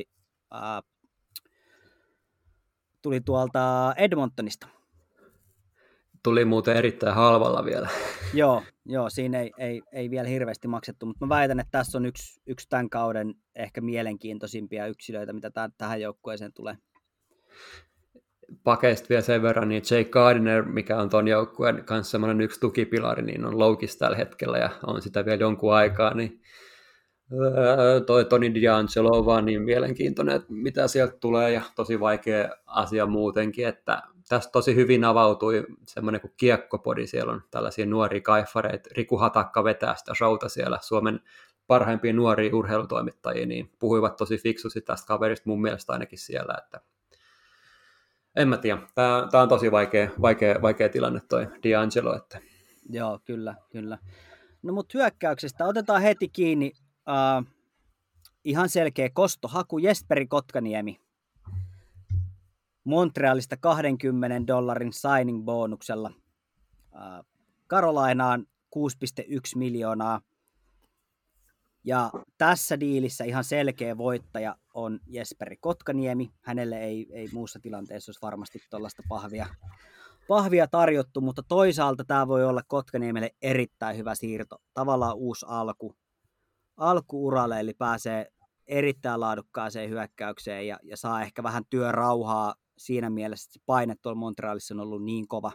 Speaker 2: tuli tuolta Edmontonista.
Speaker 3: Tuli muuten erittäin halvalla vielä.
Speaker 2: Joo, siinä ei vielä hirveästi maksettu, mutta mä väitän, että tässä on yksi tämän kauden ehkä mielenkiintoisimpia yksilöitä, mitä tähän joukkueeseen tulee.
Speaker 3: Pakeista vielä sen verran, niin Jake Gardiner, mikä on ton joukkueen kanssa semmoinen yksi tukipilari, niin on loukissa tällä hetkellä ja on sitä vielä jonkun aikaa, niin toi Tony DeAngelo on vaan niin mielenkiintoinen, että mitä sieltä tulee ja tosi vaikea asia muutenkin, että tästä tosi hyvin avautui semmoinen kuin kiekkopodi, siellä on tällaisia nuoria kaifareita, Riku Hatakka vetää sitä showta siellä, Suomen parhaimpia nuoria urheilutoimittajia, niin puhuivat tosi fiksusti tästä kaverista mun mielestä ainakin siellä, että en mä tiedä, tää on tosi vaikea tilanne toi DeAngelo, että
Speaker 2: Joo, kyllä. No mut hyökkäyksestä otetaan heti kiinni ihan selkeä kostohaku, Jesperi Kotkaniemi. Montrealista $20 signing-bonuksella Carolinaan 6,1 miljoonaa. Ja tässä diilissä ihan selkeä voittaja on Jesperi Kotkaniemi. Hänelle ei muussa tilanteessa olisi varmasti tuollaista pahvia tarjottu, mutta toisaalta tämä voi olla Kotkaniemelle erittäin hyvä siirto. Tavallaan uusi alkuuralle, eli pääsee erittäin laadukkaaseen hyökkäykseen ja saa ehkä vähän työrauhaa siinä mielessä, että paine tuolla Montrealissa on ollut niin kova.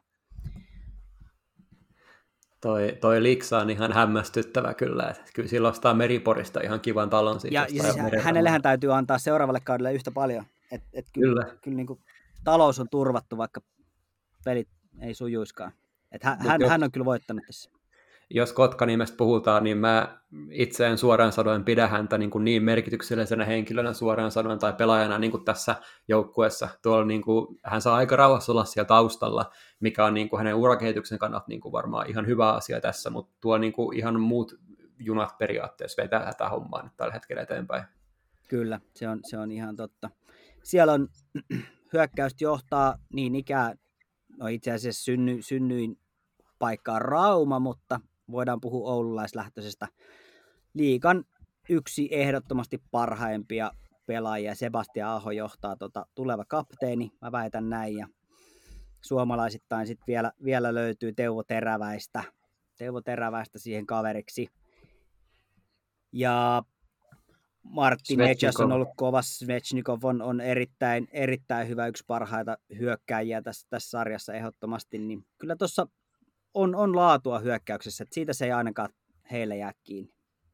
Speaker 3: Toi Liksa on ihan hämmästyttävä kyllä, että kyllä sillä ostaa Meriporista ihan kivan talon.
Speaker 2: Ja siis hänellehän täytyy antaa seuraavalle kaudelle yhtä paljon. Kyllä niin kuin talous on turvattu, vaikka pelit ei sujuiskaan. Hän on kyllä voittanut tässä.
Speaker 3: Jos Kotkanimestä puhutaan, niin mä itse en suoraan sanoen pidä häntä niin merkityksellisenä henkilönä suoraan sanoen tai pelaajana niin kuin tässä joukkueessa. Tuolla niin kuin, hän saa aika rauhassa olla siellä taustalla, mikä on niin kuin hänen urakehityksen kannalta niin kuin varmaan ihan hyvä asia tässä, mutta tuo niin kuin ihan muut junat periaatteessa vetää tätä hommaa nyt tällä hetkellä eteenpäin.
Speaker 2: Kyllä, se on ihan totta. Siellä on hyökkäystä johtaa niin ikään, no itse asiassa synnyin paikkaan Rauma, mutta voidaan puhua oululaislähtöisestä liigan yksi ehdottomasti parhaimpia pelaajia. Sebastian Aho johtaa tuleva kapteeni, mä väitän näin, ja suomalaisittain sitten vielä löytyy Teuvo Teräväistä siihen kaveriksi. Ja Martti Nejas on ollut kova, Svechnikov on erittäin hyvä, yksi parhaita hyökkääjiä tässä sarjassa ehdottomasti, niin kyllä tuossa on laatua hyökkäyksessä, että siitä se ei ainakaan heille jää kiinni.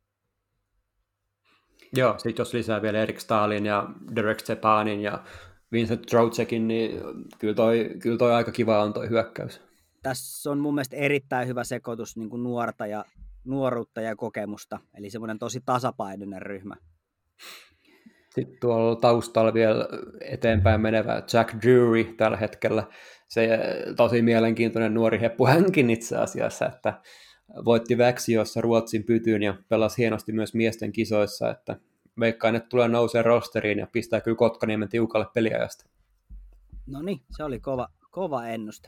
Speaker 3: Joo, sitten jos lisää vielä Erik Stalin ja Derek Stepanin ja Vincent Troutsekin, niin kyllä toi aika kiva on toi hyökkäys.
Speaker 2: Tässä on mun mielestä erittäin hyvä sekoitus niin kuin nuoruutta ja kokemusta, eli semmoinen tosi tasapainoinen ryhmä.
Speaker 3: Sitten tuolla taustalla vielä eteenpäin menevä Jack Drury tällä hetkellä. Se tosi mielenkiintoinen nuori heppu hänkin itse asiassa, että voitti Växjössä Ruotsin pytyn ja pelasi hienosti myös miesten kisoissa, että veikkaan, että tulee nousee rosteriin ja pistää kyllä Kotkaniemen tiukalle peliajasta.
Speaker 2: No niin, se oli kova ennuste.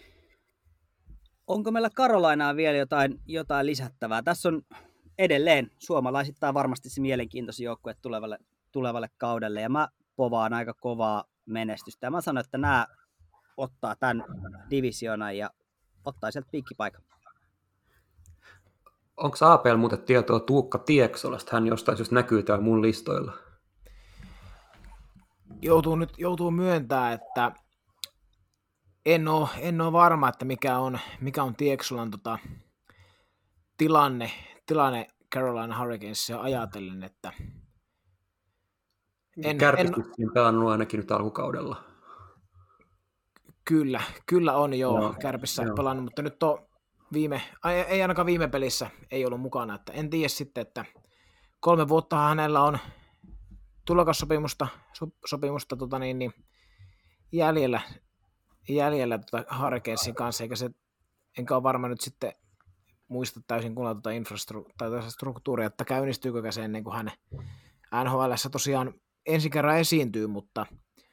Speaker 2: Onko meillä Carolinaan vielä jotain lisättävää? Tässä on edelleen suomalaisittain varmasti se mielenkiintoisin joukkue tulevalle kaudelle, ja mä povaan aika kovaa menestystä. Ja mä sanon, että nämä ottaa tämän divisioonan ja ottaa sieltä piikkipaikan.
Speaker 3: Onko APL muuten tietoa Tuukka Tieksolasta? Hän jostain jos näkyy täällä mun listoilla.
Speaker 4: Joutuu myöntää, että en ole varma, että mikä on Tieksolan tilanne Carolina Hurricanesia ajatellen, että
Speaker 3: Kärpistyksiin pelannut ainakin nyt alkukaudella.
Speaker 4: Kyllä on joo Kärpissä pelannut, mutta nyt on ei ainakaan viime pelissä ei ollut mukana, että en tiedä sitten, että 3 vuotta hänellä on tulokassopimusta jäljellä Hurricanesin kanssa, enkä ole varma nyt sitten muista täysin kunnolla struktuuria, että käynnistyykö se ennen kuin hän NHL:ssä tosiaan ensi kerran esiintyy, mutta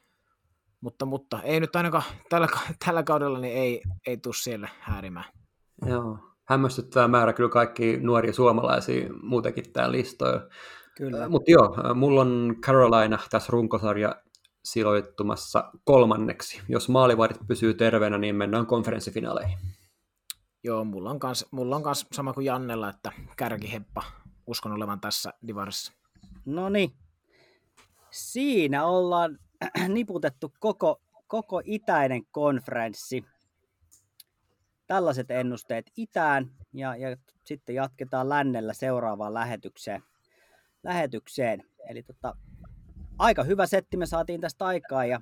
Speaker 4: ei nyt ainakaan tällä kaudella niin ei tule siellä häärimään.
Speaker 3: Joo. Hämmästyttävä määrä kyllä kaikki nuoria suomalaisia muutenkin täällä listoilla.
Speaker 2: Kyllä.
Speaker 3: Mutta joo, mulla on Carolina tässä runkosarja sijoittumassa 3. Jos maalivahdit pysyy terveenä, niin mennään konferenssifinaaleihin.
Speaker 4: Joo, mulla on kans sama kuin Jannella, että kärkiheppa uskon olevan tässä divarissa.
Speaker 2: No niin. Siinä ollaan niputettu koko itäinen konferenssi. Tällaiset ennusteet itään ja sitten jatketaan lännellä seuraavaan lähetykseen. Eli aika hyvä setti me saatiin tästä aikaa ja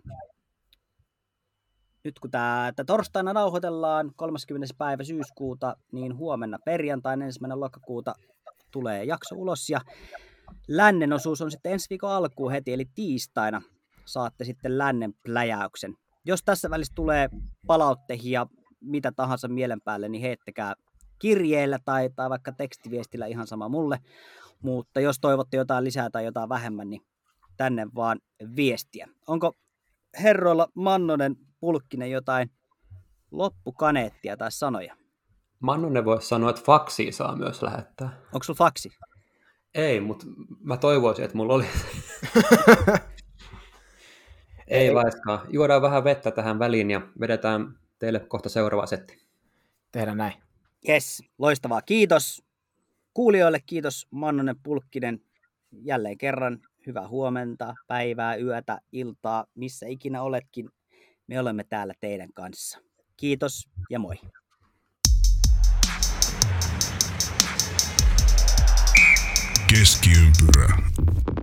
Speaker 2: nyt kun tämä torstaina nauhoitellaan 30. päivä syyskuuta, niin huomenna perjantaina 1. lokakuuta tulee jakso ulos ja lännen osuus on sitten ensi viikon alkuun heti, eli tiistaina saatte sitten lännen pläjäyksen. Jos tässä välissä tulee palautteita ja mitä tahansa mielen päälle, niin heittäkää kirjeellä tai vaikka tekstiviestillä ihan sama mulle. Mutta jos toivotte jotain lisää tai jotain vähemmän, niin tänne vaan viestiä. Onko herroilla Mannonen, Pulkkinen jotain loppukaneettia tai sanoja?
Speaker 3: Mannonen voisi sanoa, että faksia saa myös lähettää.
Speaker 2: Onko sulla faksi?
Speaker 3: Ei, mutta mä toivoisin, että mulla oli. Ei vaiskaan. Juodaan vähän vettä tähän väliin ja vedetään teille kohta seuraava setti.
Speaker 4: Tehdään näin.
Speaker 2: Jes, loistavaa. Kiitos kuulijoille, kiitos Mannonen, Pulkkinen. Jälleen kerran hyvää huomenta, päivää, yötä, iltaa, missä ikinä oletkin. Me olemme täällä teidän kanssa. Kiitos ja moi.
Speaker 1: Keskiympyrä.